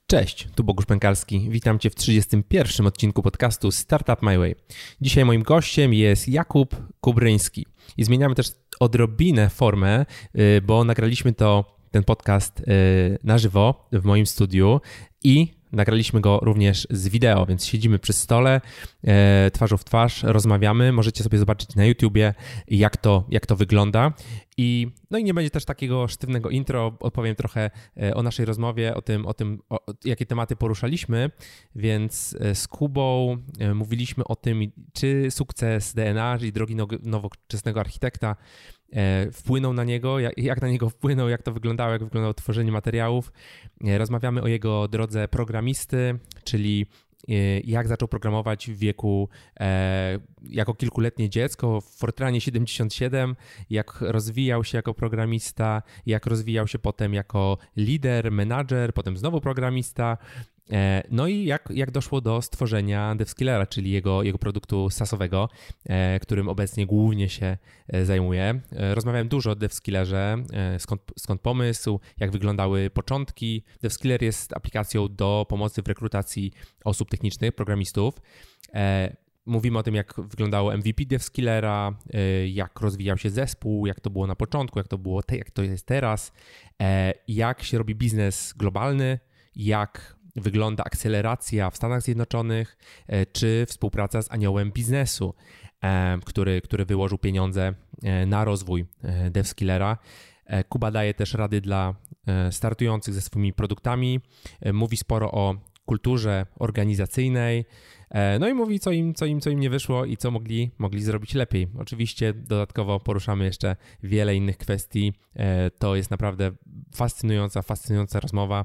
Cześć, tu Bogusz Pękalski. Witam Cię w 31. odcinku podcastu Startup My Way. Dzisiaj moim gościem jest Jakub Kubryński. I zmieniamy też odrobinę formę, bo nagraliśmy ten podcast na żywo w moim studiu i nagraliśmy go również z wideo, więc siedzimy przy stole, twarzą w twarz, rozmawiamy. Możecie sobie zobaczyć na YouTubie, jak to wygląda. I nie będzie też takiego sztywnego intro. Odpowiem trochę o naszej rozmowie, o tym, jakie tematy poruszaliśmy. Więc z Kubą mówiliśmy o tym, czy sukces DNA, czyli drogi nowoczesnego architekta, wpłynął na niego, jak na niego wpłynął, jak to wyglądało, jak wyglądało tworzenie materiałów. Rozmawiamy o jego drodze programisty, czyli jak zaczął programować w wieku jako kilkuletnie dziecko w Fortranie 77, jak rozwijał się jako programista, jak rozwijał się potem jako lider, menadżer, potem znowu programista. No i jak doszło do stworzenia DevSkillera, czyli jego produktu SaaS-owego, którym obecnie głównie się zajmuje. Rozmawiałem dużo o DevSkillerze, skąd pomysł, jak wyglądały początki. DevSkiller jest aplikacją do pomocy w rekrutacji osób technicznych, programistów. Mówimy o tym, jak wyglądało MVP DevSkillera, jak rozwijał się zespół, jak to było na początku, jak to jest teraz, jak się robi biznes globalny, jak wygląda akceleracja w Stanach Zjednoczonych, czy współpraca z aniołem biznesu, który wyłożył pieniądze na rozwój DevSkillera. Kuba daje też rady dla startujących ze swoimi produktami, mówi sporo o kulturze organizacyjnej, no i mówi, co im nie wyszło i co mogli zrobić lepiej. Oczywiście dodatkowo poruszamy jeszcze wiele innych kwestii. To jest naprawdę fascynująca rozmowa.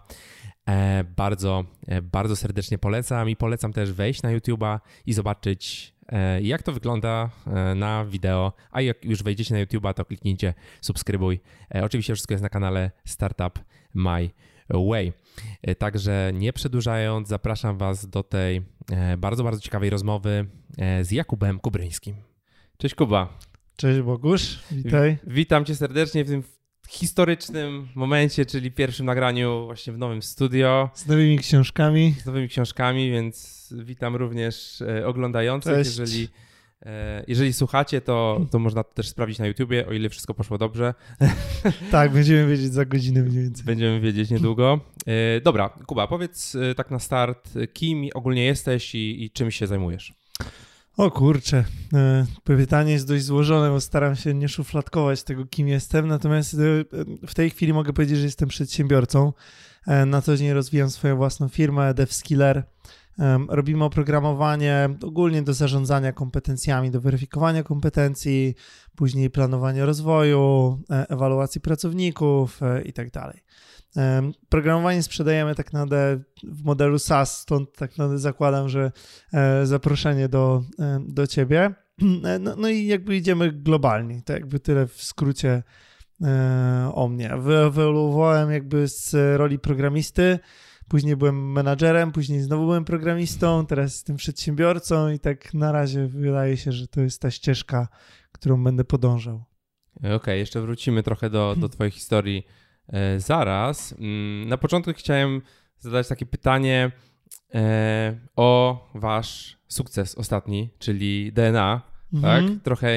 Bardzo serdecznie polecam i polecam też wejść na YouTube'a i zobaczyć, jak to wygląda na wideo, a jak już wejdziecie na YouTube'a, to kliknijcie subskrybuj. Oczywiście wszystko jest na kanale Startup My Way. Także nie przedłużając, zapraszam Was do tej bardzo ciekawej rozmowy z Jakubem Kubryńskim. Cześć Kuba. Cześć Bogusz, witaj. Witam Cię serdecznie w tym historycznym momencie, czyli pierwszym nagraniu właśnie w nowym studio. Z nowymi książkami. Więc witam również oglądających. Cześć. Jeżeli słuchacie, to można to też sprawdzić na YouTubie, o ile wszystko poszło dobrze. Tak, będziemy wiedzieć za godzinę mniej więcej. Będziemy wiedzieć niedługo. Dobra, Kuba, powiedz tak na start, kim ogólnie jesteś i czym się zajmujesz? O kurczę, pytanie jest dość złożone, bo staram się nie szufladkować tego, kim jestem, natomiast w tej chwili mogę powiedzieć, że jestem przedsiębiorcą. Na co dzień rozwijam swoją własną firmę, DevSkiller. Robimy oprogramowanie ogólnie do zarządzania kompetencjami, do weryfikowania kompetencji, później planowania rozwoju, ewaluacji pracowników i tak dalej. Programowanie sprzedajemy tak naprawdę w modelu SaaS, stąd tak naprawdę zakładam, że zaproszenie do Ciebie. No i jakby idziemy globalnie, to jakby tyle w skrócie o mnie. Wyewoluowałem jakby z roli programisty, później byłem menadżerem, później znowu byłem programistą, teraz jestem przedsiębiorcą i tak na razie wydaje się, że to jest ta ścieżka, którą będę podążał. Okej, jeszcze wrócimy trochę do Twojej historii zaraz. Na początku chciałem zadać takie pytanie o Wasz sukces ostatni, czyli DNA, tak? Trochę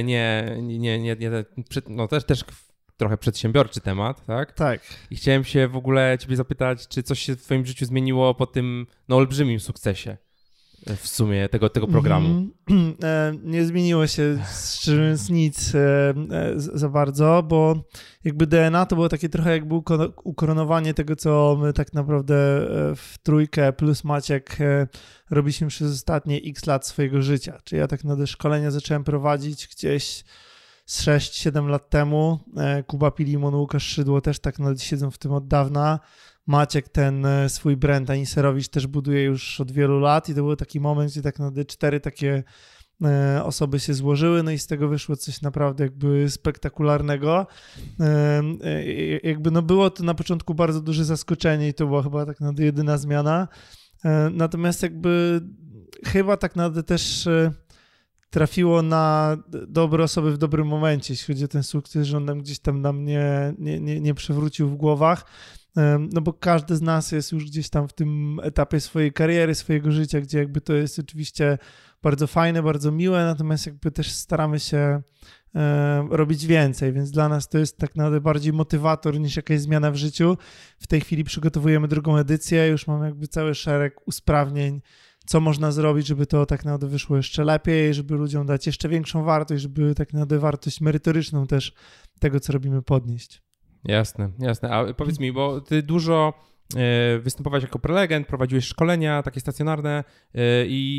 też trochę przedsiębiorczy temat, tak? Tak. I chciałem się w ogóle Ciebie zapytać, czy coś się w Twoim życiu zmieniło po tym olbrzymim sukcesie w sumie tego programu? Nie zmieniło się szczerze mówiąc nic za bardzo, bo jakby DNA to było takie trochę jakby ukoronowanie tego, co my tak naprawdę w trójkę plus Maciek robiliśmy przez ostatnie x lat swojego życia. Czyli ja tak naprawdę szkolenia zacząłem prowadzić gdzieś z 6-7 lat temu. Kuba Pilimon, Łukasz Szydło też tak nawet siedzą w tym od dawna. Maciek ten swój brand Aniserowicz też buduje już od wielu lat i to był taki moment, gdzie tak naprawdę 4 takie osoby się złożyły, no i z tego wyszło coś naprawdę jakby spektakularnego. Jakby no było to na początku bardzo duże zaskoczenie i to była chyba tak naprawdę jedyna zmiana. Natomiast jakby chyba tak naprawdę też trafiło na dobre osoby w dobrym momencie, jeśli chodzi o ten sukces, że on nam gdzieś tam na mnie nie przewrócił w głowach. no bo każdy z nas jest już gdzieś tam w tym etapie swojej kariery, swojego życia, gdzie jakby to jest oczywiście bardzo fajne, bardzo miłe, natomiast jakby też staramy się robić więcej, więc dla nas to jest tak naprawdę bardziej motywator niż jakaś zmiana w życiu. W tej chwili przygotowujemy drugą edycję, już mamy jakby cały szereg usprawnień, co można zrobić, żeby to tak naprawdę wyszło jeszcze lepiej, żeby ludziom dać jeszcze większą wartość, żeby tak naprawdę wartość merytoryczną też tego, co robimy, podnieść. Jasne. A powiedz mi, bo ty dużo występowałeś jako prelegent, prowadziłeś szkolenia takie stacjonarne i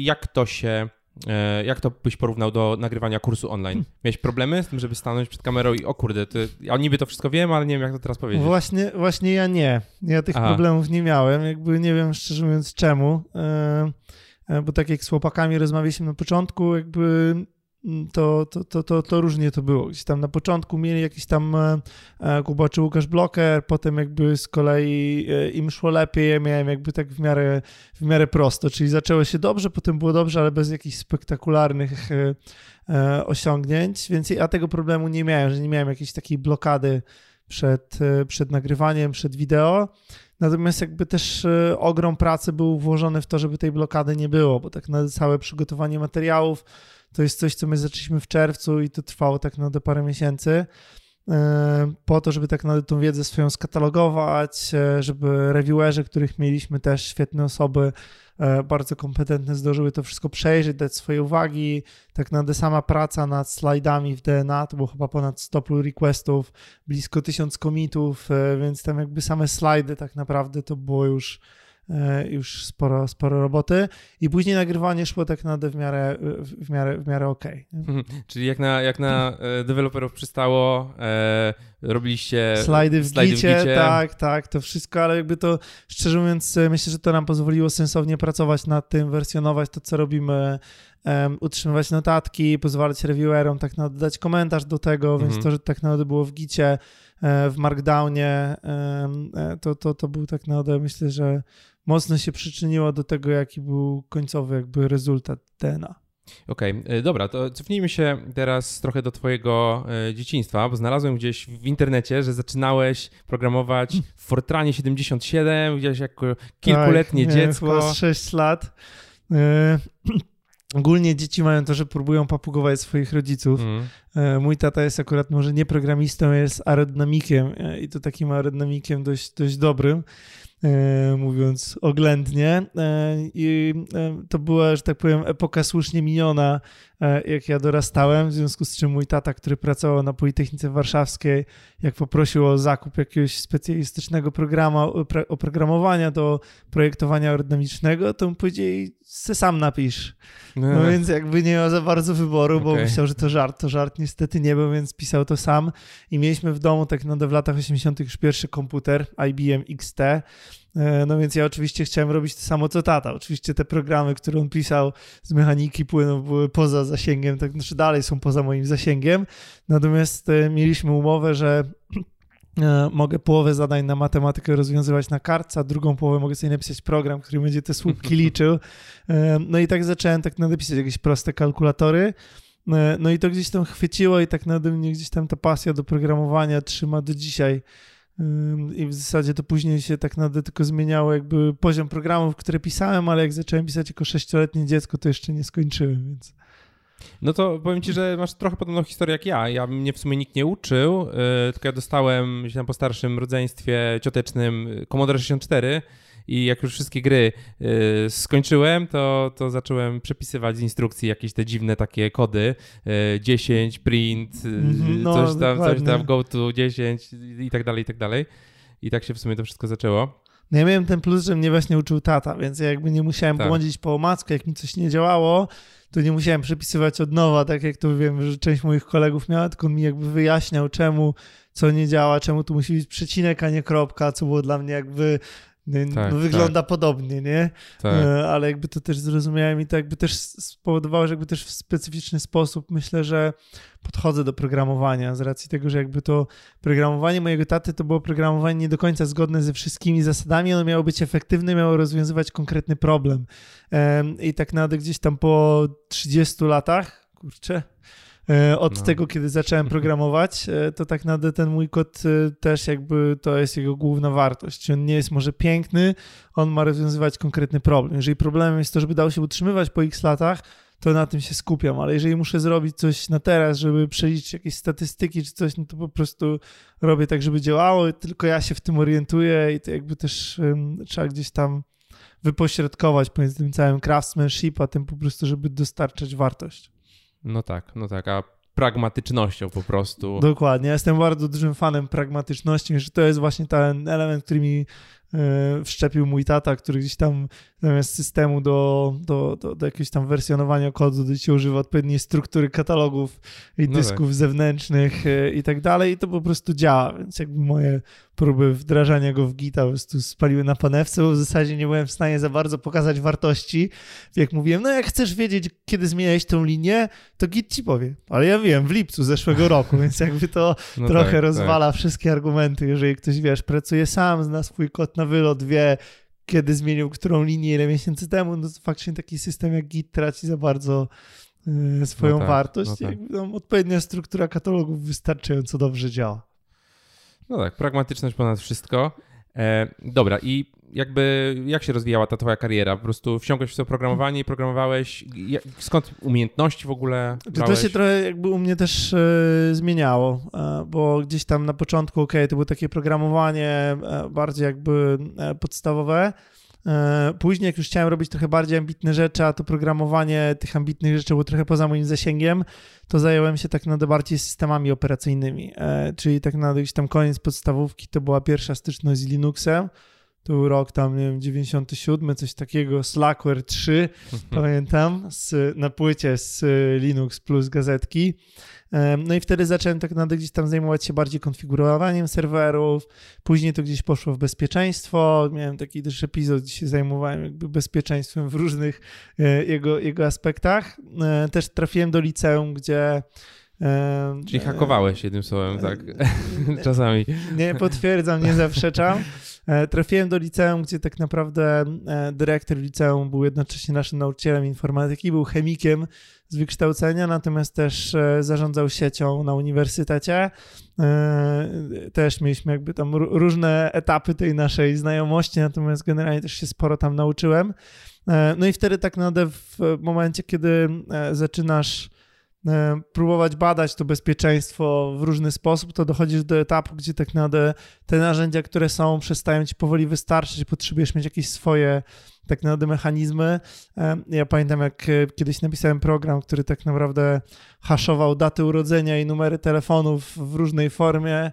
jak to byś porównał do nagrywania kursu online? Miałeś problemy z tym, żeby stanąć przed kamerą i o kurde, ja niby to wszystko wiem, ale nie wiem, jak to teraz powiedzieć. Właśnie ja nie. Ja tych problemów nie miałem. Jakby nie wiem, szczerze mówiąc, czemu. Bo tak jak z chłopakami rozmawialiśmy na początku, jakby to różnie to było. Gdzieś tam na początku mieli jakiś tam Kuba czy Łukasz bloker, potem jakby z kolei im szło lepiej, ja miałem jakby tak w miarę prosto, czyli zaczęło się dobrze, potem było dobrze, ale bez jakichś spektakularnych osiągnięć, więc ja tego problemu nie miałem, że nie miałem jakiejś takiej blokady przed nagrywaniem, przed wideo. Natomiast jakby też ogrom pracy był włożony w to, żeby tej blokady nie było, bo tak na całe przygotowanie materiałów to jest coś, co my zaczęliśmy w czerwcu i to trwało tak naprawdę parę miesięcy po to, żeby tak naprawdę tą wiedzę swoją skatalogować, żeby reviewerzy, których mieliśmy też świetne osoby, bardzo kompetentne, zdążyły to wszystko przejrzeć, dać swoje uwagi. Tak naprawdę sama praca nad slajdami w DNA to było chyba ponad 100 pull requestów, blisko 1000 commitów, więc tam jakby same slajdy tak naprawdę to było już sporo roboty i później nagrywanie szło tak naprawdę w miarę okej. Czyli jak na deweloperów przystało, robiliście slajdy w gicie. Tak, to wszystko, ale jakby to, szczerze mówiąc, myślę, że to nam pozwoliło sensownie pracować nad tym, wersjonować to, co robimy, utrzymywać notatki, pozwalać reviewerom tak naprawdę dać komentarz do tego, więc to, że tak naprawdę było w gicie, w Markdownie, to był tak naprawdę, myślę, że mocno się przyczyniło do tego, jaki był końcowy jakby rezultat DNA. Okej, dobra, to cofnijmy się teraz trochę do twojego dzieciństwa, bo znalazłem gdzieś w internecie, że zaczynałeś programować w Fortranie 77, gdzieś jako kilkuletnie dziecko. Chyba 6 lat. Ogólnie dzieci mają to, że próbują papugować swoich rodziców. Mój tata jest akurat może nie programistą, jest aerodynamikiem i to takim aerodynamikiem dość dobrym, mówiąc oględnie. I to była, że tak powiem, epoka słusznie miniona, jak ja dorastałem, w związku z czym mój tata, który pracował na Politechnice Warszawskiej, jak poprosił o zakup jakiegoś specjalistycznego oprogramowania do projektowania aerodynamicznego, to mu powiedzieli, se sam napisz. No więc jakby nie miał za bardzo wyboru, bo myślał, że to żart niestety nie był, więc pisał to sam i mieliśmy w domu tak naprawdę w latach 80. już pierwszy komputer IBM XT, no więc ja oczywiście chciałem robić to samo co tata. Oczywiście te programy, które on pisał z mechaniki płynu były poza zasięgiem, tak znaczy dalej są poza moim zasięgiem, natomiast mieliśmy umowę, że mogę połowę zadań na matematykę rozwiązywać na kartce, a drugą połowę mogę sobie napisać program, który będzie te słupki liczył. No i tak zacząłem tak napisać jakieś proste kalkulatory. No i to gdzieś tam chwyciło i tak nade mnie gdzieś tam ta pasja do programowania trzyma do dzisiaj. I w zasadzie to później się tak naprawdę tylko zmieniało jakby poziom programów, które pisałem, ale jak zacząłem pisać jako 6-letnie dziecko, to jeszcze nie skończyłem, więc... No to powiem ci, że masz trochę podobną historię jak ja. Mnie w sumie nikt nie uczył, tylko ja dostałem gdzieś tam po starszym rodzeństwie ciotecznym Commodore 64 i jak już wszystkie gry skończyłem, to zacząłem przepisywać z instrukcji jakieś te dziwne takie kody, 10, print, coś tam, go to 10 i tak dalej, i tak dalej. I tak się w sumie to wszystko zaczęło. No ja miałem ten plus, że mnie właśnie uczył tata, więc ja jakby nie musiałem błądzić po omacku, jak mi coś nie działało, to nie musiałem przepisywać od nowa, tak jak to wiem, że część moich kolegów miała, tylko on mi jakby wyjaśniał, czemu co nie działa, czemu tu musi być przecinek, a nie kropka, co było dla mnie jakby wygląda podobnie, nie? Tak. Ale jakby to też zrozumiałem i to jakby też spowodowało, że jakby też w specyficzny sposób myślę, że podchodzę do programowania z racji tego, że jakby to programowanie mojego taty to było programowanie nie do końca zgodne ze wszystkimi zasadami, ono miało być efektywne, miało rozwiązywać konkretny problem. I tak naprawdę gdzieś tam po 30 latach, od tego, kiedy zacząłem programować, to tak naprawdę ten mój kod też jakby to jest jego główna wartość. On nie jest może piękny, on ma rozwiązywać konkretny problem. Jeżeli problemem jest to, żeby dał się utrzymywać po x latach, to na tym się skupiam, ale jeżeli muszę zrobić coś na teraz, żeby przeliczyć jakieś statystyki czy coś, no to po prostu robię tak, żeby działało, tylko ja się w tym orientuję i to jakby też trzeba gdzieś tam wypośrodkować pomiędzy tym całym craftsmanship, a tym po prostu, żeby dostarczać wartość. No tak, a pragmatycznością po prostu. Dokładnie, ja jestem bardzo dużym fanem pragmatyczności, że to jest właśnie ten element, który mi wszczepił mój tata, który gdzieś tam zamiast systemu do jakiegoś tam wersjonowania kodu, do się używa odpowiedniej struktury katalogów i dysków zewnętrznych i tak dalej i to po prostu działa, więc jakby moje próby wdrażania go w Gita po prostu spaliły na panewce, bo w zasadzie nie byłem w stanie za bardzo pokazać wartości. Jak mówiłem, no jak chcesz wiedzieć, kiedy zmieniałeś tą linię, to Git ci powie. Ale ja wiem, w lipcu zeszłego roku, więc jakby to trochę rozwala wszystkie argumenty. Jeżeli ktoś, wiesz, pracuje sam, zna swój kod na wylot, wie, kiedy zmienił którą linię, ile miesięcy temu, no to faktycznie taki system jak Git traci za bardzo swoją wartość. Odpowiednia struktura katalogów wystarczająco dobrze działa. No tak, pragmatyczność ponad wszystko. Dobra, i jakby jak się rozwijała ta twoja kariera? Po prostu wsiąkłeś w to programowanie i programowałeś. Skąd umiejętności w ogóle brałeś? To się trochę jakby u mnie też zmieniało, bo gdzieś tam na początku, to było takie programowanie bardziej jakby podstawowe. Później jak już chciałem robić trochę bardziej ambitne rzeczy, a to programowanie tych ambitnych rzeczy było trochę poza moim zasięgiem, to zająłem się tak naprawdę bardziej systemami operacyjnymi, czyli tak naprawdę gdzieś tam koniec podstawówki to była pierwsza styczność z Linuxem, to był rok tam, nie wiem, 97, coś takiego, Slackware 3, pamiętam, na płycie z Linux plus gazetki. No i wtedy zacząłem tak naprawdę gdzieś tam zajmować się bardziej konfigurowaniem serwerów, później to gdzieś poszło w bezpieczeństwo, miałem taki też epizod, gdzie się zajmowałem jakby bezpieczeństwem w różnych jego aspektach. Też trafiłem do liceum, gdzie... Czyli hakowałeś jednym słowem, tak? Czasami. Nie potwierdzam, nie zaprzeczam. Trafiłem do liceum, gdzie tak naprawdę dyrektor liceum był jednocześnie naszym nauczycielem informatyki, był chemikiem z wykształcenia, natomiast też zarządzał siecią na uniwersytecie. Też mieliśmy jakby tam różne etapy tej naszej znajomości, natomiast generalnie też się sporo tam nauczyłem. No i wtedy tak naprawdę w momencie, kiedy zaczynasz próbować badać to bezpieczeństwo w różny sposób, to dochodzisz do etapu, gdzie tak naprawdę te narzędzia, które są, przestają ci powoli wystarczyć, potrzebujesz mieć jakieś swoje tak naprawdę mechanizmy. Ja pamiętam, jak kiedyś napisałem program, który tak naprawdę haszował daty urodzenia i numery telefonów w różnej formie,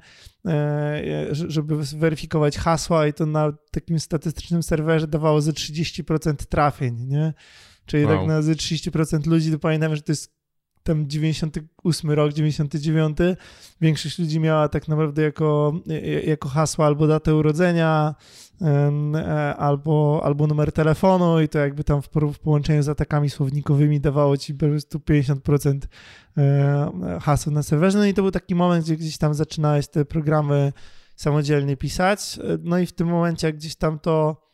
żeby weryfikować hasła i to na takim statystycznym serwerze dawało ze 30% trafień, nie? Czyli tak naprawdę ze 30% ludzi, to pamiętam, że to jest tam 98 rok, 99, większość ludzi miała tak naprawdę jako hasło albo datę urodzenia, albo numer telefonu i to jakby tam w połączeniu z atakami słownikowymi dawało ci po prostu 50% haseł na serwerze. No i to był taki moment, gdzie gdzieś tam zaczynałeś te programy samodzielnie pisać. No i w tym momencie, jak gdzieś tam to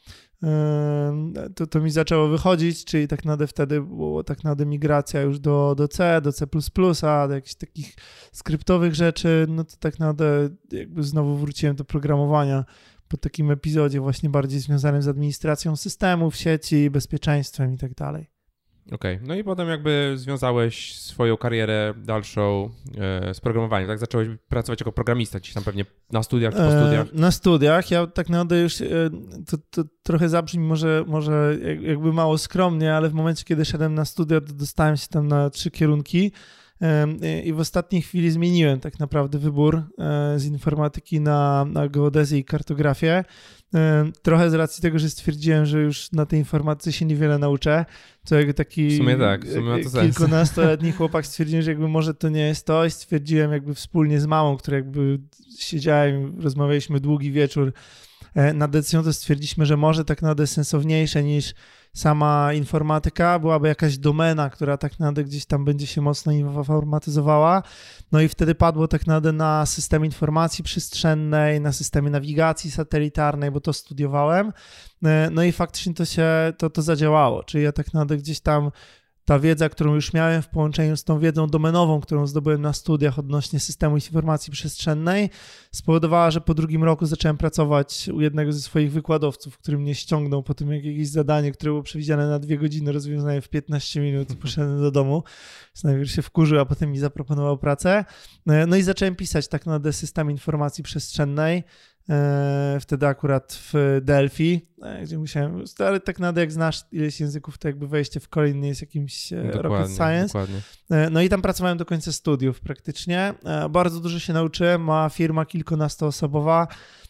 mi zaczęło wychodzić, czyli tak naprawdę wtedy było tak naprawdę migracja już do C, do C++, do jakichś takich skryptowych rzeczy, no to tak naprawdę jakby znowu wróciłem do programowania po takim epizodzie właśnie bardziej związanym z administracją systemów, sieci, bezpieczeństwem i tak dalej. Okej, no i potem jakby związałeś swoją karierę dalszą z programowaniem, tak? Zacząłeś pracować jako programista gdzieś tam pewnie na studiach czy po studiach? Na studiach. Ja tak naprawdę już, to trochę zabrzmi może jakby mało skromnie, ale w momencie, kiedy szedłem na studia, to dostałem się tam na 3 kierunki i w ostatniej chwili zmieniłem tak naprawdę wybór z informatyki na geodezję i kartografię. Trochę z racji tego, że stwierdziłem, że już na tej informatyce się niewiele nauczę, co jakby taki w sumie ma to sens. Kilkunastoletni chłopak stwierdziłem, że jakby może to nie jest to i stwierdziłem jakby wspólnie z mamą, która jakby siedziałem, rozmawialiśmy długi wieczór nad decyzją, to stwierdziliśmy, że może tak naprawdę sensowniejsze niż sama informatyka byłaby jakaś domena, która tak naprawdę gdzieś tam będzie się mocno informatyzowała. No i wtedy padło tak naprawdę na system informacji przestrzennej, na systemie nawigacji satelitarnej, bo to studiowałem. No i faktycznie to zadziałało, czyli ja tak naprawdę gdzieś tam ta wiedza, którą już miałem w połączeniu z tą wiedzą domenową, którą zdobyłem na studiach odnośnie systemu informacji przestrzennej, spowodowała, że po drugim roku zacząłem pracować u jednego ze swoich wykładowców, który mnie ściągnął po tym, jak jakieś zadanie, które było przewidziane na 2 godziny, rozwiązałem w 15 minut i poszedłem do domu. Najpierw się wkurzył, a potem mi zaproponował pracę. No i zacząłem pisać tak naprawdę system informacji przestrzennej. Wtedy akurat w Delphi, gdzie musiałem, ale tak naprawdę jak znasz ileś języków, to jakby wejście w kolejny nie jest jakimś rocket science. Dokładnie. No i tam pracowałem do końca studiów praktycznie. Bardzo dużo się nauczyłem, ma firma kilkunastoosobowa,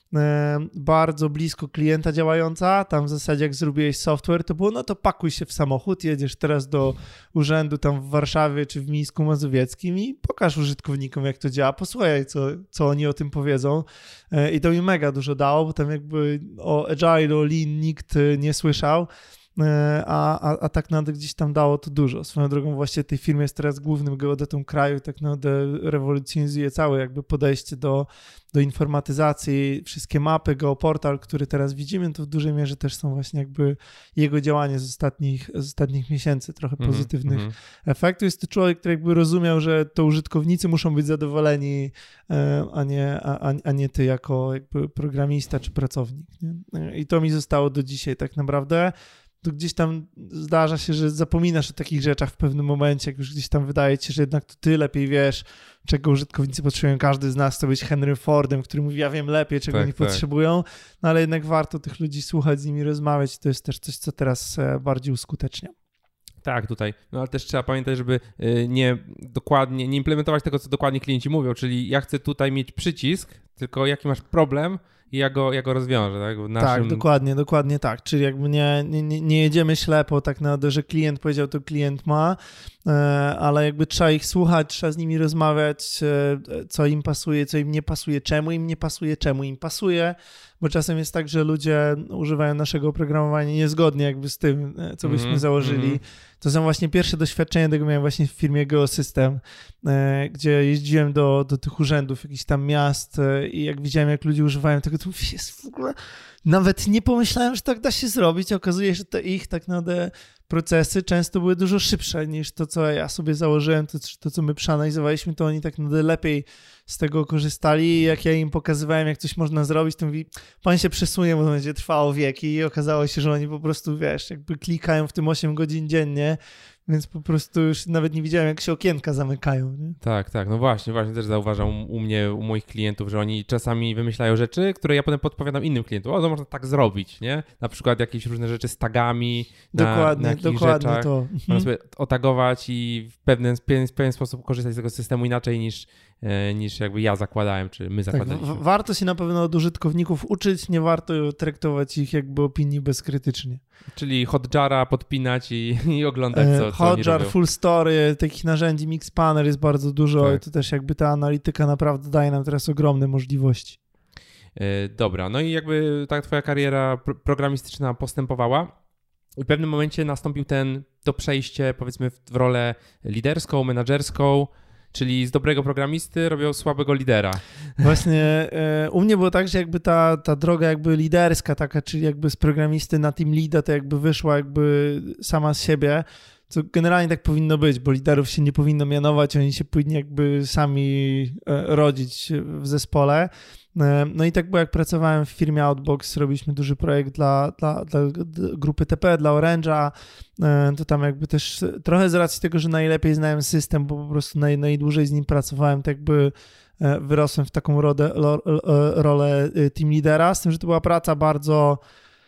bardzo blisko klienta działająca, tam w zasadzie jak zrobiłeś software, to było, no to pakuj się w samochód, jedziesz teraz do urzędu tam w Warszawie czy w Mińsku Mazowieckim i pokaż użytkownikom, jak to działa, posłuchaj, co oni o tym powiedzą. I to mi mega dużo dało, bo tam jakby o Agile, o Lean nikt nie słyszał. A tak naprawdę gdzieś tam dało to dużo. Swoją drogą właściwie tej firmy jest teraz głównym geodetą kraju, tak naprawdę rewolucjonizuje całe jakby podejście do informatyzacji, wszystkie mapy, geoportal, który teraz widzimy, to w dużej mierze też są właśnie jakby jego działanie z ostatnich miesięcy, trochę pozytywnych efektów. Jest to człowiek, który jakby rozumiał, że to użytkownicy muszą być zadowoleni, a nie ty jako jakby programista czy pracownik. Nie? I to mi zostało do dzisiaj tak naprawdę. To gdzieś tam zdarza się, że zapominasz o takich rzeczach w pewnym momencie, jak już gdzieś tam wydaje ci się, że jednak to ty lepiej wiesz, czego użytkownicy potrzebują. Każdy z nas chce być Henry Fordem, który mówi, ja wiem lepiej, czego oni potrzebują, no ale jednak warto tych ludzi słuchać, z nimi rozmawiać. To jest też coś, co teraz bardziej uskutecznia. Tak, tutaj. No ale też trzeba pamiętać, żeby nie implementować tego, co dokładnie klienci mówią, czyli ja chcę tutaj mieć przycisk, tylko jaki masz problem, i ja go rozwiążę, tak? Tak, dokładnie tak. Czyli jakby nie jedziemy ślepo tak naprawdę, że klient powiedział, to klient ma, ale jakby trzeba ich słuchać, trzeba z nimi rozmawiać, co im pasuje, co im nie pasuje, czemu im nie pasuje, czemu im pasuje, bo czasem jest tak, że ludzie używają naszego oprogramowania niezgodnie jakby z tym, co byśmy założyli. To są właśnie pierwsze doświadczenia, tego miałem właśnie w firmie Geosystem, gdzie jeździłem do tych urzędów, jakichś tam miast i jak widziałem, jak ludzie używają tego, to jest w ogóle... Nawet nie pomyślałem, że tak da się zrobić. Okazuje się, że te ich tak naprawdę procesy często były dużo szybsze niż to, co ja sobie założyłem, to co my przeanalizowaliśmy, to oni tak naprawdę lepiej z tego korzystali. Jak ja im pokazywałem, jak coś można zrobić, to mówi, pan się przesunie, bo to będzie trwało wieki i okazało się, że oni po prostu, wiesz, jakby klikają w tym 8 godzin dziennie, więc po prostu już nawet nie widziałem, jak się okienka zamykają. Nie? Tak, no właśnie też zauważam u moich klientów, że oni czasami wymyślają rzeczy, które ja potem podpowiadam innym klientom. O, to można tak zrobić, nie? Na przykład jakieś różne rzeczy z tagami, na jakichś rzeczach. To. Można sobie otagować i w pewien sposób korzystać z tego systemu inaczej niż jakby ja zakładałem, czy my zakładaliśmy. Tak, warto się na pewno od użytkowników uczyć, nie warto traktować ich jakby opinii bezkrytycznie. Czyli Hotjara podpinać i oglądać, co oni Hotjar, robią. Full Story, takich narzędzi, Mixpanel jest bardzo dużo tak. I to też jakby ta analityka naprawdę daje nam teraz ogromne możliwości. Dobra, no i jakby ta twoja kariera programistyczna postępowała i w pewnym momencie nastąpił to przejście powiedzmy w rolę liderską, menadżerską, czyli z dobrego programisty robią słabego lidera. Właśnie u mnie było tak, że jakby ta droga jakby liderska taka, czyli jakby z programisty na team leada to jakby wyszła jakby sama z siebie, co generalnie tak powinno być, bo liderów się nie powinno mianować, oni się powinni jakby sami rodzić w zespole. No i tak było, jak pracowałem w firmie Outbox, robiliśmy duży projekt dla grupy TP, dla Orange'a, to tam jakby też trochę z racji tego, że najlepiej znałem system, bo po prostu najdłużej z nim pracowałem, tak jakby wyrosłem w taką rolę team lidera, z tym, że to była praca bardzo...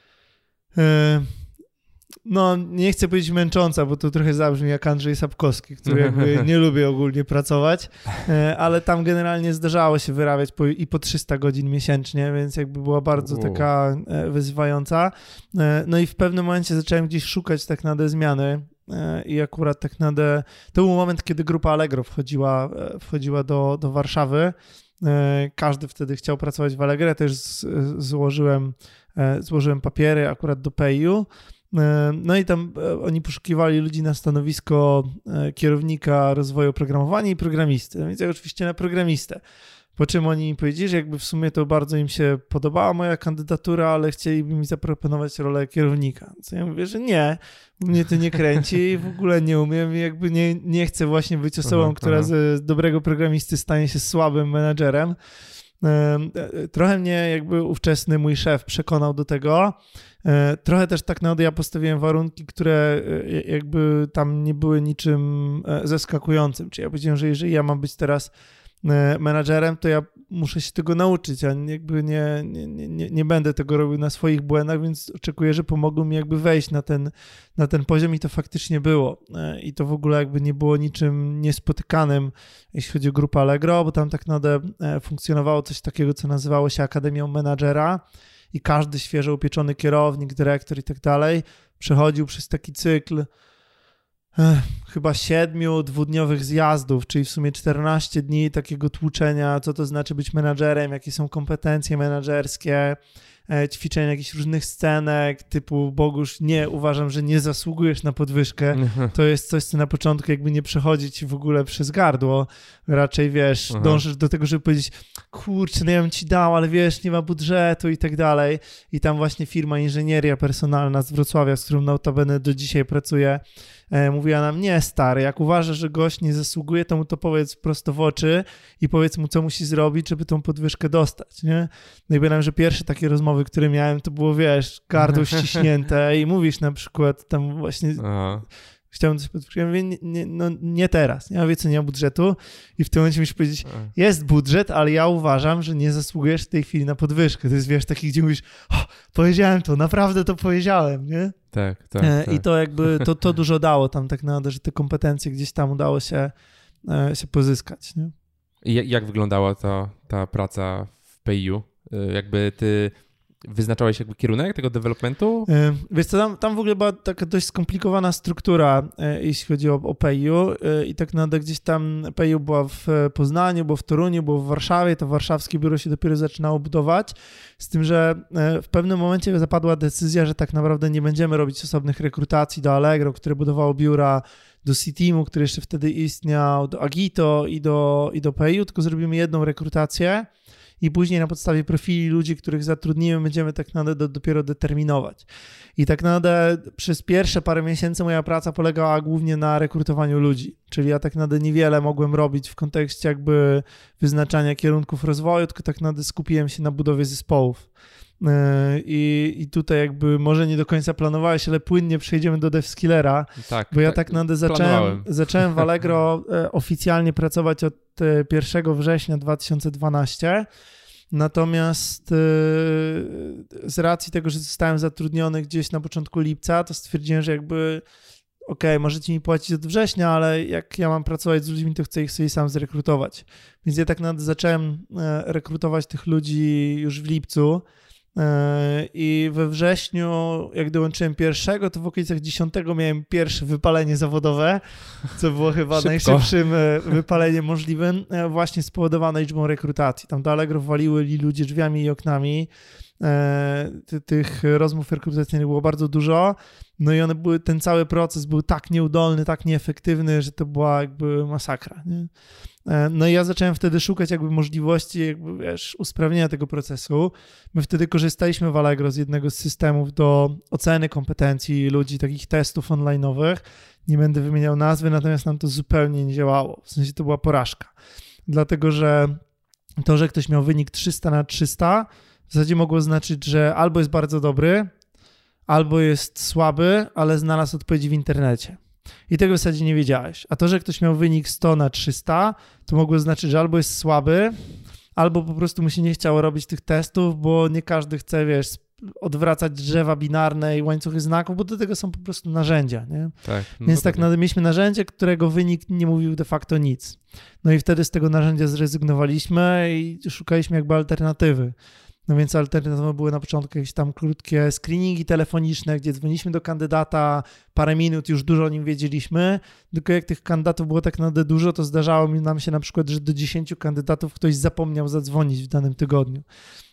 No, nie chcę powiedzieć męcząca, bo to trochę zabrzmi jak Andrzej Sapkowski, który jakby nie lubi ogólnie pracować, ale tam generalnie zdarzało się wyrabiać po 300 godzin miesięcznie, więc jakby była bardzo taka wyzywająca. No i w pewnym momencie zacząłem gdzieś szukać tak naprawdę zmiany i akurat tak naprawdę to był moment, kiedy grupa Allegro wchodziła do Warszawy. Każdy wtedy chciał pracować w Allegro, też złożyłem papiery akurat do PayU. No i tam oni poszukiwali ludzi na stanowisko kierownika rozwoju oprogramowania i programisty. Więc ja oczywiście na programistę. Po czym oni mi powiedzieli, że jakby w sumie to bardzo im się podobała moja kandydatura, ale chcieliby mi zaproponować rolę kierownika. Co ja mówię, że nie, mnie to nie kręci, w ogóle nie umiem i jakby nie chcę właśnie być osobą, która z dobrego programisty stanie się słabym menadżerem. Trochę mnie jakby ówczesny mój szef przekonał do tego. Trochę też tak naprawdę ja postawiłem warunki, które jakby tam nie były niczym zaskakującym. Czyli ja powiedziałem, że jeżeli ja mam być teraz menadżerem, to ja muszę się tego nauczyć, a jakby nie będę tego robił na swoich błędach, więc oczekuję, że pomogą mi jakby wejść na ten poziom i to faktycznie było. I to w ogóle jakby nie było niczym niespotykanym, jeśli chodzi o grupę Allegro, bo tam tak naprawdę funkcjonowało coś takiego, co nazywało się Akademią Menadżera i każdy świeżo upieczony kierownik, dyrektor i tak dalej przechodził przez taki cykl chyba 7 dwudniowych zjazdów, czyli w sumie 14 dni takiego tłuczenia, co to znaczy być menadżerem, jakie są kompetencje menadżerskie, ćwiczenia jakichś różnych scenek, typu Bogusz, nie, uważam, że nie zasługujesz na podwyżkę. To jest coś, co na początku jakby nie przechodzi ci w ogóle przez gardło. Raczej, wiesz, dążysz do tego, żeby powiedzieć, kurczę, no ja bym ci dał, ale wiesz, nie ma budżetu i tak dalej. I tam właśnie firma Inżynieria Personalna z Wrocławia, z którą notabene do dzisiaj pracuję, mówiła nam, nie stary, jak uważasz, że gość nie zasługuje, to mu to powiedz prosto w oczy i powiedz mu, co musi zrobić, żeby tą podwyżkę dostać, nie? No i pamiętam, że pierwsze takie rozmowy, które miałem, to było, wiesz, gardło ściśnięte i mówisz na przykład tam właśnie... Chciałem coś podwyższyć, ja mówię, nie teraz, nie mówię, co nie ma budżetu i w tym momencie musisz powiedzieć, jest budżet, ale ja uważam, że nie zasługujesz w tej chwili na podwyżkę. To jest, wiesz, taki, gdzie mówisz, powiedziałem to, naprawdę to powiedziałem, nie? Tak. I to jakby, to dużo dało tam tak naprawdę, że te kompetencje gdzieś tam udało się pozyskać, nie? I jak wyglądała ta praca w PayU? Jakby ty... Wyznaczałeś jakby kierunek tego developmentu? Wiesz co, tam w ogóle była taka dość skomplikowana struktura, jeśli chodzi o PayU i tak naprawdę gdzieś tam PayU była w Poznaniu, było w Toruniu, było w Warszawie, to warszawskie biuro się dopiero zaczynało budować, z tym, że w pewnym momencie zapadła decyzja, że tak naprawdę nie będziemy robić osobnych rekrutacji do Allegro, które budowało biura, do C-Teamu, który jeszcze wtedy istniał, do Agito i do PayU, tylko zrobimy jedną rekrutację i później na podstawie profili ludzi, których zatrudnimy, będziemy tak naprawdę dopiero determinować. I tak naprawdę przez pierwsze parę miesięcy moja praca polegała głównie na rekrutowaniu ludzi, czyli ja tak naprawdę niewiele mogłem robić w kontekście jakby wyznaczania kierunków rozwoju, tylko tak naprawdę skupiłem się na budowie zespołów. I tutaj jakby może nie do końca planowałeś, ale płynnie przejdziemy do DevSkillera, bo ja tak naprawdę zacząłem w Allegro oficjalnie pracować od 1 września 2012, natomiast z racji tego, że zostałem zatrudniony gdzieś na początku lipca, to stwierdziłem, że jakby możecie mi płacić od września, ale jak ja mam pracować z ludźmi, to chcę ich sobie sam zrekrutować. Więc ja tak naprawdę zacząłem rekrutować tych ludzi już w lipcu. I we wrześniu, jak dołączyłem pierwszego, to w okolicach 10 miałem pierwsze wypalenie zawodowe, co było chyba najszybszym wypaleniem możliwym, właśnie spowodowane liczbą rekrutacji. Tam do Allegro waliły ludzie drzwiami i oknami, tych rozmów rekrutacyjnych było bardzo dużo, no i ten cały proces był tak nieudolny, tak nieefektywny, że to była jakby masakra, nie? No i ja zacząłem wtedy szukać jakby możliwości jakby, wiesz, usprawnienia tego procesu. My wtedy korzystaliśmy w Allegro z jednego z systemów do oceny kompetencji ludzi, takich testów online'owych. Nie będę wymieniał nazwy, natomiast nam to zupełnie nie działało. W sensie to była porażka. Dlatego, że to, że ktoś miał wynik 300/300 w zasadzie mogło znaczyć, że albo jest bardzo dobry, albo jest słaby, ale znalazł odpowiedzi w internecie. I tego w zasadzie nie wiedziałeś. A to, że ktoś miał wynik 100/300, to mogło znaczyć, że albo jest słaby, albo po prostu mu się nie chciało robić tych testów, bo nie każdy chce, wiesz, odwracać drzewa binarne i łańcuchy znaków, bo do tego są po prostu narzędzia, nie? Tak, Więc tak naprawdę mieliśmy narzędzie, którego wynik nie mówił de facto nic. No i wtedy z tego narzędzia zrezygnowaliśmy i szukaliśmy jakby alternatywy. No więc alternatywą były na początku jakieś tam krótkie screeningi telefoniczne, gdzie dzwoniliśmy do kandydata, parę minut, już dużo o nim wiedzieliśmy, tylko jak tych kandydatów było tak naprawdę dużo, to zdarzało nam się na przykład, że do 10 kandydatów ktoś zapomniał zadzwonić w danym tygodniu.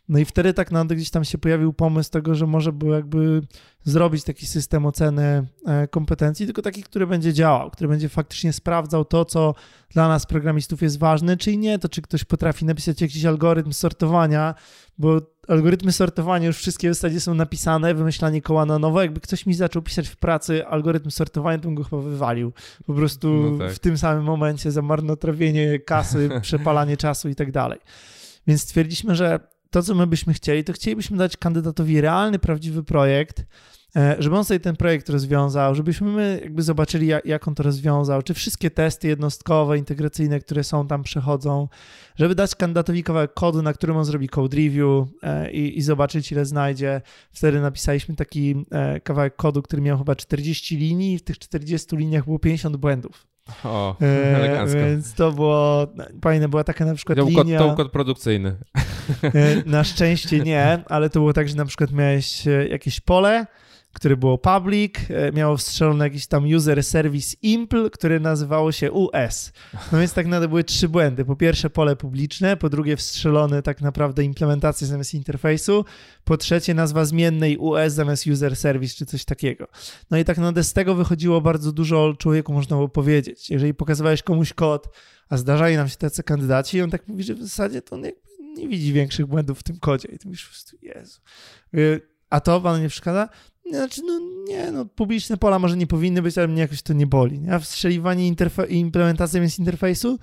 No i wtedy tak naprawdę gdzieś tam się pojawił pomysł tego, że może było jakby zrobić taki system oceny kompetencji, tylko taki, który będzie działał, który będzie faktycznie sprawdzał to, co dla nas programistów jest ważne, czyli nie to, czy ktoś potrafi napisać jakiś algorytm sortowania, bo algorytmy sortowania już wszystkie w zasadzie są napisane, wymyślanie koła na nowo. Jakby ktoś mi zaczął pisać w pracy algorytm sortowania, to bym go chyba wywalił. Po prostu w tym samym momencie za marnotrawienie kasy, przepalanie czasu i tak dalej. Więc stwierdziliśmy, że to, co my byśmy chcieli, to chcielibyśmy dać kandydatowi realny, prawdziwy projekt, żeby on sobie ten projekt rozwiązał, żebyśmy my jakby zobaczyli, jak on to rozwiązał, czy wszystkie testy jednostkowe, integracyjne, które są tam, przechodzą, żeby dać kandydatowi kawałek kodu, na którym on zrobi code review i zobaczyć, ile znajdzie. Wtedy napisaliśmy taki kawałek kodu, który miał chyba 40 linii i w tych 40 liniach było 50 błędów. O, elegancko. Więc to było, fajne, była taka na przykład linia... To był kod produkcyjny. Na szczęście nie, ale to było tak, że na przykład miałeś jakieś pole, które było public, miało wstrzelone jakiś tam user service impl, które nazywało się US. No więc tak naprawdę były 3 błędy. Po pierwsze pole publiczne, po drugie wstrzelone tak naprawdę implementację zamiast interfejsu, po trzecie nazwa zmiennej US zamiast user service czy coś takiego. No i tak naprawdę z tego wychodziło bardzo dużo o człowieku, można było powiedzieć. Jeżeli pokazywałeś komuś kod, a zdarzali nam się tacy kandydaci i on tak mówi, że w zasadzie to nie widzi większych błędów w tym kodzie. I ty mówisz po prostu, Jezu. A to panu nie przeszkadza? Znaczy, publiczne pola może nie powinny być, ale mnie jakoś to nie boli. Nie? A wstrzeliwanie i implementacja zamiast interfejsu?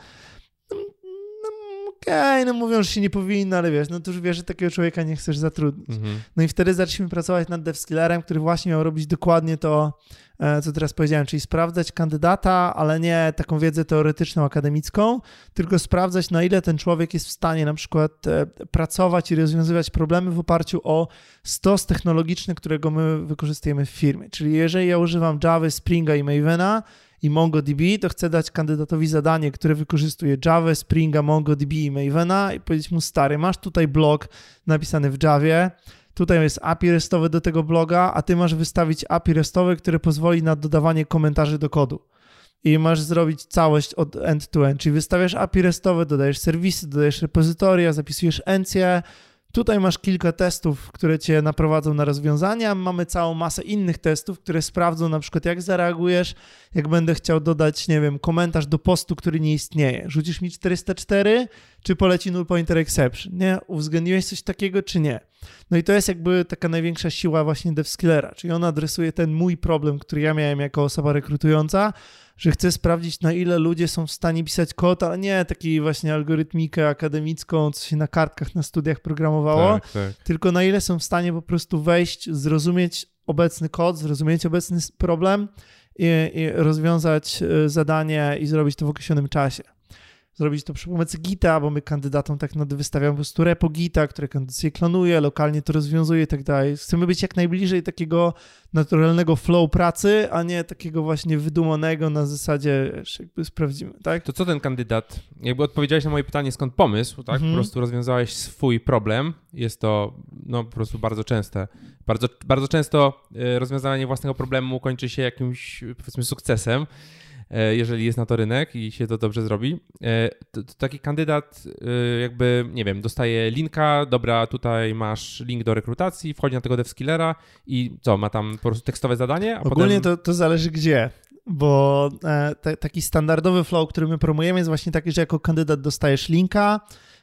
Okej, mówią, że się nie powinno, ale wiesz, to już wiesz, że takiego człowieka nie chcesz zatrudnić. No i wtedy zaczęliśmy pracować nad DevSkillerem, który właśnie miał robić dokładnie to, co teraz powiedziałem, czyli sprawdzać kandydata, ale nie taką wiedzę teoretyczną, akademicką, tylko sprawdzać, na ile ten człowiek jest w stanie na przykład pracować i rozwiązywać problemy w oparciu o stos technologiczny, którego my wykorzystujemy w firmie. Czyli jeżeli ja używam Java, Springa i Mavena i MongoDB, to chcę dać kandydatowi zadanie, które wykorzystuje Java, Springa, MongoDB i Mavena i powiedzieć mu, stary, masz tutaj blog napisany w Javie, tutaj jest API RESTowe do tego bloga, a ty masz wystawić API RESTowe, które pozwoli na dodawanie komentarzy do kodu. I masz zrobić całość od end to end, czyli wystawiasz API RESTowe, dodajesz serwisy, dodajesz repozytoria, zapisujesz encję. Tutaj masz kilka testów, które cię naprowadzą na rozwiązania. Mamy całą masę innych testów, które sprawdzą na przykład, jak zareagujesz, jak będę chciał dodać, nie wiem, komentarz do postu, który nie istnieje. Rzucisz mi 404, czy poleci null pointer exception? Nie? Uwzględniłeś coś takiego, czy nie? No i to jest jakby taka największa siła właśnie DevSkillera, czyli on adresuje ten mój problem, który ja miałem jako osoba rekrutująca, że chcę sprawdzić, na ile ludzie są w stanie pisać kod, ale nie taki właśnie algorytmikę akademicką, co się na kartkach na studiach programowało, tylko na ile są w stanie po prostu wejść, zrozumieć obecny kod, zrozumieć obecny problem i rozwiązać zadanie i zrobić to w określonym czasie. Zrobić to przy pomocy Gita, bo my kandydatom tak naprawdę wystawiamy po prostu repo Gita, które kandydat sobie klonuje, lokalnie to rozwiązuje i tak dalej. Chcemy być jak najbliżej takiego naturalnego flow pracy, a nie takiego właśnie wydumanego na zasadzie, jakby sprawdzimy, tak? To co ten kandydat, jakby odpowiedziałeś na moje pytanie, skąd pomysł, tak? Po prostu rozwiązałeś swój problem. Jest to po prostu bardzo częste. Bardzo często rozwiązanie własnego problemu kończy się jakimś, powiedzmy, sukcesem, jeżeli jest na to rynek i się to dobrze zrobi. To taki kandydat jakby, nie wiem, dostaje linka, dobra, tutaj masz link do rekrutacji, wchodzi na tego DevSkillera i co, ma tam po prostu tekstowe zadanie? A ogólnie potem... to zależy gdzie, bo taki standardowy flow, który my promujemy, jest właśnie taki, że jako kandydat dostajesz linka,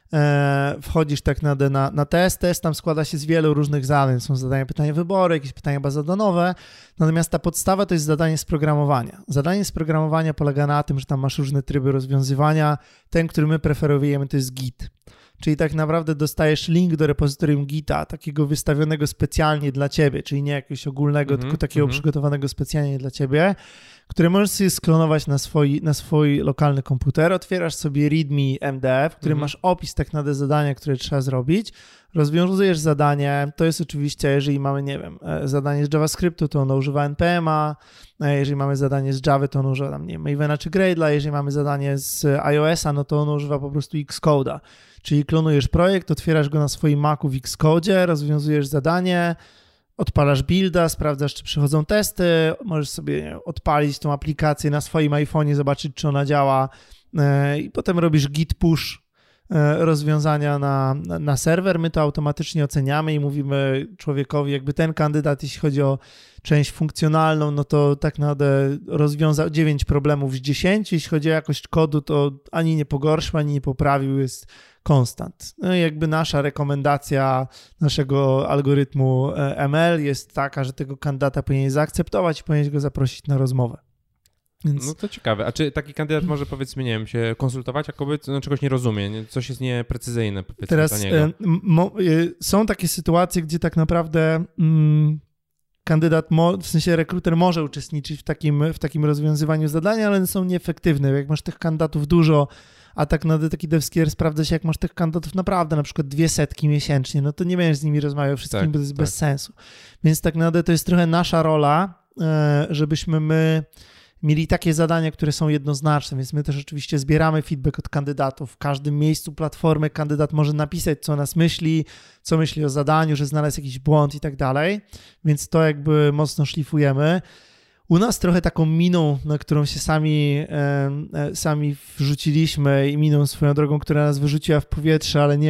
wchodzisz tak na test tam składa się z wielu różnych zadań, są zadania, pytania wyboru, jakieś pytania bazodanowe, natomiast ta podstawa to jest zadanie z programowania. Zadanie z programowania polega na tym, że tam masz różne tryby rozwiązywania, ten, który my preferujemy, to jest Git. Czyli tak naprawdę dostajesz link do repozytorium Gita, takiego wystawionego specjalnie dla ciebie, czyli nie jakiegoś ogólnego, tylko takiego przygotowanego specjalnie dla ciebie, które możesz sobie sklonować na swój lokalny komputer. Otwierasz sobie readme MD, w którym masz opis tak naprawdę zadania, które trzeba zrobić. Rozwiązujesz zadanie, to jest oczywiście, jeżeli mamy, nie wiem, zadanie z JavaScriptu, to ono używa NPM-a, jeżeli mamy zadanie z Java, to ono używa tam, nie wiem, Mavena czy Gradle'a, jeżeli mamy zadanie z iOS-a, no to ono używa po prostu Xcode'a. Czyli klonujesz projekt, otwierasz go na swoim Macu w Xcode, rozwiązujesz zadanie, odpalasz builda, sprawdzasz, czy przychodzą testy, możesz sobie odpalić tą aplikację na swoim iPhone'ie, zobaczyć, czy ona działa i potem robisz git push rozwiązania na serwer, my to automatycznie oceniamy i mówimy człowiekowi, jakby ten kandydat, jeśli chodzi o część funkcjonalną, no to tak naprawdę rozwiązał 9 problemów z 10, jeśli chodzi o jakość kodu, to ani nie pogorszył, ani nie poprawił, jest konstant. No i jakby nasza rekomendacja naszego algorytmu ML jest taka, że tego kandydata powinien zaakceptować i powinien go zaprosić na rozmowę. Więc... No to ciekawe. A czy taki kandydat może, powiedzmy, nie wiem, się konsultować, jakoby czegoś nie rozumie, coś jest nieprecyzyjne, powiedzmy, teraz dla niego? Są takie sytuacje, gdzie tak naprawdę kandydat, w sensie rekruter może uczestniczyć w takim rozwiązywaniu zadania, ale one są nieefektywne. Jak masz tych kandydatów dużo, a tak naprawdę taki devskier sprawdza się, jak masz tych kandydatów naprawdę na przykład 200 miesięcznie, no to nie będziesz z nimi rozmawiał wszystkim, bo to jest bez sensu. Więc tak naprawdę to jest trochę nasza rola, żebyśmy my mieli takie zadania, które są jednoznaczne, więc my też oczywiście zbieramy feedback od kandydatów. W każdym miejscu platformy kandydat może napisać, co o nas myśli, co myśli o zadaniu, że znalazł jakiś błąd i tak dalej, więc to jakby mocno szlifujemy. U nas trochę taką miną, na którą się sami wrzuciliśmy i miną swoją drogą, która nas wyrzuciła w powietrze, ale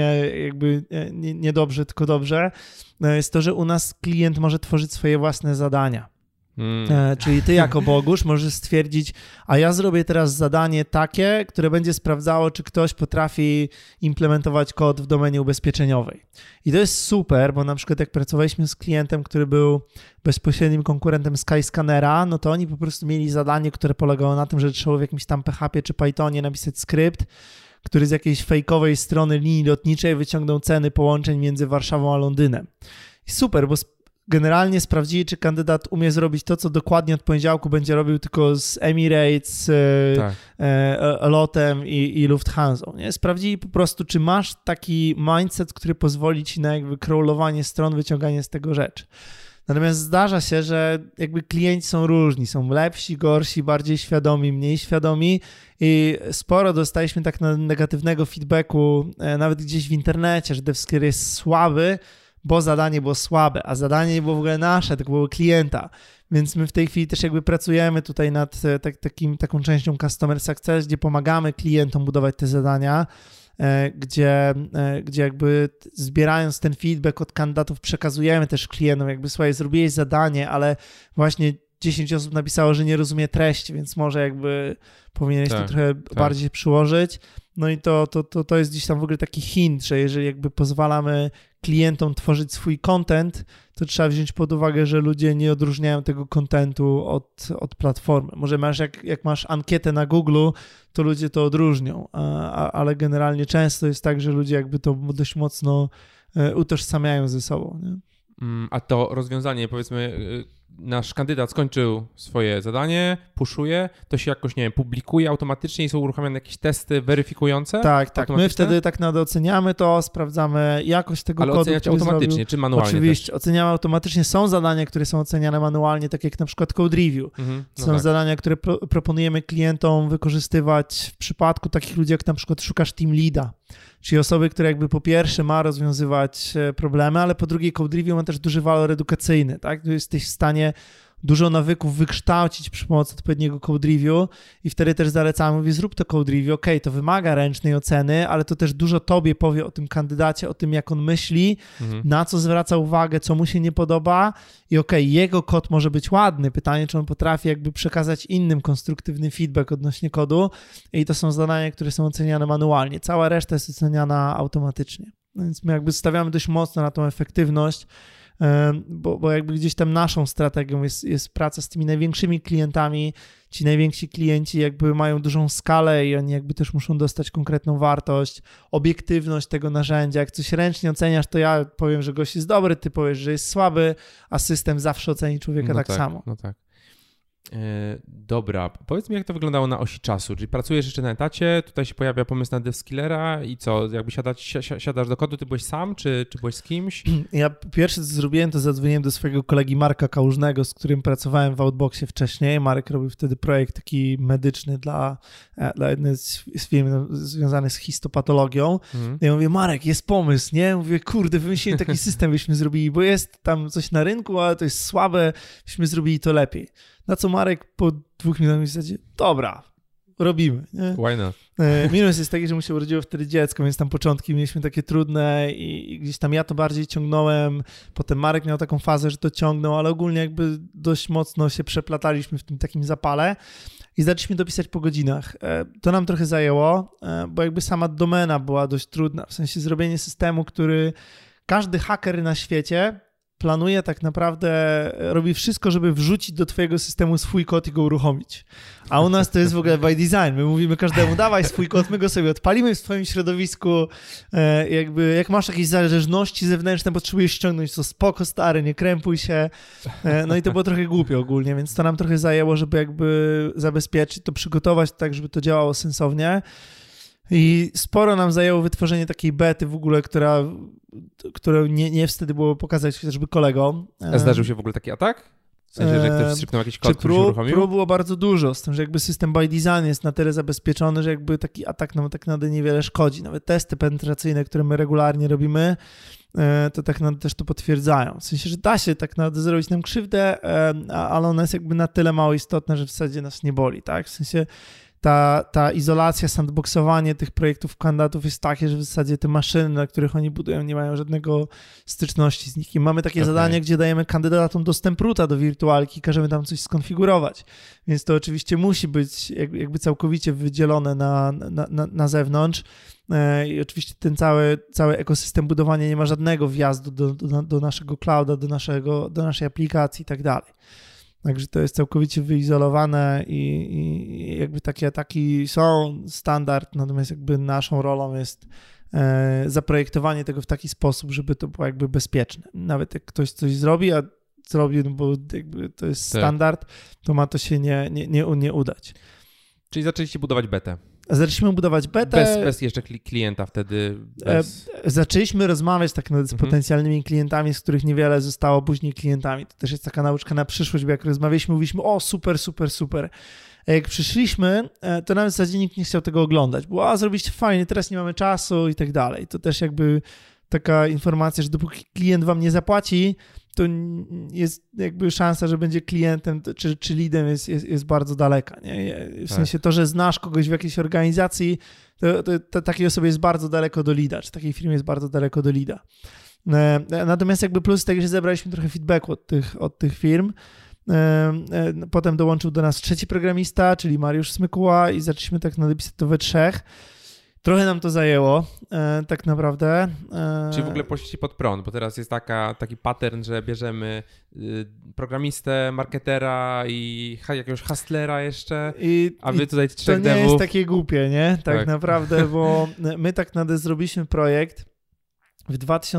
nie dobrze, tylko dobrze, jest to, że u nas klient może tworzyć swoje własne zadania. Czyli ty jako Bogusz możesz stwierdzić, a ja zrobię teraz zadanie takie, które będzie sprawdzało, czy ktoś potrafi implementować kod w domenie ubezpieczeniowej. I to jest super, bo na przykład jak pracowaliśmy z klientem, który był bezpośrednim konkurentem Skyscannera, no to oni po prostu mieli zadanie, które polegało na tym, że trzeba w jakimś tam PHP czy Pythonie napisać skrypt, który z jakiejś fejkowej strony linii lotniczej wyciągnął ceny połączeń między Warszawą a Londynem. I super, bo generalnie sprawdzili, czy kandydat umie zrobić to, co dokładnie od poniedziałku będzie robił tylko z Emirates, LOT-em i Lufthansa. Nie? Sprawdzili po prostu, czy masz taki mindset, który pozwoli ci na jakby crawlowanie stron, wyciąganie z tego rzeczy. Natomiast zdarza się, że jakby klienci są różni, są lepsi, gorsi, bardziej świadomi, mniej świadomi i sporo dostaliśmy tak negatywnego feedbacku, nawet gdzieś w internecie, że devskier jest słaby, bo zadanie było słabe, a zadanie nie było w ogóle nasze, tylko było klienta. Więc my w tej chwili też jakby pracujemy tutaj nad taką częścią Customer Success, gdzie pomagamy klientom budować te zadania, gdzie jakby zbierając ten feedback od kandydatów przekazujemy też klientom, jakby słuchaj, zrobiłeś zadanie, ale właśnie 10 osób napisało, że nie rozumie treści, więc może jakby powinieneś to trochę bardziej przyłożyć. No i to jest gdzieś tam w ogóle taki hint, że jeżeli jakby pozwalamy klientom tworzyć swój content, to trzeba wziąć pod uwagę, że ludzie nie odróżniają tego contentu od platformy. Może jak masz ankietę na Google, to ludzie to odróżnią, ale generalnie często jest tak, że ludzie jakby to dość mocno utożsamiają ze sobą. Nie? A to rozwiązanie, powiedzmy, nasz kandydat skończył swoje zadanie, puszuje, to się jakoś, nie wiem, publikuje automatycznie i są uruchamiane jakieś testy weryfikujące? Tak. My wtedy tak naprawdę oceniamy to, sprawdzamy jakość tego kodu. Ale oceniacie automatycznie, czy manualnie? Oczywiście, też? Oceniamy automatycznie. Są zadania, które są oceniane manualnie, tak jak na przykład code review. Są zadania, które proponujemy klientom wykorzystywać w przypadku takich ludzi, jak na przykład szukasz team leada, czyli osoby, która jakby po pierwsze ma rozwiązywać problemy, ale po drugie code review ma też duży walor edukacyjny, tak? Tu jesteś w stanie dużo nawyków wykształcić przy pomocy odpowiedniego code review i wtedy też zalecamy, mówię, zrób to code review, to wymaga ręcznej oceny, ale to też dużo tobie powie o tym kandydacie, o tym, jak on myśli, na co zwraca uwagę, co mu się nie podoba i jego kod może być ładny, pytanie, czy on potrafi jakby przekazać innym konstruktywny feedback odnośnie kodu i to są zadania, które są oceniane manualnie, cała reszta jest oceniana automatycznie, więc my jakby stawiamy dość mocno na tą efektywność, bo jakby gdzieś tam naszą strategią jest praca z tymi największymi klientami. Ci najwięksi klienci jakby mają dużą skalę i oni jakby też muszą dostać konkretną wartość, obiektywność tego narzędzia. Jak coś ręcznie oceniasz, to ja powiem, że gość jest dobry, ty powiesz, że jest słaby, a system zawsze oceni człowieka tak samo. No tak. Dobra, powiedz mi, jak to wyglądało na osi czasu, czyli pracujesz jeszcze na etacie, tutaj się pojawia pomysł na devskillera i co, jakby siadasz do kodu, ty byłeś sam, czy byłeś z kimś? Ja pierwsze co zrobiłem, to zadzwoniłem do swojego kolegi Marka Kałużnego, z którym pracowałem w Outboxie wcześniej. Marek robił wtedy projekt taki medyczny dla jednej z firm związanych z histopatologią. Ja mówię, Marek, jest pomysł, nie? Mówię, kurde, wymyśliłem taki system, byśmy zrobili, bo jest tam coś na rynku, ale to jest słabe, byśmy zrobili to lepiej. Na co Marek po 2 minutach mi zasadzie, dobra, robimy. Nie? Why not? Minus jest taki, że mu się urodziło wtedy dziecko, więc tam początki mieliśmy takie trudne i gdzieś tam ja to bardziej ciągnąłem, potem Marek miał taką fazę, że to ciągnął, ale ogólnie jakby dość mocno się przeplataliśmy w tym takim zapale i zaczęliśmy to pisać po godzinach. To nam trochę zajęło, bo jakby sama domena była dość trudna, w sensie zrobienie systemu, który każdy haker na świecie planuje tak naprawdę, robi wszystko, żeby wrzucić do twojego systemu swój kod i go uruchomić. A u nas to jest w ogóle by design. My mówimy każdemu, dawaj swój kod, my go sobie odpalimy w twoim środowisku. Jakby, jak masz jakieś zależności zewnętrzne, potrzebujesz ściągnąć, to spoko, stary, nie krępuj się. No i to było trochę głupie ogólnie, więc to nam trochę zajęło, żeby jakby zabezpieczyć to, przygotować tak, żeby to działało sensownie. I sporo nam zajęło wytworzenie takiej bety w ogóle, którą nie wstyd było pokazać chociażby kolegom. A zdarzył się w ogóle taki atak? W sensie, że ktoś strzyknął jakiś kod, który się uruchomił? Prób było bardzo dużo, z tym, że jakby system by design jest na tyle zabezpieczony, że jakby taki atak nam tak naprawdę niewiele szkodzi. Nawet testy penetracyjne, które my regularnie robimy, to tak naprawdę też to potwierdzają. W sensie, że da się tak naprawdę zrobić nam krzywdę, ale ona jest jakby na tyle mało istotna, że w zasadzie nas nie boli, tak? W sensie ta izolacja, sandboxowanie tych projektów kandydatów jest takie, że w zasadzie te maszyny, na których oni budują, nie mają żadnego styczności z nikim. Mamy takie zadanie, gdzie dajemy kandydatom dostęp roota do wirtualki i każemy tam coś skonfigurować. Więc to oczywiście musi być jakby całkowicie wydzielone na zewnątrz. I oczywiście ten cały ekosystem budowania nie ma żadnego wjazdu do naszego clouda, do naszej aplikacji i tak dalej. Także to jest całkowicie wyizolowane i jakby takie ataki są standard, natomiast jakby naszą rolą jest zaprojektowanie tego w taki sposób, żeby to było jakby bezpieczne. Nawet jak ktoś coś zrobi, a zrobi, no bo jakby to jest standard, to ma to się nie udać. Czyli zaczęliście budować betę. Zaczęliśmy budować betę. Bez jeszcze klienta wtedy. Zaczęliśmy rozmawiać tak z potencjalnymi klientami, z których niewiele zostało później klientami. To też jest taka nauczka na przyszłość, bo jak rozmawialiśmy, mówiliśmy, o super, super, super. A jak przyszliśmy, to nawet w zasadzie nikt nie chciał tego oglądać. Było, zrobiliście fajnie, teraz nie mamy czasu i tak dalej. To też jakby taka informacja, że dopóki klient wam nie zapłaci, to jest jakby szansa, że będzie klientem czy leadem jest bardzo daleka. Nie? W sensie to, że znasz kogoś w jakiejś organizacji, to takiej osobie jest bardzo daleko do leada, czy takiej firmie jest bardzo daleko do leada. Natomiast jakby plus tego, że zebraliśmy trochę feedbacku od tych firm. Potem dołączył do nas trzeci programista, czyli Mariusz Smykuła i zaczęliśmy tak napisać to we trzech. Trochę nam to zajęło, tak naprawdę. Czyli w ogóle poszliście pod prąd, bo teraz jest taki pattern, że bierzemy programistę, marketera i jakiegoś hustlera jeszcze, a wy tutaj trzech devów. To nie jest takie głupie, nie? Tak naprawdę, bo my tak naprawdę zrobiliśmy projekt w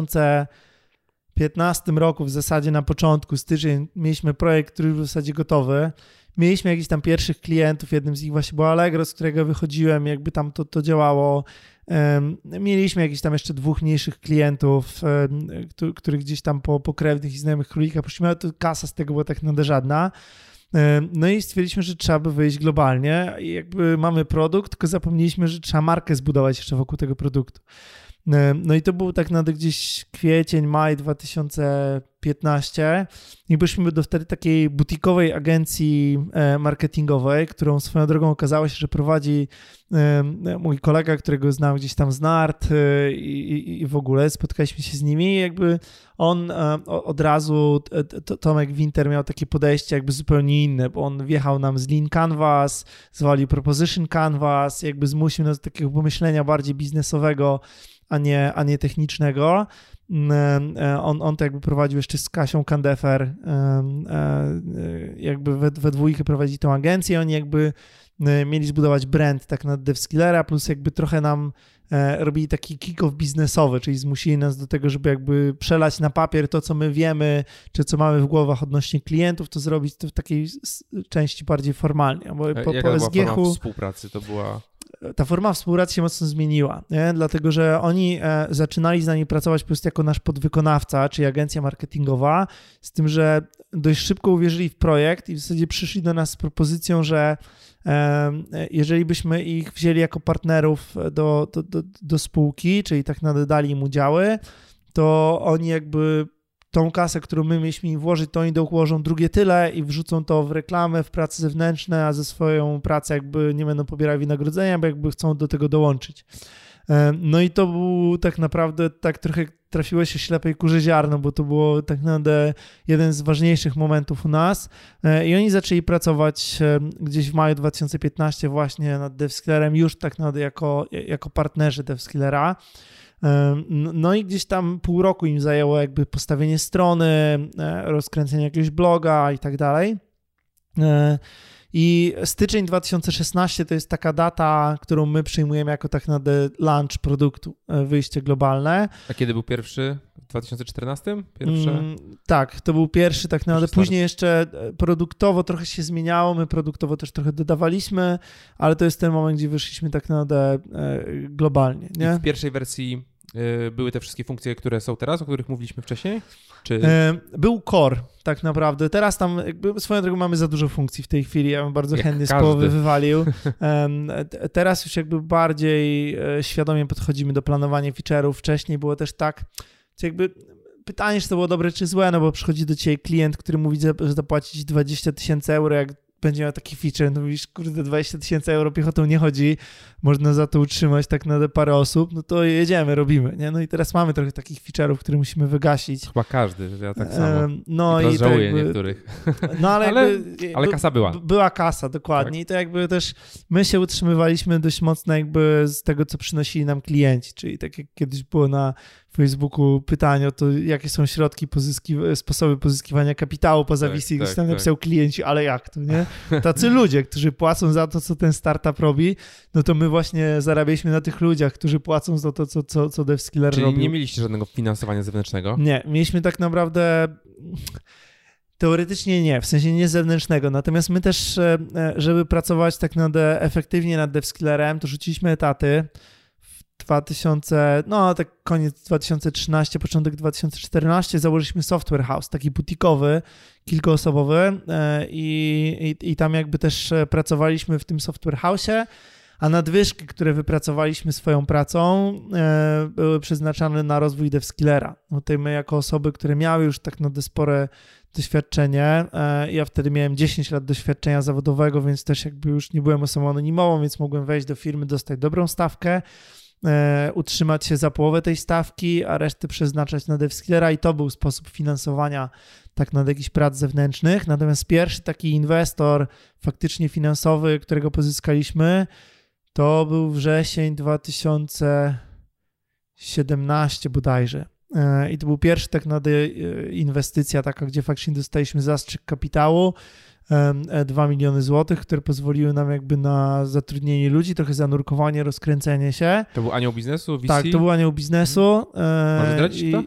2015 roku, w zasadzie na początku, styczeń, mieliśmy projekt, który był w zasadzie gotowy. Mieliśmy jakichś tam pierwszych klientów, jednym z nich właśnie był Allegro, z którego wychodziłem, jakby tam to działało. Mieliśmy jakichś tam jeszcze dwóch mniejszych klientów, których gdzieś tam po krewnych i znajomych królika poszliśmy, ale to kasa z tego była tak naprawdę żadna. No i stwierdziliśmy, że trzeba by wyjść globalnie i jakby mamy produkt, tylko zapomnieliśmy, że trzeba markę zbudować jeszcze wokół tego produktu. No i to był tak naprawdę gdzieś kwiecień, maj 2015 i poszliśmy do wtedy takiej butikowej agencji marketingowej, którą swoją drogą okazało się, że prowadzi mój kolega, którego znam gdzieś tam z NART i w ogóle spotkaliśmy się z nimi i jakby on od razu, Tomek Winter miał takie podejście jakby zupełnie inne, bo on wjechał nam z Lean Canvas, zwalił Proposition Canvas, jakby zmusił nas do takiego pomyślenia bardziej biznesowego, a nie technicznego. On to jakby prowadził jeszcze z Kasią Kandefer, jakby we dwójkę prowadzili tą agencję. Oni jakby mieli zbudować brand tak na DevSkillera, plus jakby trochę nam robili taki kick-off biznesowy, czyli zmusili nas do tego, żeby jakby przelać na papier to, co my wiemy, czy co mamy w głowach odnośnie klientów, to zrobić to w takiej części bardziej formalnie. Bo Jaka była forma współpracy? To była... Ta forma współpracy się mocno zmieniła, nie? Dlatego że oni zaczynali z nami pracować po prostu jako nasz podwykonawca, czyli agencja marketingowa, z tym, że dość szybko uwierzyli w projekt i w zasadzie przyszli do nas z propozycją, że jeżeli byśmy ich wzięli jako partnerów do spółki, czyli tak naprawdę dali im udziały, to oni jakby tą kasę, którą my mieliśmy im włożyć, to oni dołożą drugie tyle i wrzucą to w reklamę, w prace zewnętrzne, a ze swoją pracę jakby nie będą pobierali wynagrodzenia, bo jakby chcą do tego dołączyć. No i to był tak naprawdę, tak trochę trafiło się ślepej kurzy ziarno, bo to było tak naprawdę jeden z ważniejszych momentów u nas i oni zaczęli pracować gdzieś w maju 2015 właśnie nad DevSkillerem, już tak naprawdę jako partnerzy DevSkillera. No i gdzieś tam pół roku im zajęło jakby postawienie strony, rozkręcenie jakiegoś bloga i tak dalej. I styczeń 2016 to jest taka data, którą my przyjmujemy jako tak naprawdę launch produktu, wyjście globalne. A kiedy był pierwszy? W 2014? Pierwsze? Tak, to był pierwszy tak naprawdę. Później jeszcze produktowo trochę się zmieniało, my produktowo też trochę dodawaliśmy, ale to jest ten moment, gdzie wyszliśmy tak naprawdę globalnie. Nie? I w pierwszej wersji były te wszystkie funkcje, które są teraz, o których mówiliśmy wcześniej? Czy... Był core tak naprawdę. Teraz tam jakby swoją drogą mamy za dużo funkcji w tej chwili. Ja bym bardzo chętnie z połowy wywalił. Teraz już jakby bardziej świadomie podchodzimy do planowania feature'ów. Wcześniej było też tak, jakby pytanie, czy to było dobre, czy złe, no bo przychodzi do ciebie klient, który mówi, że zapłacić 20 000 euro, jak będzie miał taki feature, no mówisz, kurde, 20 000 euro piechotą nie chodzi, można za to utrzymać tak na parę osób, no to jedziemy, robimy, nie? No i teraz mamy trochę takich feature'ów, które musimy wygasić. Chyba każdy, ja tak samo. No i żałuję jakby, niektórych. No ale kasa była. Była kasa, dokładnie. Tak. I to jakby też my się utrzymywaliśmy dość mocno jakby z tego, co przynosili nam klienci, czyli tak jak kiedyś było na Facebooku pytanie o to, jakie są środki, sposoby pozyskiwania kapitału poza VC, gdzieś tam napisał klienci, ale jak to, nie? Tacy ludzie, którzy płacą za to, co ten startup robi, no to my właśnie zarabialiśmy na tych ludziach, którzy płacą za to, co DevSkiller robi. Czyli nie mieliście żadnego finansowania zewnętrznego? Nie, mieliśmy tak naprawdę... Teoretycznie nie, w sensie nie zewnętrznego, natomiast my też, żeby pracować tak naprawdę efektywnie nad DevSkillerem, to rzuciliśmy etaty. Tak koniec 2013, początek 2014 założyliśmy Software House, taki butikowy, kilkuosobowy i tam jakby też pracowaliśmy w tym Software House'ie, a nadwyżki, które wypracowaliśmy swoją pracą, były przeznaczane na rozwój DevSkillera. No tutaj my jako osoby, które miały już tak naprawdę spore doświadczenie, ja wtedy miałem 10 lat doświadczenia zawodowego, więc też jakby już nie byłem osobą anonimową, więc mogłem wejść do firmy, dostać dobrą stawkę, utrzymać się za połowę tej stawki, a resztę przeznaczać na DevSkillera i to był sposób finansowania tak nad jakichś prac zewnętrznych. Natomiast pierwszy taki inwestor faktycznie finansowy, którego pozyskaliśmy, to był wrzesień 2017 bodajże. I to był pierwszy tak naprawdę inwestycja taka, gdzie faktycznie dostaliśmy zastrzyk kapitału, 2 miliony złotych, które pozwoliły nam jakby na zatrudnienie ludzi, trochę zanurkowanie, rozkręcenie się. To był anioł biznesu, VC? Tak, to był anioł biznesu. Możesz zdradzić to?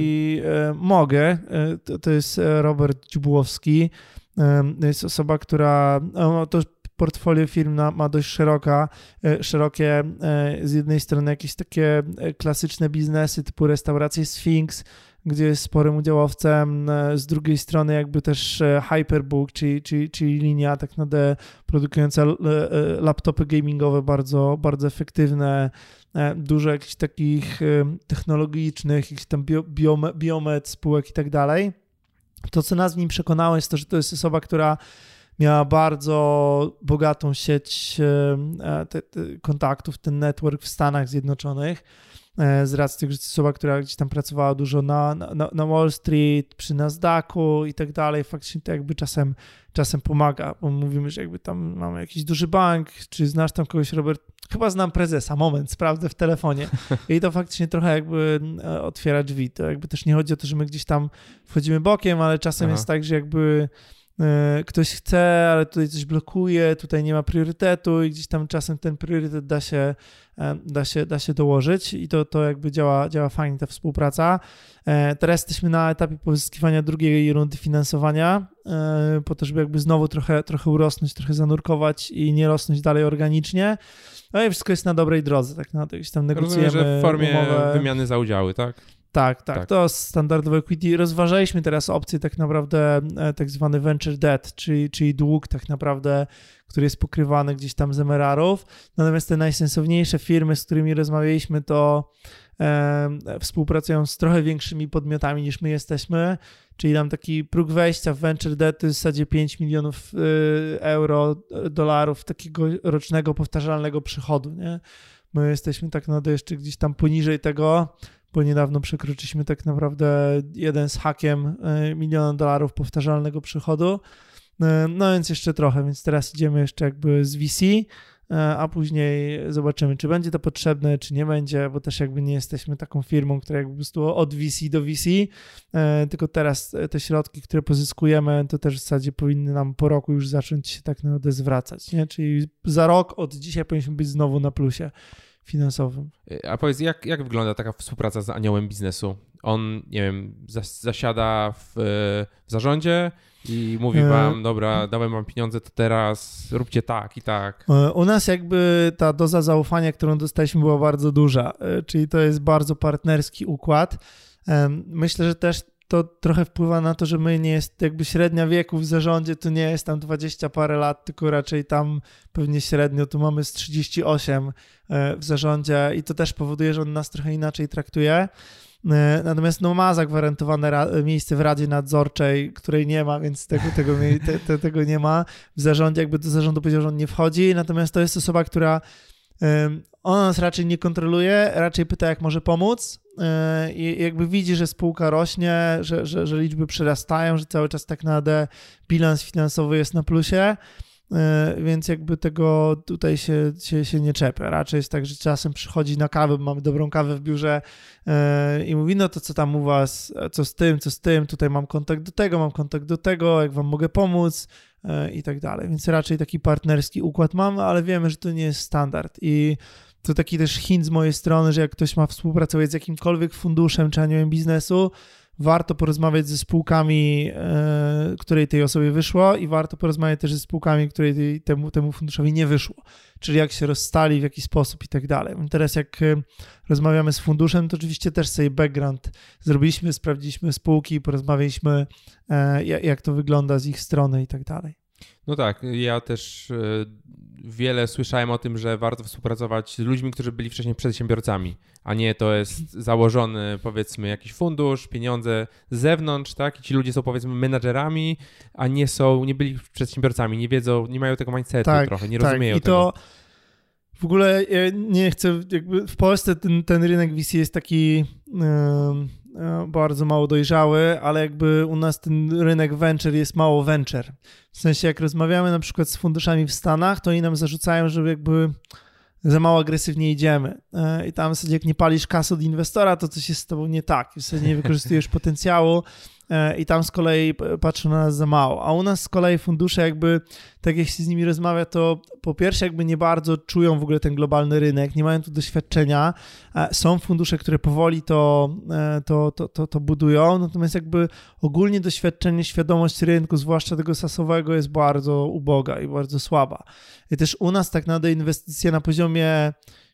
Mogę. To jest Robert Dziubłowski. To jest osoba, która... to portfolio firm ma dość szerokie, z jednej strony jakieś takie klasyczne biznesy typu restauracje Sphinx, gdzie jest sporym udziałowcem, z drugiej strony jakby też Hyperbook, czyli linia tak naprawdę produkująca laptopy gamingowe bardzo, bardzo efektywne, dużo jakichś takich technologicznych, jakichś tam biomed spółek i tak dalej. To, co nas w nim przekonało, jest to, że to jest osoba, która miała bardzo bogatą sieć kontaktów, ten network w Stanach Zjednoczonych, z racji tego, że to jest osoba, która gdzieś tam pracowała dużo na Wall Street, przy Nasdaqu i tak dalej. Faktycznie to jakby czasem pomaga, bo mówimy, że jakby tam mamy jakiś duży bank, czy znasz tam kogoś, Robert? Chyba znam prezesa, moment, sprawdzę w telefonie. I to faktycznie trochę jakby otwiera drzwi. To jakby też nie chodzi o to, że my gdzieś tam wchodzimy bokiem, ale czasem jest tak, że jakby ktoś chce, ale tutaj coś blokuje, tutaj nie ma priorytetu i gdzieś tam czasem ten priorytet da się dołożyć i to jakby działa fajnie ta współpraca. Teraz jesteśmy na etapie pozyskiwania drugiej rundy finansowania, po to, żeby jakby znowu trochę urosnąć, trochę zanurkować i nie rosnąć dalej organicznie. No i wszystko jest na dobrej drodze, tak na to gdzieś tam negocjujemy. Rozumiem, że w formie umowę. wymiany za udziały, tak? Tak. To standardowe equity. Rozważaliśmy teraz opcję tak naprawdę tak zwany venture debt, czyli dług tak naprawdę, który jest pokrywany gdzieś tam z MRR-ów. Natomiast te najsensowniejsze firmy, z którymi rozmawialiśmy, to współpracują z trochę większymi podmiotami niż my jesteśmy, czyli tam taki próg wejścia w venture debt to jest w zasadzie 5 milionów euro, dolarów takiego rocznego powtarzalnego przychodu, nie? My jesteśmy tak naprawdę jeszcze gdzieś tam poniżej tego, bo niedawno przekroczyliśmy tak naprawdę 1 z hakiem $1 milion powtarzalnego przychodu. No więc jeszcze trochę, więc teraz idziemy jeszcze jakby z VC, a później zobaczymy, czy będzie to potrzebne, czy nie będzie, bo też jakby nie jesteśmy taką firmą, która jakby po prostu od VC do VC, tylko teraz te środki, które pozyskujemy, to też w zasadzie powinny nam po roku już zacząć się tak naprawdę zwracać, nie? Czyli za rok od dzisiaj powinniśmy być znowu na plusie finansowym. A powiedz, jak wygląda taka współpraca z aniołem biznesu? On, nie wiem, zasiada w zarządzie i mówi wam, dobra, dałem wam pieniądze, to teraz róbcie tak i tak. U nas jakby ta doza zaufania, którą dostaliśmy, była bardzo duża, czyli to jest bardzo partnerski układ. Myślę, że też to trochę wpływa na to, że my nie jest jakby średnia wieku w zarządzie, to nie jest tam 20 parę lat, tylko raczej tam pewnie średnio to mamy z 38 w zarządzie i to też powoduje, że on nas trochę inaczej traktuje. Natomiast no ma zagwarantowane miejsce w Radzie Nadzorczej, której nie ma, więc tego nie ma. W zarządzie jakby do zarządu powiedział, że on nie wchodzi, natomiast to jest osoba, która ona nas raczej nie kontroluje, raczej pyta, jak może pomóc i jakby widzi, że spółka rośnie, że liczby przyrastają, że cały czas tak naprawdę bilans finansowy jest na plusie, więc jakby tego tutaj się nie czepia. Raczej jest tak, że czasem przychodzi na kawę, mamy dobrą kawę w biurze i mówi, no to co tam u was, co z tym, tutaj mam kontakt do tego, jak wam mogę pomóc i tak dalej. Więc raczej taki partnerski układ mamy, ale wiemy, że to nie jest standard i to taki też hint z mojej strony, że jak ktoś ma współpracować z jakimkolwiek funduszem czy aniołem biznesu, warto porozmawiać ze spółkami, której tej osobie wyszło i warto porozmawiać też ze spółkami, której temu funduszowi nie wyszło. Czyli jak się rozstali, w jaki sposób i tak dalej. Teraz jak rozmawiamy z funduszem, to oczywiście też sobie background zrobiliśmy, sprawdziliśmy spółki, porozmawialiśmy, jak to wygląda z ich strony i tak dalej. No tak, ja też wiele słyszałem o tym, że warto współpracować z ludźmi, którzy byli wcześniej przedsiębiorcami, a nie to jest założony, powiedzmy, jakiś fundusz, pieniądze z zewnątrz, tak? I ci ludzie są, powiedzmy, menadżerami, a nie byli przedsiębiorcami, nie wiedzą, nie mają tego mindsetu trochę, nie rozumieją tego. To w ogóle ja nie chcę, jakby w Polsce ten rynek VC jest taki bardzo mało dojrzały, ale jakby u nas ten rynek venture jest mało venture. W sensie jak rozmawiamy na przykład z funduszami w Stanach, to oni nam zarzucają, że jakby za mało agresywnie idziemy. I tam w zasadzie jak nie palisz kasy od inwestora, to coś jest z tobą nie tak. W zasadzie nie wykorzystujesz potencjału i tam z kolei patrzą na nas za mało. A u nas z kolei fundusze jakby, tak jak się z nimi rozmawia, to po pierwsze jakby nie bardzo czują w ogóle ten globalny rynek, nie mają tu doświadczenia. Są fundusze, które powoli to budują, natomiast jakby ogólnie doświadczenie, świadomość rynku, zwłaszcza tego SaaS-owego jest bardzo uboga i bardzo słaba. I też u nas tak naprawdę inwestycje na poziomie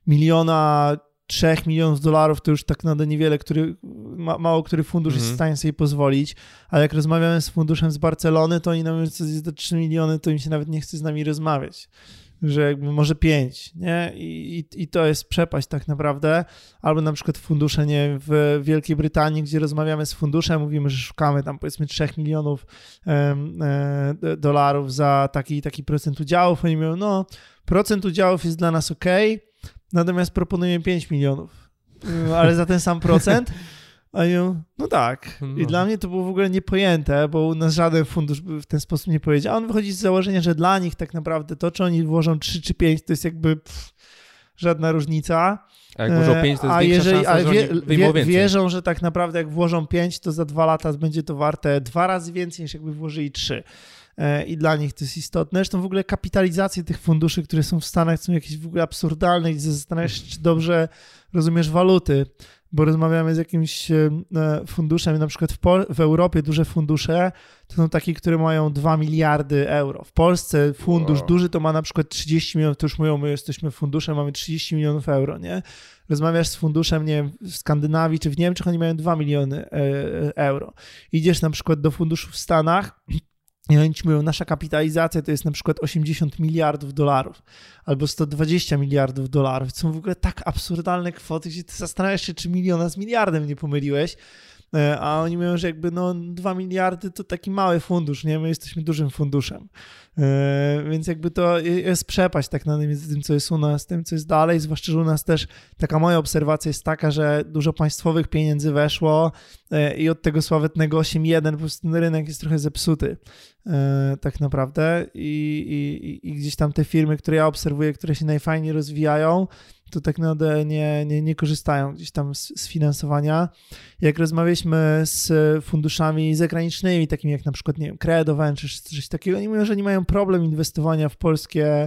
3 milionów dolarów to już tak naprawdę niewiele, mało który fundusz jest w stanie sobie pozwolić, ale jak rozmawiamy z funduszem z Barcelony, to oni nam mówią, że za 3 miliony to im się nawet nie chce z nami rozmawiać, że jakby może 5, nie? I to jest przepaść tak naprawdę, albo na przykład fundusze, nie, w Wielkiej Brytanii, gdzie rozmawiamy z funduszem, mówimy, że szukamy tam powiedzmy 3 milionów dolarów za taki procent udziałów, oni mówią, no procent udziałów jest dla nas okej, natomiast proponujemy 5 milionów, ale za ten sam procent. A ja, no tak. I dla mnie to było w ogóle niepojęte, bo u nas żaden fundusz by w ten sposób nie powiedział. A on wychodzi z założenia, że dla nich tak naprawdę to, czy oni włożą 3 czy 5, to jest jakby żadna różnica. A jak włożą 5, to jest większa szansa, że oni wyjmą więcej. Wierzą, że tak naprawdę jak włożą 5, to za 2 lata będzie to warte 2 razy więcej, niż jakby włożyli 3. I dla nich to jest istotne. Zresztą w ogóle kapitalizacje tych funduszy, które są w Stanach, są jakieś w ogóle absurdalne i zastanawiasz się, czy dobrze rozumiesz waluty, bo rozmawiamy z jakimś funduszem, na przykład w Europie duże fundusze to są takie, które mają 2 miliardy euro. W Polsce fundusz duży to ma na przykład 30 milionów, to już mówią, my jesteśmy funduszem, mamy 30 milionów euro, nie? Rozmawiasz z funduszem, nie wiem, w Skandynawii czy w Niemczech, oni mają 2 miliony euro. Idziesz na przykład do funduszu w Stanach, I oni ci mówią, nasza kapitalizacja to jest na przykład 80 miliardów dolarów albo 120 miliardów dolarów. To są w ogóle tak absurdalne kwoty, gdzie ty zastanawiasz się, czy miliona z miliardem nie pomyliłeś. A oni mówią, że jakby 2 miliardy to taki mały fundusz, nie? My jesteśmy dużym funduszem. Więc jakby to jest przepaść tak między tym, co jest u nas, tym, co jest dalej, zwłaszcza, że u nas też taka moja obserwacja jest taka, że dużo państwowych pieniędzy weszło i od tego sławetnego 8.1 po prostu ten rynek jest trochę zepsuty tak naprawdę i gdzieś tam te firmy, które ja obserwuję, które się najfajniej rozwijają, to tak naprawdę nie korzystają gdzieś tam z finansowania. Jak rozmawialiśmy z funduszami zagranicznymi, takimi jak na przykład, nie wiem, Credo Ventures czy coś takiego, oni mówią, że nie mają problem inwestowania w polskie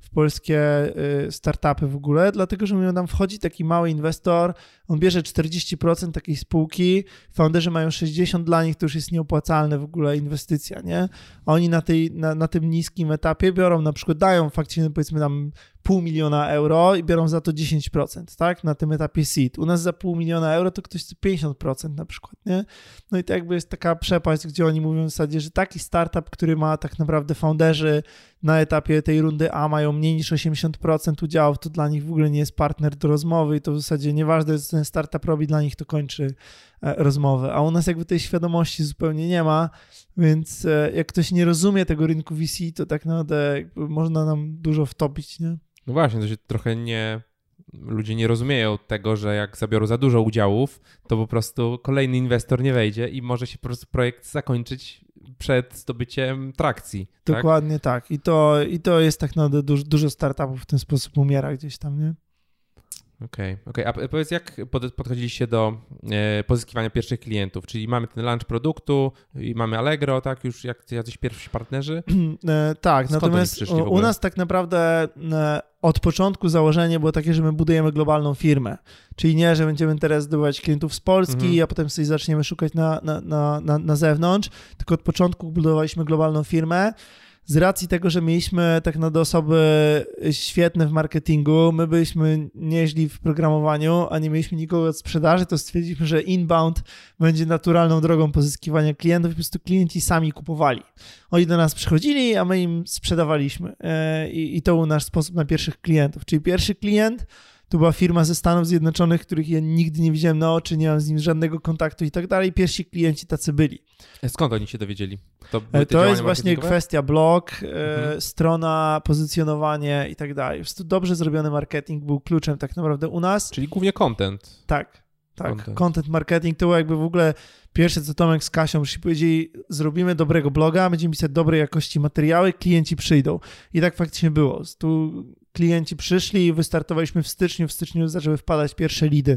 startupy w ogóle, dlatego, że mówią, tam wchodzi taki mały inwestor, on bierze 40% takiej spółki, founderzy mają 60%, dla nich to już jest nieopłacalne w ogóle inwestycja, nie? A oni na tym niskim etapie biorą na przykład, dają faktycznie powiedzmy tam €500,000 i biorą za to 10%, tak? Na tym etapie seed. U nas za €500,000 to ktoś chce 50% na przykład, nie? No i to jakby jest taka przepaść, gdzie oni mówią w zasadzie, że taki startup, który ma tak naprawdę founderzy na etapie tej rundy A mają mniej niż 80% udziałów, to dla nich w ogóle nie jest partner do rozmowy i to w zasadzie nieważne, co ten startup robi, dla nich to kończy rozmowę. A u nas jakby tej świadomości zupełnie nie ma, więc jak ktoś nie rozumie tego rynku VC, to tak naprawdę jakby można nam dużo wtopić, nie? No właśnie, to się trochę ludzie nie rozumieją tego, że jak zabiorą za dużo udziałów, to po prostu kolejny inwestor nie wejdzie i może się po prostu projekt zakończyć przed zdobyciem trakcji. Dokładnie tak. I to jest tak naprawdę dużo startupów w ten sposób umiera gdzieś tam, nie? Okej. A powiedz, jak podchodziliście do pozyskiwania pierwszych klientów? Czyli mamy ten launch produktu i mamy Allegro, tak? Już jak jacyś pierwsi partnerzy? Tak, skąd natomiast u nas tak naprawdę od początku założenie było takie, że my budujemy globalną firmę. Czyli nie, że będziemy teraz zdobywać klientów z Polski, a potem sobie zaczniemy szukać na zewnątrz, tylko od początku budowaliśmy globalną firmę. Z racji tego, że mieliśmy tak naprawdę osoby świetne w marketingu, my byliśmy nieźli w programowaniu, a nie mieliśmy nikogo od sprzedaży, to stwierdziliśmy, że inbound będzie naturalną drogą pozyskiwania klientów i po prostu klienci sami kupowali. Oni do nas przychodzili, a my im sprzedawaliśmy i to był nasz sposób na pierwszych klientów. Czyli pierwszy klient to była firma ze Stanów Zjednoczonych, których ja nigdy nie widziałem na oczy, nie mam z nim żadnego kontaktu i tak dalej. Pierwsi klienci tacy byli. Skąd oni się dowiedzieli? To jest właśnie kwestia blog, strona, pozycjonowanie i tak dalej. Po prostu dobrze zrobiony marketing był kluczem tak naprawdę u nas. Czyli głównie content. Tak. Content marketing to było jakby w ogóle pierwsze, co Tomek z Kasią już powiedzieli, zrobimy dobrego bloga, będziemy pisać dobrej jakości materiały, klienci przyjdą. I tak faktycznie było. Tu klienci przyszli i wystartowaliśmy w styczniu. W styczniu zaczęły wpadać pierwsze lidy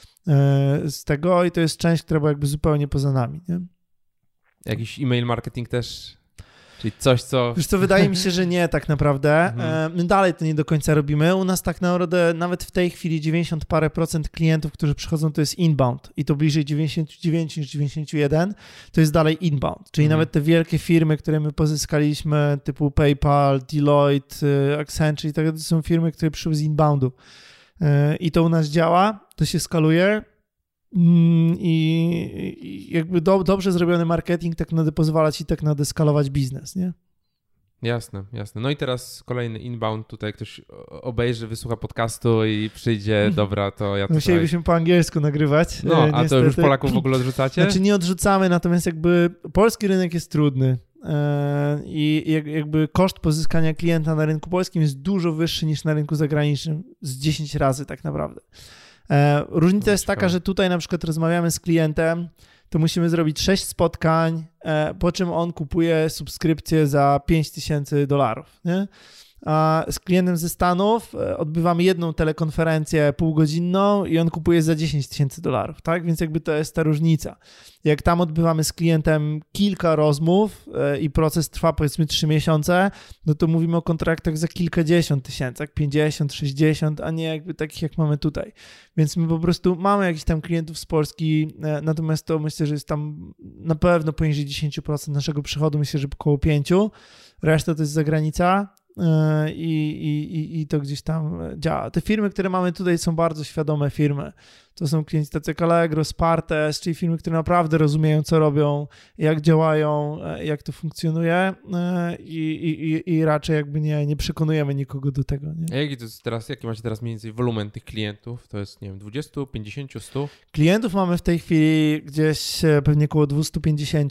z tego i to jest część, która była jakby zupełnie poza nami, nie? Jakiś e-mail marketing też? Czyli coś, co... Wiesz co, wydaje mi się, że nie tak naprawdę. My dalej to nie do końca robimy. U nas tak naprawdę nawet w tej chwili 90 parę procent klientów, którzy przychodzą, to jest inbound i to bliżej 99 niż 91, to jest dalej inbound. Czyli nawet te wielkie firmy, które my pozyskaliśmy typu PayPal, Deloitte, Accenture i tak dalej, to są firmy, które przyszły z inboundu. I to u nas działa, to się skaluje. I jakby dobrze zrobiony marketing tak naprawdę pozwala ci tak naprawdę skalować biznes, nie? Jasne. No i teraz kolejny inbound, tutaj ktoś obejrzy, wysłucha podcastu i przyjdzie, dobra, to ja tutaj... Musielibyśmy po angielsku nagrywać. No, a niestety. To już Polaków w ogóle odrzucacie? Znaczy nie odrzucamy, natomiast jakby polski rynek jest trudny i jakby koszt pozyskania klienta na rynku polskim jest dużo wyższy niż na rynku zagranicznym, z 10 razy tak naprawdę. Różnica jest taka, że tutaj na przykład rozmawiamy z klientem, to musimy zrobić 6 spotkań, po czym on kupuje subskrypcję za $5,000, nie? A z klientem ze Stanów odbywamy jedną telekonferencję półgodzinną i on kupuje za $10,000, tak? Więc jakby to jest ta różnica. Jak tam odbywamy z klientem kilka rozmów i proces trwa powiedzmy 3 miesiące, no to mówimy o kontraktach za kilkadziesiąt tysięcy, 50, 60, a nie jakby takich jak mamy tutaj. Więc my po prostu mamy jakichś tam klientów z Polski, natomiast to myślę, że jest tam na pewno poniżej 10% naszego przychodu, myślę, że około 5%, reszta to jest zagranica. i to gdzieś tam działa. Te firmy, które mamy tutaj, są bardzo świadome firmy. To są klienci tacy jak Allegro, Spartes, czyli firmy, które naprawdę rozumieją, co robią, jak działają, jak to funkcjonuje i raczej jakby nie przekonujemy nikogo do tego. Nie? A jaki macie teraz mniej więcej wolumen tych klientów? To jest, nie wiem, 20, 50, 100? Klientów mamy w tej chwili gdzieś pewnie około 250.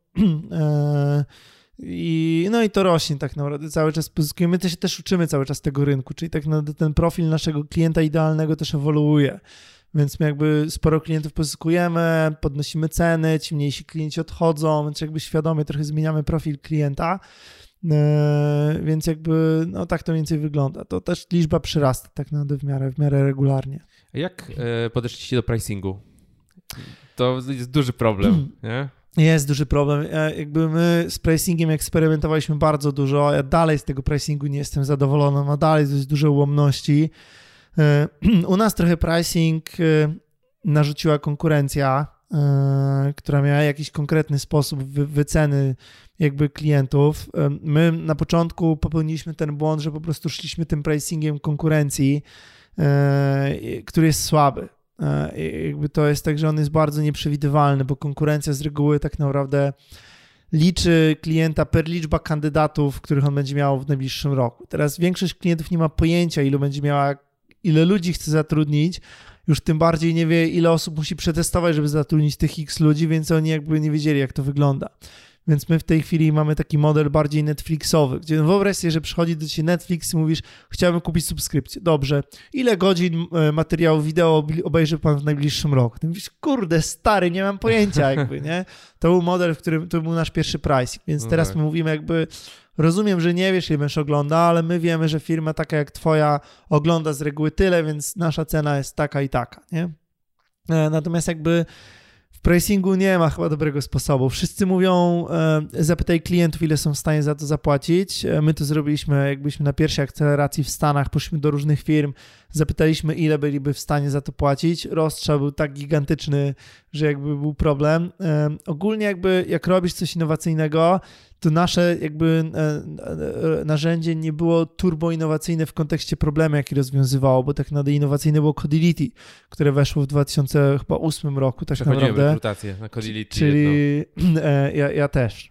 I to rośnie tak naprawdę, cały czas pozyskujemy, my się też uczymy cały czas tego rynku, czyli tak naprawdę ten profil naszego klienta idealnego też ewoluuje, więc my jakby sporo klientów pozyskujemy, podnosimy ceny, ci mniejsi klienci odchodzą, więc jakby świadomie trochę zmieniamy profil klienta, więc jakby tak to mniej więcej wygląda. To też liczba przyrasta tak naprawdę w miarę regularnie. A jak podeszliście do pricingu? To jest duży problem, nie? Jest duży problem. Jakby my z pricingiem eksperymentowaliśmy bardzo dużo. Ja dalej z tego pricingu nie jestem zadowolony. Ma dalej dość duże ułomności. U nas trochę pricing narzuciła konkurencja, która miała jakiś konkretny sposób wyceny jakby klientów. My na początku popełniliśmy ten błąd, że po prostu szliśmy tym pricingiem konkurencji, który jest słaby. Jakby to jest tak, że on jest bardzo nieprzewidywalny, bo konkurencja z reguły tak naprawdę liczy klienta per liczba kandydatów, których on będzie miał w najbliższym roku. Teraz większość klientów nie ma pojęcia, ile ludzi chce zatrudnić, już tym bardziej nie wie, ile osób musi przetestować, żeby zatrudnić tych X ludzi, więc oni jakby nie wiedzieli, jak to wygląda. Więc my w tej chwili mamy taki model bardziej Netflixowy, gdzie wyobraź sobie, że przychodzi do ciebie Netflix i mówisz, chciałbym kupić subskrypcję. Dobrze, ile godzin materiału wideo obejrzy pan w najbliższym roku? Ty mówisz, kurde, stary, nie mam pojęcia jakby, nie? To był model, w którym to był nasz pierwszy pricing, więc teraz my mówimy jakby, rozumiem, że nie wiesz, ile będziesz ogląda, ale my wiemy, że firma taka jak twoja ogląda z reguły tyle, więc nasza cena jest taka i taka, nie? Natomiast jakby w pricingu nie ma chyba dobrego sposobu. Wszyscy mówią, zapytaj klientów, ile są w stanie za to zapłacić. My to zrobiliśmy, jak byliśmy na pierwszej akceleracji w Stanach, poszliśmy do różnych firm, zapytaliśmy, ile byliby w stanie za to płacić. Rozstrzał był tak gigantyczny, że jakby był problem. Ogólnie jakby jak robisz coś innowacyjnego, to nasze jakby narzędzie nie było turbo innowacyjne w kontekście problemu, jaki rozwiązywało, bo tak naprawdę innowacyjne było Codility, które weszło w 2008 roku tak naprawdę. Przechodziłem rekrutację na Codility. Czyli ja też.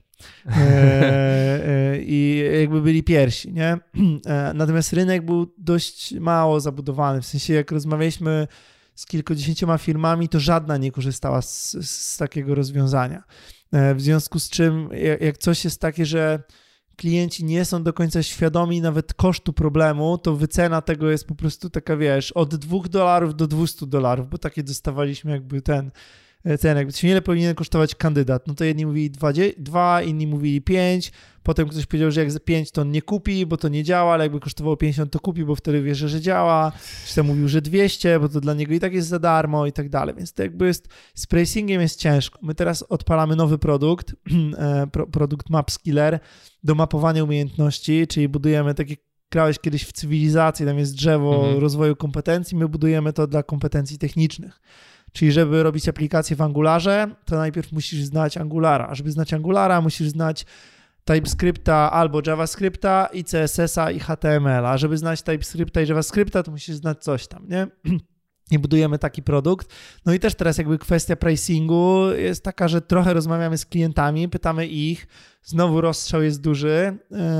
I jakby byli pierwsi, nie? Natomiast rynek był dość mało zabudowany, w sensie jak rozmawialiśmy z kilkudziesięcioma firmami, to żadna nie korzystała z takiego rozwiązania. W związku z czym jak coś jest takie, że klienci nie są do końca świadomi nawet kosztu problemu, to wycena tego jest po prostu taka, wiesz, od $2 do $200, bo takie dostawaliśmy jakby cenę. Jakby ile powinien kosztować kandydat? No to jedni mówili 2, inni mówili 5, potem ktoś powiedział, że jak za 5 to on nie kupi, bo to nie działa, ale jakby kosztowało 50 to kupi, bo wtedy wierzy, że działa. Ktoś tam mówił, że 200, bo to dla niego i tak jest za darmo i tak dalej, więc to jakby z pricingiem jest ciężko. My teraz odpalamy nowy produkt, produkt MapSkiller do mapowania umiejętności, czyli budujemy takie, grałeś kiedyś w cywilizacji, tam jest drzewo rozwoju kompetencji, my budujemy to dla kompetencji technicznych. Czyli żeby robić aplikację w Angularze, to najpierw musisz znać Angulara. A żeby znać Angulara, musisz znać TypeScripta albo JavaScripta i CSS-a i HTML-a. A żeby znać TypeScripta i JavaScripta, to musisz znać coś tam, nie? I budujemy taki produkt. No i też teraz jakby kwestia pricingu jest taka, że trochę rozmawiamy z klientami, pytamy ich, znowu rozstrzał jest duży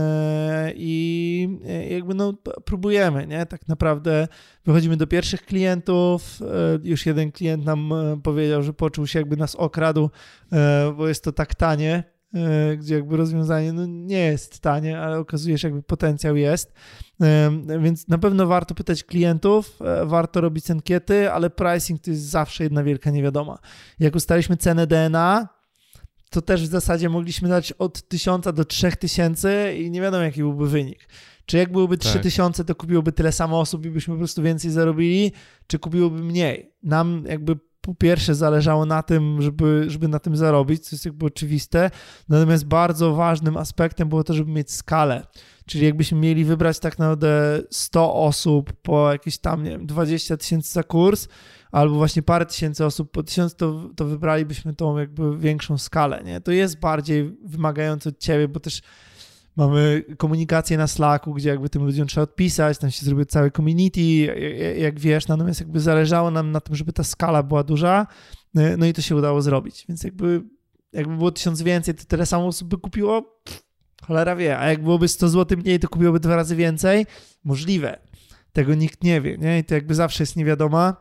i jakby próbujemy, nie? Tak naprawdę wychodzimy do pierwszych klientów, już jeden klient nam powiedział, że poczuł się jakby nas okradł, bo jest to tak tanie, gdzie jakby rozwiązanie nie jest tanie, ale okazuje się, jakby potencjał jest, więc na pewno warto pytać klientów, warto robić ankiety, ale pricing to jest zawsze jedna wielka niewiadoma. Jak ustaliliśmy cenę DNA, to też w zasadzie mogliśmy dać od 1000 do 3000 i nie wiadomo, jaki byłby wynik. Czy jak byłoby 3000, to kupiłoby tyle samo osób i byśmy po prostu więcej zarobili, czy kupiłoby mniej? Nam jakby po pierwsze zależało na tym, żeby na tym zarobić, co jest jakby oczywiste, natomiast bardzo ważnym aspektem było to, żeby mieć skalę, czyli jakbyśmy mieli wybrać tak naprawdę 100 osób po jakieś tam, nie wiem, 20 000 za kurs, albo właśnie parę tysięcy osób po 1000, to wybralibyśmy tą jakby większą skalę, nie? To jest bardziej wymagające od ciebie, bo też Mamy komunikację na Slacku, gdzie jakby tym ludziom trzeba odpisać, tam się zrobił całe community, jak wiesz, natomiast jakby zależało nam na tym, żeby ta skala była duża, no i to się udało zrobić, więc jakby było 1000 więcej, to tyle samo osób by kupiło, cholera wie, a jak byłoby 100 zł mniej, to kupiłoby 2 razy więcej, możliwe, tego nikt nie wie, nie? I to jakby zawsze jest niewiadoma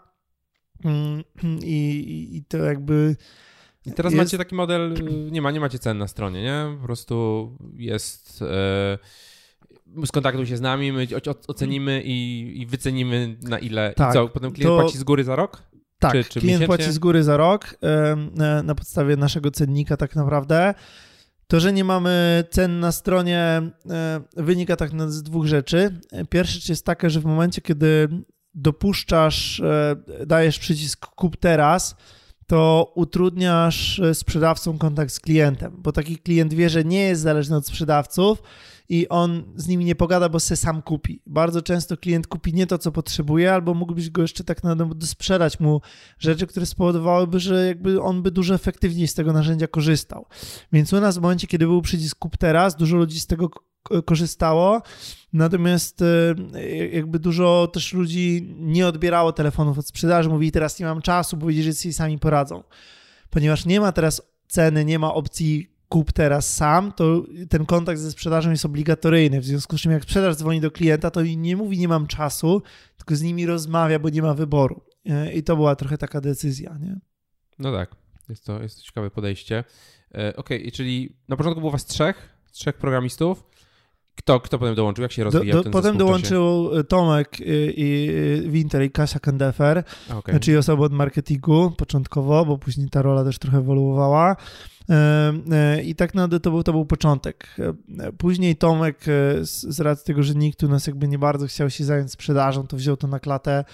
i to jakby... I teraz macie taki model, nie macie cen na stronie, nie? Po prostu jest, skontaktuj się z nami, my ocenimy i wycenimy na ile. Tak, i co, potem klient płaci z góry za rok? Tak, czy klient miesięcznie? Płaci z góry za rok na podstawie naszego cennika tak naprawdę. To, że nie mamy cen na stronie wynika tak z 2 rzeczy. Pierwsza rzecz jest taka, że w momencie, kiedy dopuszczasz, dajesz przycisk kup teraz, to utrudniasz sprzedawcom kontakt z klientem, bo taki klient wie, że nie jest zależny od sprzedawców i on z nimi nie pogada, bo se sam kupi. Bardzo często klient kupi nie to, co potrzebuje, albo mógłbyś go jeszcze tak sprzedać mu rzeczy, które spowodowałyby, że jakby on by dużo efektywniej z tego narzędzia korzystał. Więc u nas w momencie, kiedy był przycisk kup teraz, dużo ludzi z tego korzystało, natomiast jakby dużo też ludzi nie odbierało telefonów od sprzedaży, mówi teraz nie mam czasu, bo widzisz, że sobie sami poradzą. Ponieważ nie ma teraz ceny, nie ma opcji kup teraz sam, to ten kontakt ze sprzedażą jest obligatoryjny, w związku z czym jak sprzedaż dzwoni do klienta, to nie mówi nie mam czasu, tylko z nimi rozmawia, bo nie ma wyboru. I to była trochę taka decyzja, nie? No tak, jest to ciekawe podejście. Okej, czyli na początku było was 3 programistów. Kto potem dołączył? Jak się rozwijał ten potem dołączył Tomek i Winter i Kasia Kandefer, czyli osoby od marketingu początkowo, bo później ta rola też trochę ewoluowała. I tak naprawdę to był początek. Później Tomek z racji tego, że nikt u nas jakby nie bardzo chciał się zająć sprzedażą, to wziął to na klatę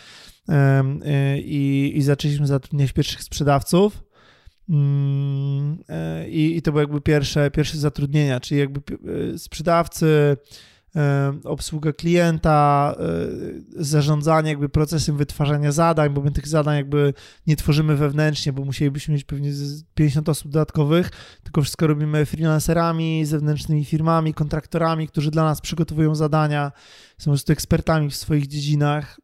i zaczęliśmy zatrudniać pierwszych sprzedawców. I to były jakby pierwsze zatrudnienia, czyli jakby sprzedawcy, obsługa klienta, zarządzanie jakby procesem wytwarzania zadań, bo my tych zadań jakby nie tworzymy wewnętrznie, bo musielibyśmy mieć pewnie 50 osób dodatkowych, tylko wszystko robimy freelancerami, zewnętrznymi firmami, kontraktorami, którzy dla nas przygotowują zadania, są po prostu ekspertami w swoich dziedzinach.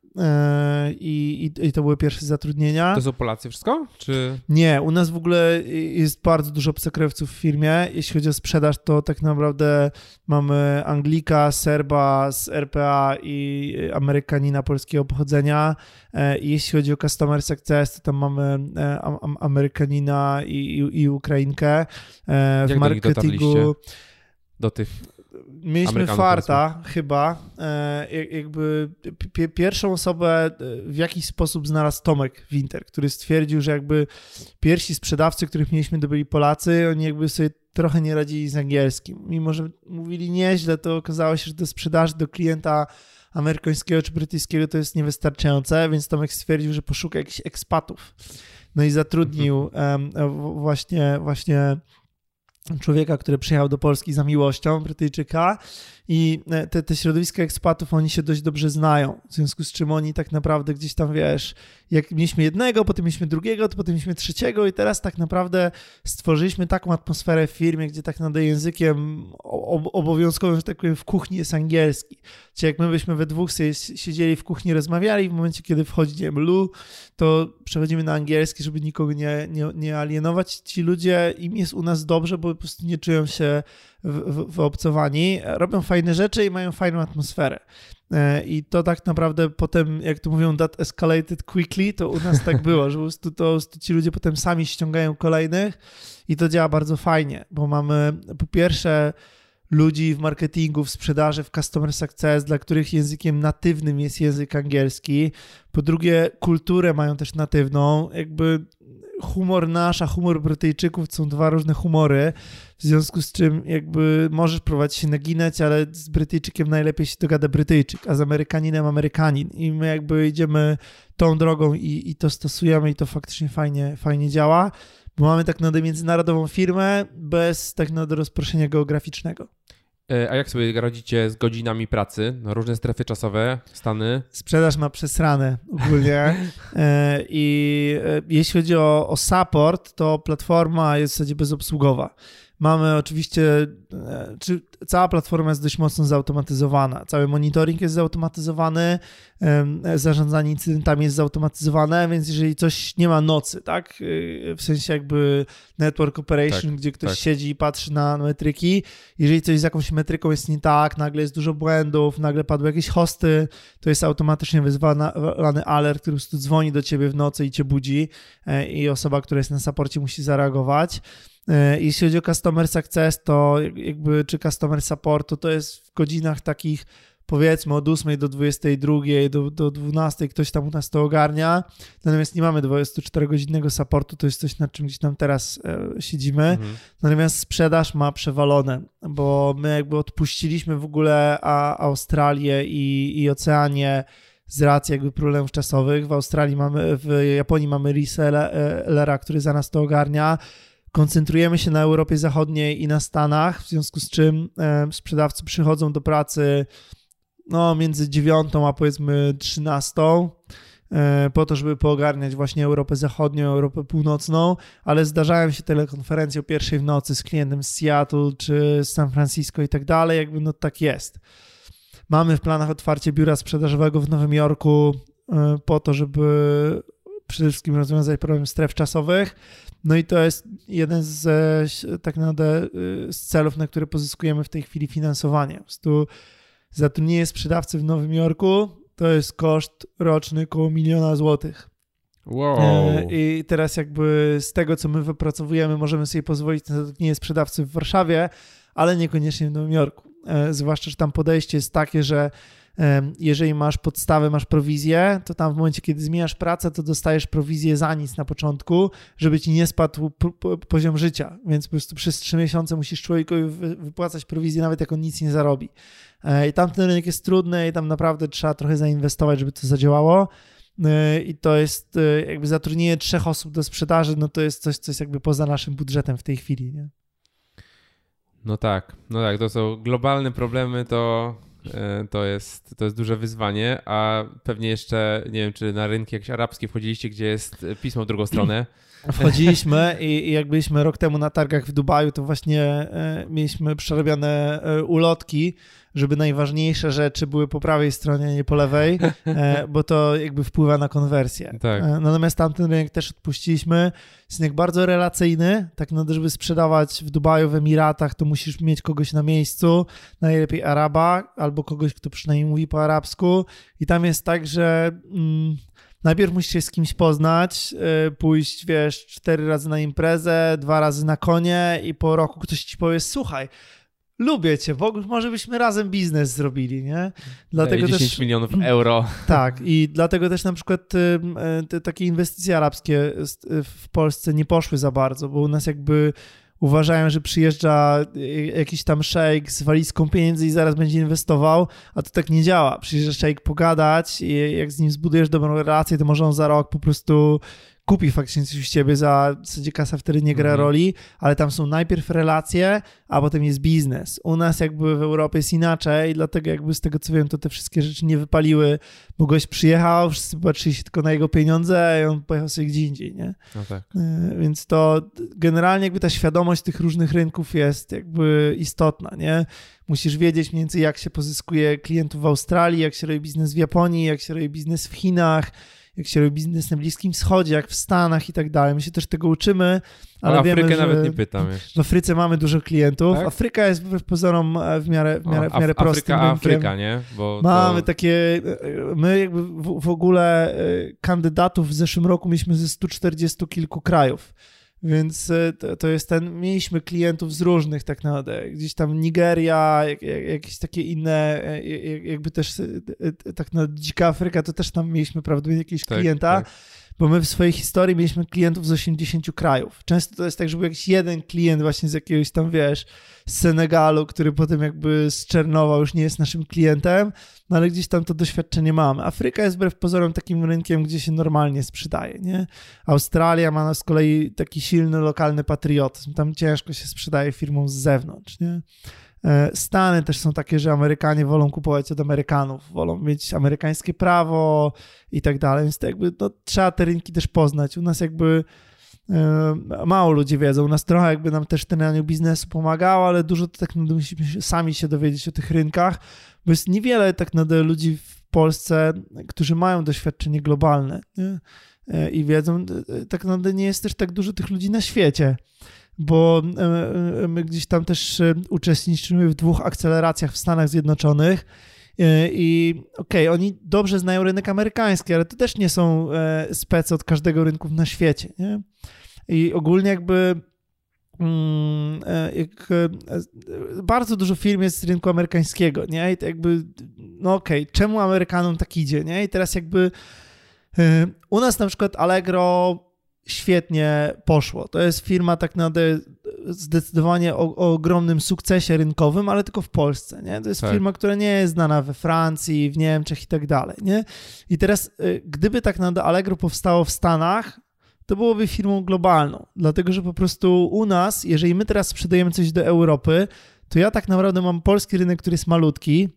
I to były pierwsze zatrudnienia. To są Polacy wszystko? Czy... Nie, u nas w ogóle jest bardzo dużo obcokrajowców w firmie. Jeśli chodzi o sprzedaż, to tak naprawdę mamy Anglika, Serba z RPA i Amerykanina polskiego pochodzenia. I jeśli chodzi o Customer Success, to tam mamy Amerykanina i Ukrainkę. W jak marketingu do tych mieliśmy farta chyba, jakby pierwszą osobę w jakiś sposób znalazł Tomek Winter, który stwierdził, że jakby pierwsi sprzedawcy, których mieliśmy, to byli Polacy, oni jakby sobie trochę nie radzili z angielskim. Mimo że mówili nieźle, to okazało się, że do sprzedaży do klienta amerykańskiego czy brytyjskiego to jest niewystarczające, więc Tomek stwierdził, że poszuka jakichś ekspatów. No i zatrudnił właśnie człowieka, który przyjechał do Polski za miłością, Brytyjczyka, i te środowiska ekspatów, oni się dość dobrze znają, w związku z czym oni tak naprawdę gdzieś tam, wiesz, jak mieliśmy jednego, potem mieliśmy drugiego, to potem mieliśmy trzeciego i teraz tak naprawdę stworzyliśmy taką atmosferę w firmie, gdzie tak naprawdę językiem obowiązkowym, że tak powiem, w kuchni jest angielski. Czyli jak my byśmy we dwóch sobie siedzieli w kuchni, rozmawiali, w momencie, kiedy wchodzi, nie wiem, Lu, to przechodzimy na angielski, żeby nikogo nie alienować. Ci ludzie, im jest u nas dobrze, bo po prostu nie czują się wyobcowani, robią fajne rzeczy i mają fajną atmosferę. I to tak naprawdę potem, jak to mówią, that escalated quickly, to u nas tak było, że po prostu ci ludzie potem sami ściągają kolejnych i to działa bardzo fajnie, bo mamy po pierwsze ludzi w marketingu, w sprzedaży, w customer success, dla których językiem natywnym jest język angielski. Po drugie, kulturę mają też natywną. Jakby humor nasz, a humor Brytyjczyków to są 2 różne humory, w związku z czym jakby możesz próbować się naginać, ale z Brytyjczykiem najlepiej się dogada Brytyjczyk, a z Amerykaninem Amerykanin. I my jakby idziemy tą drogą i to stosujemy i to faktycznie fajnie działa, bo mamy tak naprawdę międzynarodową firmę bez tak naprawdę rozproszenia geograficznego. A jak sobie radzicie z godzinami pracy? No, różne strefy czasowe, Stany? Sprzedaż ma przesrane ogólnie i jeśli chodzi o support, to platforma jest w zasadzie bezobsługowa. Mamy oczywiście, cała platforma jest dość mocno zautomatyzowana. Cały monitoring jest zautomatyzowany, zarządzanie incydentami jest zautomatyzowane, więc jeżeli coś nie ma nocy, tak? W sensie jakby network operation, gdzie ktoś siedzi i patrzy na metryki, jeżeli coś z jakąś metryką jest nie tak, nagle jest dużo błędów, nagle padły jakieś hosty, to jest automatycznie wyzwany alert, który po prostu dzwoni do ciebie w nocy i cię budzi i osoba, która jest na supporcie, musi zareagować. Jeśli chodzi o customer success, to jakby czy customer support, to jest w godzinach takich powiedzmy od 8 do 22, do 12 ktoś tam u nas to ogarnia, natomiast nie mamy 24-godzinnego supportu, to jest coś, nad czym gdzieś tam teraz siedzimy, natomiast sprzedaż ma przewalone, bo my jakby odpuściliśmy w ogóle Australię i Oceanię z racji jakby problemów czasowych. W Japonii mamy resellera, który za nas to ogarnia. Koncentrujemy się na Europie Zachodniej i na Stanach, w związku z czym sprzedawcy przychodzą do pracy między 9 a powiedzmy 13 po to, żeby poogarniać właśnie Europę Zachodnią, Europę Północną, ale zdarzają się telekonferencje o 1 w nocy z klientem z Seattle czy z San Francisco i tak dalej, jakby tak jest. Mamy w planach otwarcie biura sprzedażowego w Nowym Jorku po to, żeby przede wszystkim rozwiązać problem stref czasowych. No i to jest jeden z tak naprawdę z celów, na które pozyskujemy w tej chwili finansowanie. Po prostu zatrudnienie sprzedawcy w Nowym Jorku to jest koszt roczny około 1 000 000 złotych. Wow. I teraz jakby z tego, co my wypracowujemy, możemy sobie pozwolić na zatrudnienie sprzedawcy w Warszawie, ale niekoniecznie w Nowym Jorku. Zwłaszcza, że tam podejście jest takie, że jeżeli masz podstawę, masz prowizję, to tam w momencie, kiedy zmieniasz pracę, to dostajesz prowizję za nic na początku, żeby ci nie spadł poziom życia, więc po prostu przez 3 miesiące musisz człowiekowi wypłacać prowizję, nawet jak on nic nie zarobi. I tam ten rynek jest trudny i tam naprawdę trzeba trochę zainwestować, żeby to zadziałało. I to jest jakby zatrudnienie 3 osób do sprzedaży, no to jest coś, co jest jakby poza naszym budżetem w tej chwili, nie? No tak, to są globalne problemy, to jest duże wyzwanie, a pewnie jeszcze, nie wiem, czy na rynki jakieś arabskie wchodziliście, gdzie jest pismo w drugą stronę. Wchodziliśmy i jak byliśmy rok temu na targach w Dubaju, to właśnie mieliśmy przerabiane ulotki, żeby najważniejsze rzeczy były po prawej stronie, a nie po lewej, bo to jakby wpływa na konwersję. Tak. Natomiast tamten rynek też odpuściliśmy. Jest rynek bardzo relacyjny, tak no, żeby sprzedawać w Dubaju, w Emiratach, to musisz mieć kogoś na miejscu, najlepiej Araba, albo kogoś, kto przynajmniej mówi po arabsku i tam jest tak, że najpierw musisz się z kimś poznać, pójść, 4 razy na imprezę, 2 razy na konie i po roku ktoś ci powie, słuchaj, lubię cię, może byśmy razem biznes zrobili, nie? Dlatego 10 milionów euro. Tak, i dlatego też na przykład takie inwestycje arabskie w Polsce nie poszły za bardzo, bo u nas jakby uważają, że przyjeżdża jakiś tam szejk z walizką pieniędzy i zaraz będzie inwestował, a to tak nie działa. Przyjeżdża szejk pogadać i jak z nim zbudujesz dobrą relację, to może on za rok po prostu kupi faktycznie coś z ciebie, w zasadzie kasa wtedy nie gra roli, ale tam są najpierw relacje, a potem jest biznes. U nas jakby w Europie jest inaczej, dlatego jakby z tego co wiem, to te wszystkie rzeczy nie wypaliły, bo gość przyjechał, wszyscy patrzyli się tylko na jego pieniądze i on pojechał sobie gdzie indziej, nie? No tak. Więc to generalnie jakby ta świadomość tych różnych rynków jest jakby istotna, nie? Musisz wiedzieć mniej więcej, jak się pozyskuje klientów w Australii, jak się robi biznes w Japonii, jak się robi biznes w Chinach, jak się robi biznes na Bliskim Wschodzie, jak w Stanach i tak dalej. My się też tego uczymy, ale wiemy, Afrykę że nawet nie pytam jeszcze. W Afryce mamy dużo klientów. Tak? Afryka jest wbrew pozorom w miarę prostym rynkiem. Afryka, nie? Bo mamy takie, my jakby w ogóle kandydatów w zeszłym roku mieliśmy ze 140 kilku krajów. Więc to jest mieliśmy klientów z różnych tak naprawdę, gdzieś tam Nigeria, jakieś takie inne, jakby też tak na dzika Afryka, to też tam mieliśmy prawdopodobnie jakiegoś klienta, bo my w swojej historii mieliśmy klientów z 80 krajów. Często to jest tak, że był jakiś jeden klient właśnie z jakiegoś tam, z Senegalu, który potem jakby zczernował, już nie jest naszym klientem, no ale gdzieś tam to doświadczenie mamy. Afryka jest wbrew pozorom takim rynkiem, gdzie się normalnie sprzedaje, nie? Australia ma z kolei taki silny lokalny patriotyzm. Tam ciężko się sprzedaje firmom z zewnątrz, nie? Stany też są takie, że Amerykanie wolą kupować od Amerykanów, wolą mieć amerykańskie prawo i tak dalej, więc to jakby trzeba te rynki też poznać. U nas jakby Mało ludzi wiedzą. U nas trochę jakby nam też trenaniu biznesu pomagało, ale dużo to tak naprawdę musimy sami się dowiedzieć o tych rynkach, bo jest niewiele tak naprawdę ludzi w Polsce, którzy mają doświadczenie globalne, nie? I wiedzą, tak naprawdę nie jest też tak dużo tych ludzi na świecie, bo my gdzieś tam też uczestniczymy w 2 akceleracjach w Stanach Zjednoczonych i okej, oni dobrze znają rynek amerykański, ale to też nie są specy od każdego rynku na świecie, nie? I ogólnie jakby bardzo dużo firm jest z rynku amerykańskiego, nie? I to jakby, czemu Amerykanom tak idzie, nie? I teraz jakby u nas na przykład Allegro świetnie poszło. To jest firma tak naprawdę zdecydowanie o ogromnym sukcesie rynkowym, ale tylko w Polsce, nie? To jest firma, która nie jest znana we Francji, w Niemczech i tak dalej, nie? I teraz gdyby tak naprawdę Allegro powstało w Stanach, to byłoby firmą globalną, dlatego że po prostu u nas, jeżeli my teraz sprzedajemy coś do Europy, to ja tak naprawdę mam polski rynek, który jest malutki,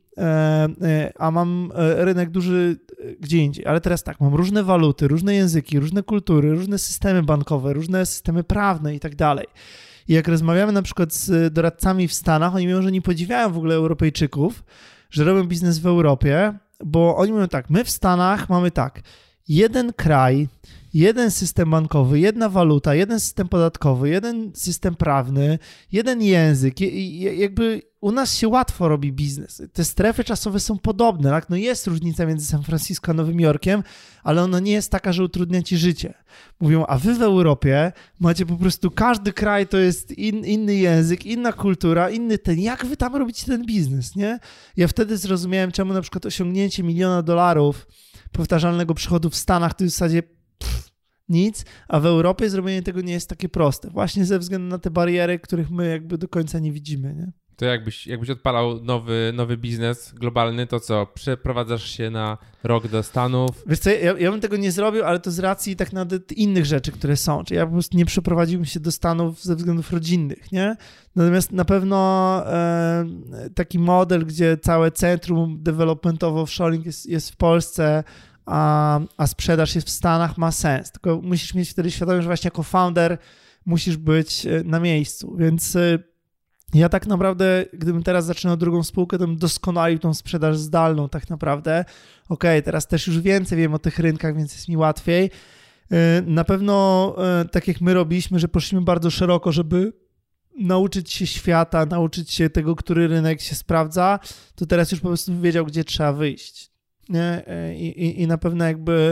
a mam rynek duży gdzie indziej. Ale teraz tak, mam różne waluty, różne języki, różne kultury, różne systemy bankowe, różne systemy prawne i tak dalej. I jak rozmawiamy na przykład z doradcami w Stanach, oni mówią, że nie podziwiają w ogóle Europejczyków, że robią biznes w Europie, bo oni mówią tak, my w Stanach mamy tak, jeden kraj, jeden system bankowy, jedna waluta, jeden system podatkowy, jeden system prawny, jeden język. Jakby u nas się łatwo robi biznes. Te strefy czasowe są podobne. Tak? No jest różnica między San Francisco a Nowym Jorkiem, ale ona nie jest taka, że utrudnia ci życie. Mówią, a wy w Europie macie po prostu, każdy kraj to jest inny język, inna kultura, inny ten. Jak wy tam robicie ten biznes, nie? Ja wtedy zrozumiałem, czemu na przykład osiągnięcie $1 miliona powtarzalnego przychodu w Stanach to jest w zasadzie nic, a w Europie zrobienie tego nie jest takie proste. Właśnie ze względu na te bariery, których my jakby do końca nie widzimy, nie? To jakbyś odpalał nowy biznes globalny, to co? Przeprowadzasz się na rok do Stanów? Wiesz co, ja bym tego nie zrobił, ale to z racji tak naprawdę innych rzeczy, które są. Czyli ja po prostu nie przeprowadziłbym się do Stanów ze względów rodzinnych, nie? Natomiast na pewno taki model, gdzie całe centrum developmentowo-offshoring jest w Polsce, a sprzedaż jest w Stanach, ma sens. Tylko musisz mieć wtedy świadomość, że właśnie jako founder musisz być na miejscu. Więc ja tak naprawdę, gdybym teraz zaczynał drugą spółkę, to bym doskonalił tą sprzedaż zdalną tak naprawdę. Teraz też już więcej wiem o tych rynkach, więc jest mi łatwiej. Na pewno tak jak my robiliśmy, że poszliśmy bardzo szeroko, żeby nauczyć się świata, nauczyć się tego, który rynek się sprawdza, to teraz już po prostu wiedział, gdzie trzeba wyjść. Nie? I na pewno jakby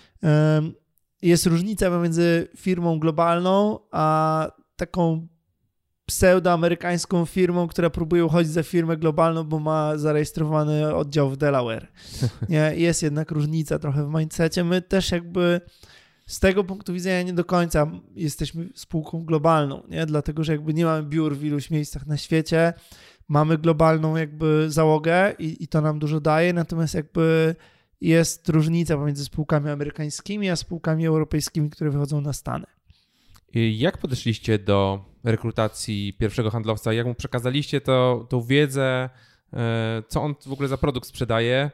jest różnica pomiędzy firmą globalną, a taką pseudoamerykańską firmą, która próbuje uchodzić za firmę globalną, bo ma zarejestrowany oddział w Delaware. Nie? Jest jednak różnica trochę w mindsetie. My też jakby z tego punktu widzenia nie do końca jesteśmy spółką globalną, nie? Dlatego że jakby nie mamy biur w iluś miejscach na świecie, mamy globalną jakby załogę i to nam dużo daje, natomiast jakby jest różnica pomiędzy spółkami amerykańskimi a spółkami europejskimi, które wychodzą na Stany. Jak podeszliście do rekrutacji pierwszego handlowca? Jak mu przekazaliście tą wiedzę, co on w ogóle za produkt sprzedaje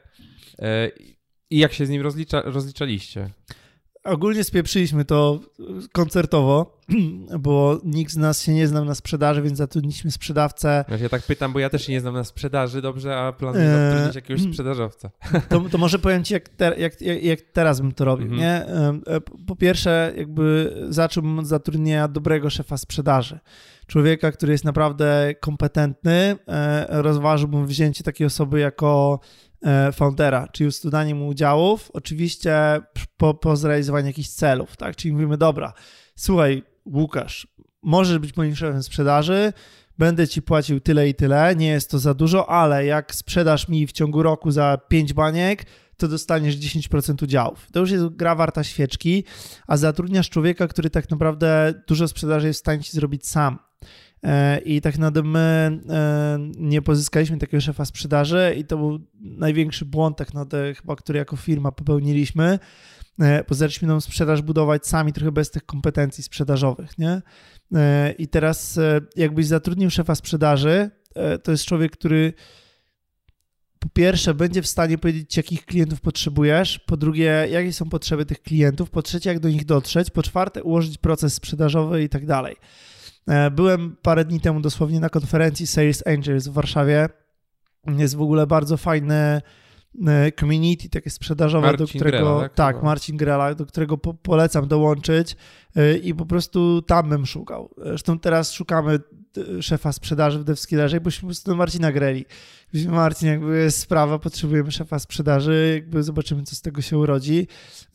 i jak się z nim rozliczaliście? Ogólnie spieprzyliśmy to koncertowo, bo nikt z nas się nie znał na sprzedaży, więc zatrudniliśmy sprzedawcę. Ja tak pytam, bo ja też się nie znam na sprzedaży dobrze, a planuję zatrudnić jakiegoś sprzedażowca. To może powiem ci, jak teraz bym to robił. Nie? Po pierwsze, jakby zacząłbym od zatrudnienia dobrego szefa sprzedaży. Człowieka, który jest naprawdę kompetentny. Rozważyłbym wzięcie takiej osoby jako foundera, czyli ustalanie mu udziałów, oczywiście po zrealizowaniu jakichś celów, tak? Czyli mówimy, dobra, słuchaj Łukasz, możesz być moim szefem sprzedaży, będę ci płacił tyle i tyle, nie jest to za dużo, ale jak sprzedasz mi w ciągu roku za 5 baniek, to dostaniesz 10% udziałów. To już jest gra warta świeczki, a zatrudniasz człowieka, który tak naprawdę dużo sprzedaży jest w stanie ci zrobić sam. I tak naprawdę my nie pozyskaliśmy takiego szefa sprzedaży i to był największy błąd tak naprawdę chyba, który jako firma popełniliśmy, bo zaczęliśmy tą sprzedaż budować sami trochę bez tych kompetencji sprzedażowych, nie? I teraz jakbyś zatrudnił szefa sprzedaży, to jest człowiek, który po pierwsze, będzie w stanie powiedzieć, jakich klientów potrzebujesz, po drugie, jakie są potrzeby tych klientów, po trzecie, jak do nich dotrzeć, po czwarte, ułożyć proces sprzedażowy i tak dalej. Byłem parę dni temu dosłownie na konferencji Sales Angels w Warszawie. Jest w ogóle bardzo fajne community takie sprzedażowe, Marcin do którego Grela, tak? Marcin Grela, do którego polecam dołączyć i po prostu tam bym szukał. Zresztą teraz szukamy szefa sprzedaży w DevSkillerze i byśmy po prostu do Marcina Greli. Marcin, jakby jest sprawa, potrzebujemy szefa sprzedaży, jakby zobaczymy, co z tego się urodzi.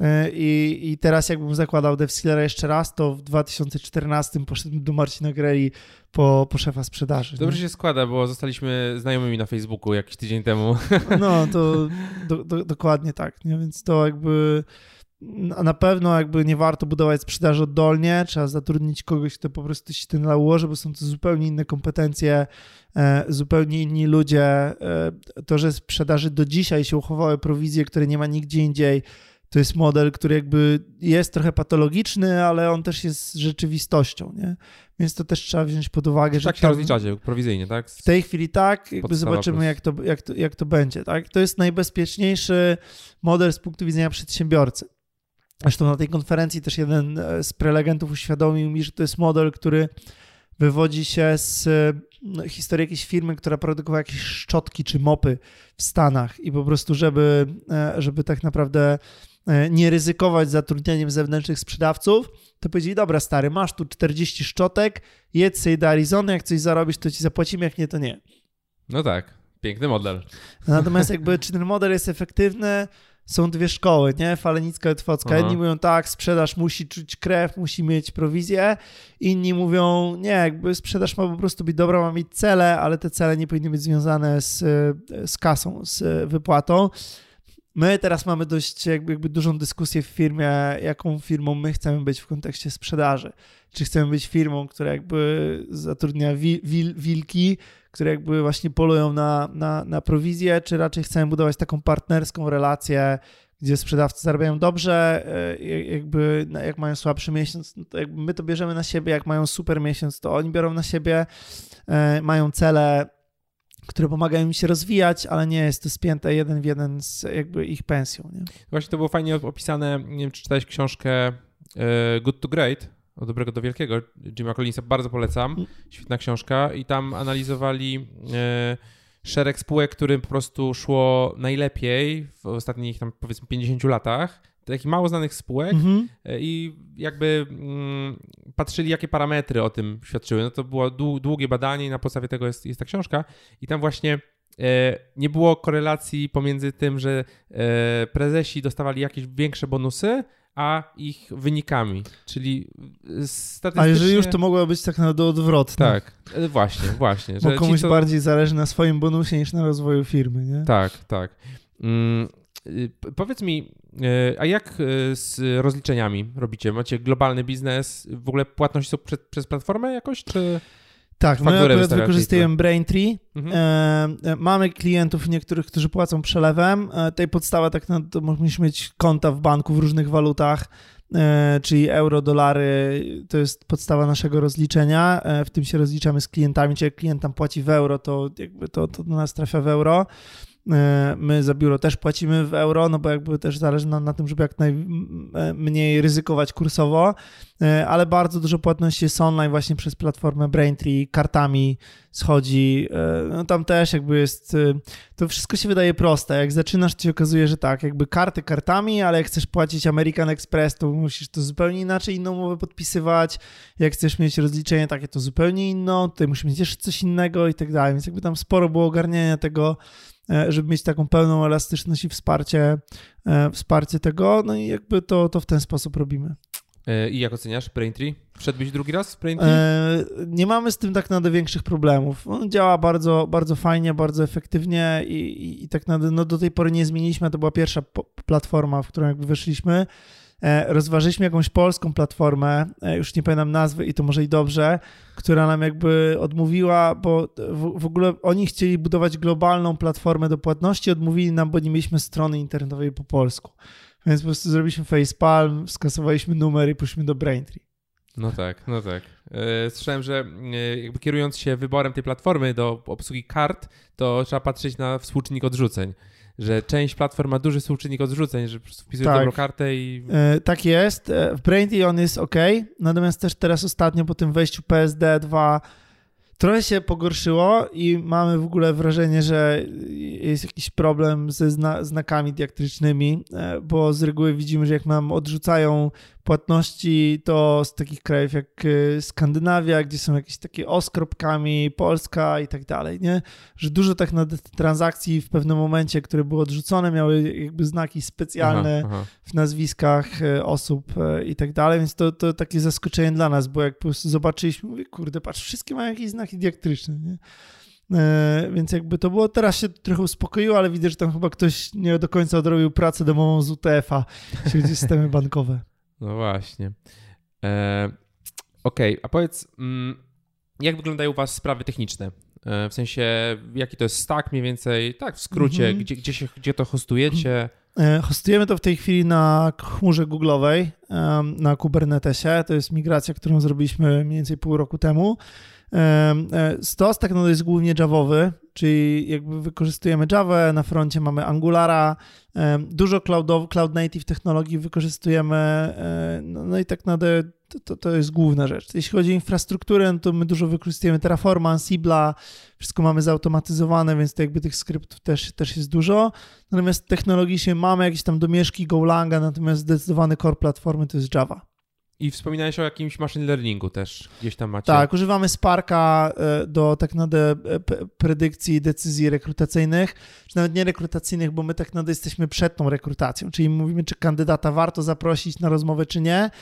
I teraz jakbym zakładał DevSkillera jeszcze raz, to w 2014 poszedłem do Marcina Greli po szefa sprzedaży. Dobrze się składa, bo zostaliśmy znajomymi na Facebooku jakiś tydzień temu. No, to dokładnie tak, nie? Więc to jakby na pewno jakby nie warto budować sprzedaży oddolnie, trzeba zatrudnić kogoś, kto po prostu się ten ułoży, bo są to zupełnie inne kompetencje, zupełnie inni ludzie. To, że sprzedaży do dzisiaj się uchowały prowizje, które nie ma nigdzie indziej, to jest model, który jakby jest trochę patologiczny, ale on też jest rzeczywistością, nie? Więc to też trzeba wziąć pod uwagę, że tak się rozliczacie prowizyjnie, tak? W tej chwili tak, jakby zobaczymy jak to będzie, tak? To jest najbezpieczniejszy model z punktu widzenia przedsiębiorcy. Zresztą na tej konferencji też jeden z prelegentów uświadomił mi, że to jest model, który wywodzi się z historii jakiejś firmy, która produkowała jakieś szczotki czy mopy w Stanach i po prostu, żeby tak naprawdę nie ryzykować zatrudnianiem zewnętrznych sprzedawców, to powiedzieli, dobra stary, masz tu 40 szczotek, jedź sobie do Arizony, jak coś zarobisz, to ci zapłacimy, jak nie, to nie. No tak, piękny model. Natomiast jakby, czy ten model jest efektywny, są dwie szkoły, nie? Falenicka i Otwocka. Jedni mówią tak, sprzedaż musi czuć krew, musi mieć prowizję. Inni mówią, nie, jakby sprzedaż ma po prostu być dobra, ma mieć cele, ale te cele nie powinny być związane z kasą, z wypłatą. My teraz mamy dość jakby dużą dyskusję w firmie, jaką firmą my chcemy być w kontekście sprzedaży. Czy chcemy być firmą, która jakby zatrudnia wilki, które jakby właśnie polują na prowizję, czy raczej chcemy budować taką partnerską relację, gdzie sprzedawcy zarabiają dobrze, jakby jak mają słabszy miesiąc, no to jakby my to bierzemy na siebie, jak mają super miesiąc, to oni biorą na siebie, mają cele, które pomagają im się rozwijać, ale nie jest to spięte jeden w jeden z jakby ich pensją. Nie? Właśnie to było fajnie opisane, nie wiem, czy czytałeś książkę Good to Great, od dobrego do wielkiego, Jima Collinsa, bardzo polecam, świetna książka i tam analizowali szereg spółek, którym po prostu szło najlepiej w ostatnich tam powiedzmy 50 latach, takich mało znanych spółek i jakby patrzyli, jakie parametry o tym świadczyły. No to było długie badanie i na podstawie tego jest ta książka i tam właśnie nie było korelacji pomiędzy tym, że prezesi dostawali jakieś większe bonusy, a ich wynikami, czyli statystycznie... A jeżeli już to mogło być tak naprawdę odwrotne. Tak, właśnie. Bo komuś bardziej zależy na swoim bonusie niż na rozwoju firmy, nie? Tak. Powiedz mi, a jak z rozliczeniami robicie? Macie globalny biznes? W ogóle płatności są przez platformę jakoś, czy... Tak, my akurat wykorzystujemy Braintree. Mamy klientów niektórych, którzy płacą przelewem. Tej podstawa tak na to musimy mieć konta w banku w różnych walutach, czyli euro, dolary, to jest podstawa naszego rozliczenia. W tym się rozliczamy z klientami, czyli jak klient tam płaci w euro, to jakby to do nas trafia w euro. My za biuro też płacimy w euro, no bo jakby też zależy nam na tym, żeby jak najmniej ryzykować kursowo, ale bardzo dużo płatności jest online właśnie przez platformę Braintree, kartami schodzi, no tam też jakby jest, to wszystko się wydaje proste, jak zaczynasz to się okazuje, że tak, jakby karty kartami, ale jak chcesz płacić American Express, to musisz to zupełnie inaczej inną umowę podpisywać, jak chcesz mieć rozliczenie takie, to zupełnie inną, tutaj musisz mieć jeszcze coś innego i tak dalej, więc jakby tam sporo było ogarniania tego, żeby mieć taką pełną elastyczność i wsparcie tego, no i jakby to w ten sposób robimy. I jak oceniasz Braintree? Wszedłbyś drugi raz w Braintree? Nie mamy z tym tak naprawdę większych problemów. On działa bardzo, bardzo fajnie, bardzo efektywnie i tak naprawdę no do tej pory nie zmieniliśmy, to była pierwsza platforma, w którą jakby weszliśmy. Rozważyliśmy jakąś polską platformę, już nie pamiętam nazwy i to może i dobrze, która nam jakby odmówiła, bo w ogóle oni chcieli budować globalną platformę do płatności, odmówili nam, bo nie mieliśmy strony internetowej po polsku. Więc po prostu zrobiliśmy facepalm, skasowaliśmy numer i poszliśmy do Braintree. No tak. Słyszałem, że jakby kierując się wyborem tej platformy do obsługi kart, to trzeba patrzeć na współczynnik odrzuceń. Że część platform ma duży współczynnik odrzuceń, że po prostu wpisujesz dobrą kartę i... Tak jest. W Braintree on jest ok, natomiast też teraz ostatnio po tym wejściu PSD2 trochę się pogorszyło i mamy w ogóle wrażenie, że jest jakiś problem ze znakami diaktycznymi, bo z reguły widzimy, że jak nam odrzucają płatności, to z takich krajów jak Skandynawia, gdzie są jakieś takie O z kropkami, Polska i tak dalej, nie? Że dużo tak na transakcji w pewnym momencie, które były odrzucone, miały jakby znaki specjalne w nazwiskach osób i tak dalej, więc to takie zaskoczenie dla nas, bo jak po prostu zobaczyliśmy, mówię, kurde, patrz, wszystkie mają jakieś znaki diaktyczne, nie? Więc jakby to było, teraz się trochę uspokoiło, ale widzę, że tam chyba ktoś nie do końca odrobił pracę domową z UTF-a, jeśli chodzi o systemy bankowe. No właśnie. Okej, a powiedz, jak wyglądają u was sprawy techniczne? W sensie, jaki to jest stack mniej więcej, tak w skrócie, gdzie to hostujecie? Hostujemy to w tej chwili na chmurze Google'owej, na Kubernetesie. To jest migracja, którą zrobiliśmy mniej więcej pół roku temu. Stos tak naprawdę jest głównie javowy, czyli jakby wykorzystujemy Javę, na froncie mamy Angulara, dużo cloud native technologii wykorzystujemy, no i tak naprawdę to jest główna rzecz. Jeśli chodzi o infrastrukturę, no to my dużo wykorzystujemy Terraforma, Ansible'a, wszystko mamy zautomatyzowane, więc to jakby tych skryptów też jest dużo. Natomiast technologicznie mamy jakieś tam domieszki Golanga, natomiast zdecydowany core platformy to jest Java. I wspominałeś o jakimś machine learningu też, gdzieś tam macie. Tak, używamy Sparka do tak naprawdę predykcji decyzji rekrutacyjnych, czy nawet nie rekrutacyjnych, bo my tak naprawdę jesteśmy przed tą rekrutacją, czyli mówimy, czy kandydata warto zaprosić na rozmowę, czy nie.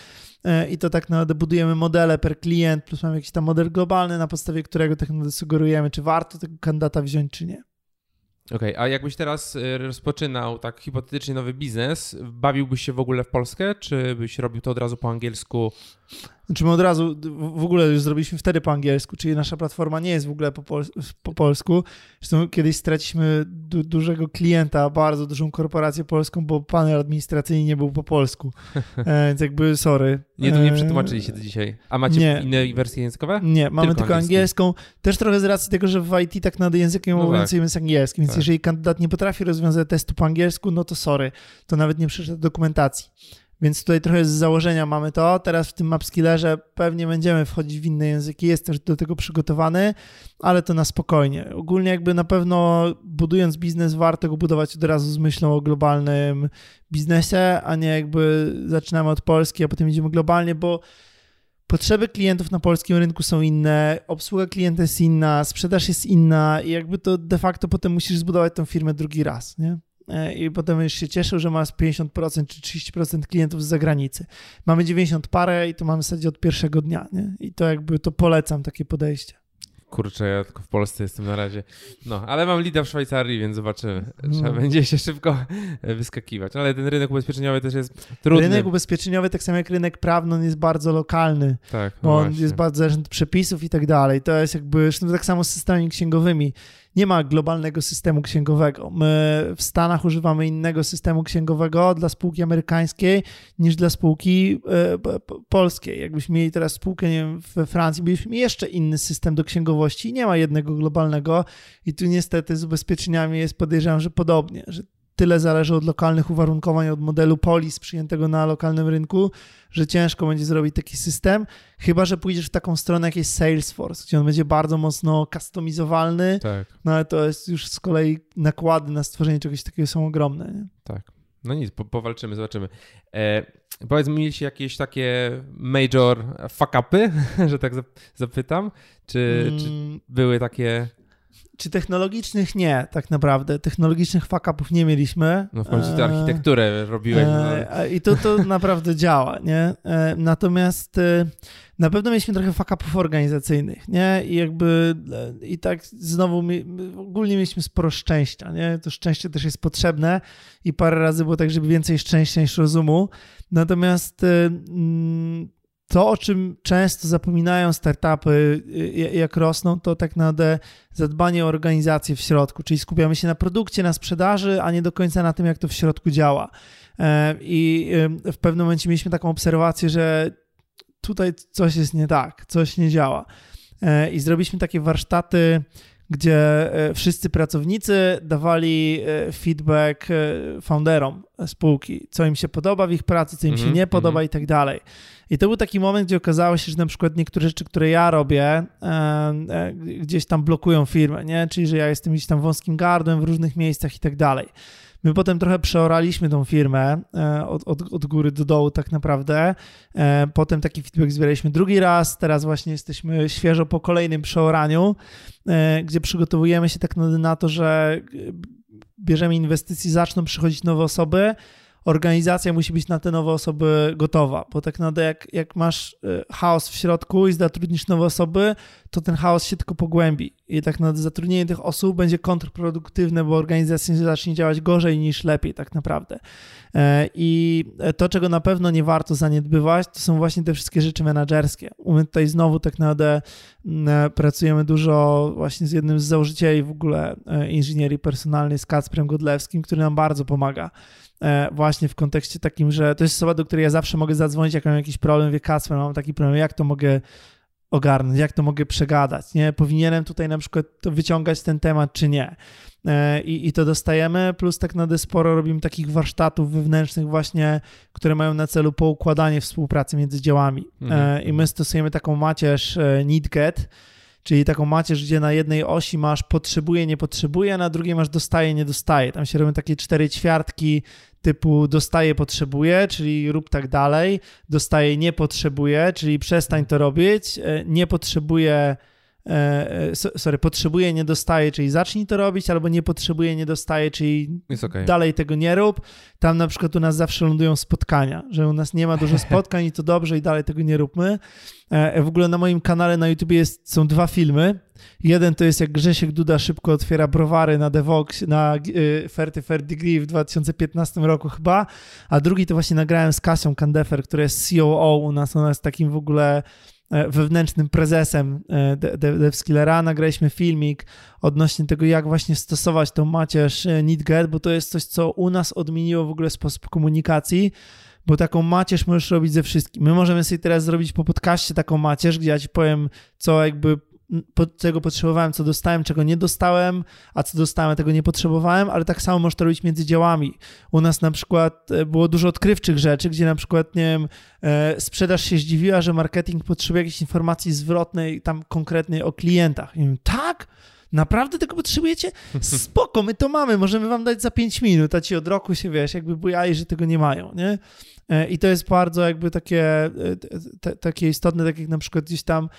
I to tak naprawdę budujemy modele per klient, plus mamy jakiś tam model globalny, na podstawie którego tak naprawdę sugerujemy, czy warto tego kandydata wziąć, czy nie. Okej, a jakbyś teraz rozpoczynał tak hipotetycznie nowy biznes, bawiłbyś się w ogóle w Polskę, czy byś robił to od razu po angielsku? Znaczy my od razu, w ogóle już zrobiliśmy wtedy po angielsku, czyli nasza platforma nie jest w ogóle po polsku. Zresztą kiedyś straciliśmy dużego klienta, bardzo dużą korporację polską, bo panel administracyjny nie był po polsku. Więc jakby sorry. Nie przetłumaczyliście to dzisiaj. A macie inne wersje językowe? Nie, mamy tylko angielską. Też trochę z racji tego, że w IT tak naprawdę językiem obowiązującym jest angielski, więc jeżeli kandydat nie potrafi rozwiązać testu po angielsku, no to sorry, to nawet nie przeczyta dokumentacji. Więc tutaj trochę z założenia mamy to. Teraz w tym MapSkillerze pewnie będziemy wchodzić w inne języki, jest też do tego przygotowany, ale to na spokojnie. Ogólnie jakby na pewno budując biznes warto go budować od razu z myślą o globalnym biznesie, a nie jakby zaczynamy od Polski, a potem idziemy globalnie, bo potrzeby klientów na polskim rynku są inne, obsługa klienta jest inna, sprzedaż jest inna i jakby to de facto potem musisz zbudować tą firmę drugi raz, nie? I potem już się cieszył, że masz 50% czy 30% klientów z zagranicy. Mamy 90 parę i to mamy w zasadzie od pierwszego dnia, nie? I to jakby to polecam takie podejście. Kurczę, ja tylko w Polsce jestem na razie. No, ale mam lida w Szwajcarii, więc zobaczymy. Trzeba będzie się szybko wyskakiwać. Ale ten rynek ubezpieczeniowy też jest trudny. Rynek ubezpieczeniowy, tak samo jak rynek prawny, on jest bardzo lokalny. Tak, bo on jest bardzo zależny od przepisów i tak dalej. To jest jakby, zresztą tak samo z systemami księgowymi. Nie ma globalnego systemu księgowego. My w Stanach używamy innego systemu księgowego dla spółki amerykańskiej niż dla spółki polskiej. Jakbyśmy mieli teraz spółkę, nie wiem, we Francji, mieliśmy jeszcze inny system do księgowości. Nie ma jednego globalnego i tu niestety z ubezpieczeniami jest, podejrzewam, że podobnie, że tyle zależy od lokalnych uwarunkowań, od modelu polis przyjętego na lokalnym rynku, że ciężko będzie zrobić taki system, chyba że pójdziesz w taką stronę jak jest Salesforce, gdzie on będzie bardzo mocno customizowalny, tak. No ale to jest już z kolei nakłady na stworzenie czegoś takiego są ogromne. Nie? Tak. No nic, powalczymy, zobaczymy. Powiedz mi, mieliście jakieś takie major fuck-upy, że tak zapytam? Czy były takie... Czy technologicznych? Nie, tak naprawdę. Technologicznych fuck-upów nie mieliśmy. No w końcu tę architekturę robiłeś. I to naprawdę działa, nie? Natomiast na pewno mieliśmy trochę fuck-upów organizacyjnych, nie? I jakby i tak znowu ogólnie mieliśmy sporo szczęścia, nie? To szczęście też jest potrzebne i parę razy było tak, żeby więcej szczęścia niż rozumu. Natomiast to, o czym często zapominają startupy, jak rosną, to tak naprawdę zadbanie o organizację w środku, czyli skupiamy się na produkcie, na sprzedaży, a nie do końca na tym, jak to w środku działa. I w pewnym momencie mieliśmy taką obserwację, że tutaj coś jest nie tak, coś nie działa. I zrobiliśmy takie warsztaty, gdzie wszyscy pracownicy dawali feedback founderom spółki, co im się podoba w ich pracy, co im się nie podoba i tak dalej. I to był taki moment, gdzie okazało się, że na przykład niektóre rzeczy, które ja robię, gdzieś tam blokują firmę, nie? Czyli, że ja jestem gdzieś tam wąskim gardłem w różnych miejscach i tak dalej. My potem trochę przeoraliśmy tą firmę od góry do dołu tak naprawdę. Potem taki feedback zbieraliśmy drugi raz. Teraz właśnie jesteśmy świeżo po kolejnym przeoraniu, gdzie przygotowujemy się tak na to, że bierzemy inwestycje, zaczną przychodzić nowe osoby. Organizacja musi być na te nowe osoby gotowa, bo tak naprawdę jak masz chaos w środku i zatrudnisz nowe osoby, to ten chaos się tylko pogłębi i tak naprawdę zatrudnienie tych osób będzie kontrproduktywne, bo organizacja zacznie działać gorzej niż lepiej tak naprawdę. I to, czego na pewno nie warto zaniedbywać, to są właśnie te wszystkie rzeczy menadżerskie. My tutaj znowu tak naprawdę pracujemy dużo właśnie z jednym z założycieli w ogóle inżynierii personalnej, z Kacprem Godlewskim, który nam bardzo pomaga. Właśnie w kontekście takim, że to jest osoba, do której ja zawsze mogę zadzwonić, jak mam jakiś problem, wie Kacper, mam taki problem, jak to mogę ogarnąć, jak to mogę przegadać, nie? Powinienem tutaj na przykład to wyciągać ten temat, czy nie. I to dostajemy, plus tak naprawdę sporo robimy takich warsztatów wewnętrznych właśnie, które mają na celu poukładanie współpracy między działami. I my stosujemy taką macierz need-get, czyli taką macierz, gdzie na jednej osi masz potrzebuje, nie potrzebuje, a na drugiej masz dostaje, nie dostaje. Tam się robią takie 4 ćwiartki typu dostaje, potrzebuje, czyli rób tak dalej, dostaje, nie potrzebuje, czyli przestań to robić, nie potrzebuje, potrzebuje, nie dostaje, czyli zacznij to robić, albo nie potrzebuje, nie dostaje, czyli dalej tego nie rób. Tam na przykład u nas zawsze lądują spotkania, że u nas nie ma dużo spotkań i to dobrze i dalej tego nie róbmy. W ogóle na moim kanale na YouTube są 2 filmy. Jeden to jest jak Grzesiek Duda szybko otwiera browary na Devox, na 30 Degree w 2015 roku chyba, a drugi to właśnie nagrałem z Kasią Kandefer, która jest COO u nas, ona jest takim w ogóle wewnętrznym prezesem DevSkillera. Nagraliśmy filmik odnośnie tego, jak właśnie stosować tą macierz need-get, bo to jest coś, co u nas odmieniło w ogóle sposób komunikacji, bo taką macierz możesz robić ze wszystkim. My możemy sobie teraz zrobić po podcaście taką macierz, gdzie ja ci powiem, co jakby czego potrzebowałem, co dostałem, czego nie dostałem, a co dostałem, tego nie potrzebowałem, ale tak samo możesz to robić między działami. U nas na przykład było dużo odkrywczych rzeczy, gdzie na przykład, nie wiem, sprzedaż się zdziwiła, że marketing potrzebuje jakiejś informacji zwrotnej tam konkretnej o klientach. I mówię, tak? Naprawdę tego potrzebujecie? Spoko, my to mamy, możemy wam dać za 5 minut, a ci od roku się, wiesz, jakby bujali, że tego nie mają, nie? I to jest bardzo jakby takie istotne, tak jak na przykład gdzieś tam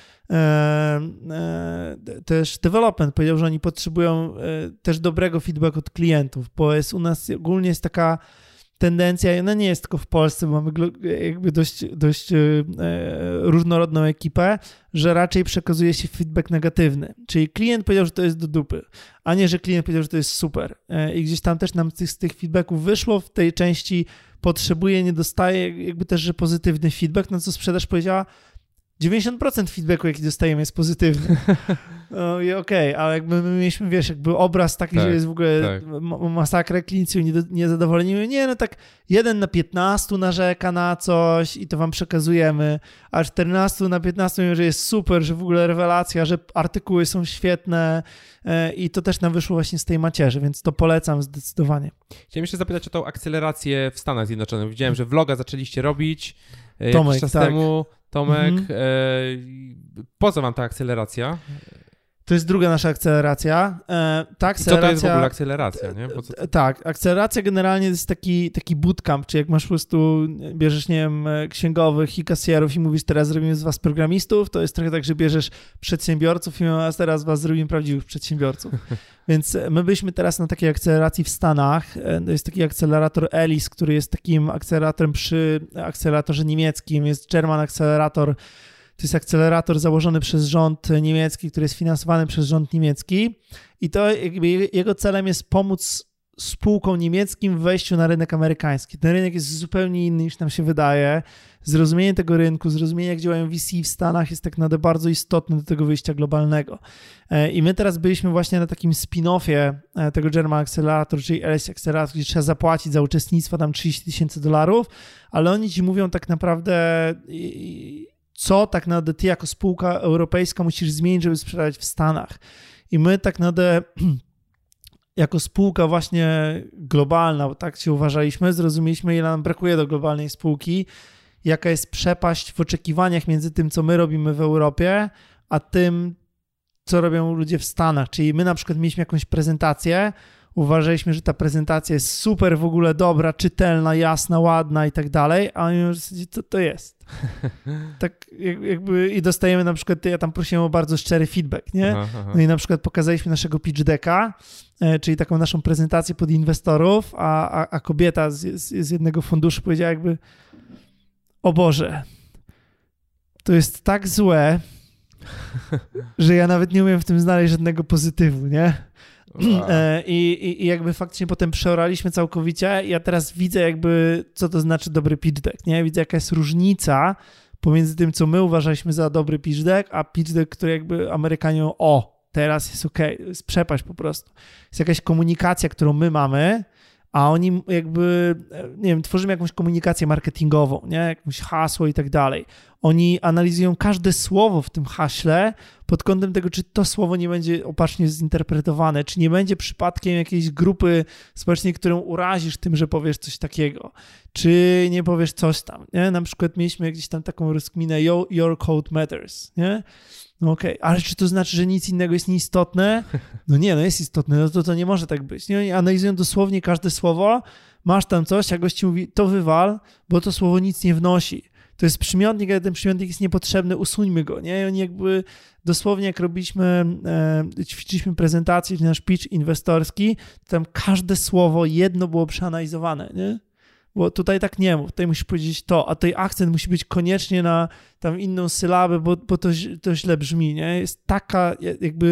też development powiedział, że oni potrzebują też dobrego feedbacku od klientów, bo jest u nas ogólnie jest taka tendencja, i ona nie jest tylko w Polsce, bo mamy jakby dość różnorodną ekipę, że raczej przekazuje się feedback negatywny. Czyli klient powiedział, że to jest do dupy, a nie, że klient powiedział, że to jest super. I gdzieś tam też nam z tych feedbacków wyszło w tej części potrzebuje, nie dostaje, jakby też, że pozytywny feedback, na co sprzedaż powiedziała, 90% feedbacku, jaki dostajemy, jest pozytywny. No i okej, ale jakby my mieliśmy, wiesz, jakby obraz taki, że jest w ogóle masakra, klienci niezadowoleni. Nie, no tak 1 na 15 narzeka na coś i to wam przekazujemy, a 14 na 15 mówią, że jest super, że w ogóle rewelacja, że artykuły są świetne i to też nam wyszło właśnie z tej macierzy, więc to polecam zdecydowanie. Chciałem jeszcze zapytać o tą akcelerację w Stanach Zjednoczonych. Widziałem, że vloga zaczęliście robić jakiś czas temu. Tomek, po co wam ta akceleracja? To jest druga nasza akceleracja. Co to jest w ogóle akceleracja? Nie? Tak, akceleracja generalnie to jest taki bootcamp, czy jak masz po prostu, bierzesz, nie wiem, księgowych i kasjerów i mówisz, teraz zrobimy z was programistów, to jest trochę tak, że bierzesz przedsiębiorców i teraz was zrobimy prawdziwych przedsiębiorców. Więc my byliśmy teraz na takiej akceleracji w Stanach. To jest taki akcelerator ELIS, który jest takim akceleratorem przy akceleratorze niemieckim. Jest German Accelerator. To jest akcelerator założony przez rząd niemiecki, który jest finansowany przez rząd niemiecki i to jakby jego celem jest pomóc spółkom niemieckim w wejściu na rynek amerykański. Ten rynek jest zupełnie inny niż nam się wydaje. Zrozumienie tego rynku, zrozumienie jak działają VC w Stanach jest tak naprawdę bardzo istotne do tego wyjścia globalnego. I my teraz byliśmy właśnie na takim spin-offie tego German Accelerator, czyli LS Accelerator, gdzie trzeba zapłacić za uczestnictwo tam $30,000, ale oni ci mówią tak naprawdę co tak naprawdę ty jako spółka europejska musisz zmienić, żeby sprzedać w Stanach. I my tak naprawdę jako spółka właśnie globalna, bo tak się uważaliśmy, zrozumieliśmy, ile nam brakuje do globalnej spółki, jaka jest przepaść w oczekiwaniach między tym, co my robimy w Europie, a tym, co robią ludzie w Stanach. Czyli my na przykład mieliśmy jakąś prezentację, uważaliśmy, że ta prezentacja jest super w ogóle dobra, czytelna, jasna, ładna i tak dalej, a oni mówią, co to jest? Tak jakby i dostajemy na przykład, ja tam prosiłem o bardzo szczery feedback, nie? No i na przykład pokazaliśmy naszego pitch decka, czyli taką naszą prezentację pod inwestorów, a kobieta z jednego funduszu powiedziała jakby, o Boże, to jest tak złe, że ja nawet nie umiem w tym znaleźć żadnego pozytywu, nie? I jakby faktycznie potem przeoraliśmy całkowicie. Ja teraz widzę jakby, co to znaczy dobry pitch deck, nie? Widzę, jaka jest różnica pomiędzy tym, co my uważaliśmy za dobry pitch deck, a pitch deck, który jakby Amerykanie mówią, teraz jest okej, jest przepaść po prostu. Jest jakaś komunikacja, którą my mamy, a oni jakby, nie wiem, tworzymy jakąś komunikację marketingową, nie? Jakieś hasło i tak dalej. Oni analizują każde słowo w tym haśle pod kątem tego, czy to słowo nie będzie opacznie zinterpretowane, czy nie będzie przypadkiem jakiejś grupy społecznej, którą urazisz tym, że powiesz coś takiego, czy nie powiesz coś tam, nie? Na przykład mieliśmy gdzieś tam taką rozkminę your code matters, nie? No okej, ale czy to znaczy, że nic innego jest nieistotne? No nie, no jest istotne, no to nie może tak być. Nie? Oni analizują dosłownie każde słowo, masz tam coś, a gości mówi, to wywal, bo to słowo nic nie wnosi. To jest przymiotnik, ale ten przymiotnik jest niepotrzebny, usuńmy go, nie? I oni jakby dosłownie jak ćwiczyliśmy prezentację, czy nasz pitch inwestorski, to tam każde słowo jedno było przeanalizowane, nie? Bo tutaj tak nie mów, tutaj musisz powiedzieć to, a tutaj akcent musi być koniecznie na tam inną sylabę, bo to źle brzmi, nie? Jest taka jakby,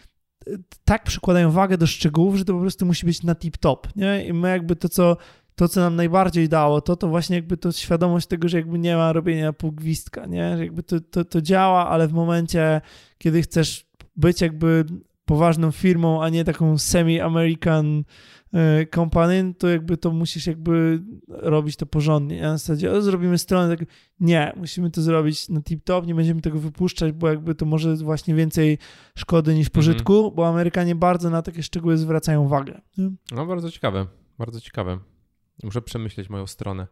tak przykładają wagę do szczegółów, że to po prostu musi być na tip-top, nie? I my jakby to, co nam najbardziej dało, to właśnie jakby to świadomość tego, że jakby nie ma robienia półgwistka, nie? Że jakby to działa, ale w momencie, kiedy chcesz być jakby poważną firmą, a nie taką semi-American company, to jakby to musisz jakby robić to porządnie. Na zasadzie, zrobimy stronę, tak, nie, musimy to zrobić na tip-top, nie będziemy tego wypuszczać, bo jakby to może właśnie więcej szkody niż pożytku, bo Amerykanie bardzo na takie szczegóły zwracają uwagę. Nie? No bardzo ciekawe, bardzo ciekawe. Muszę przemyśleć moją stronę.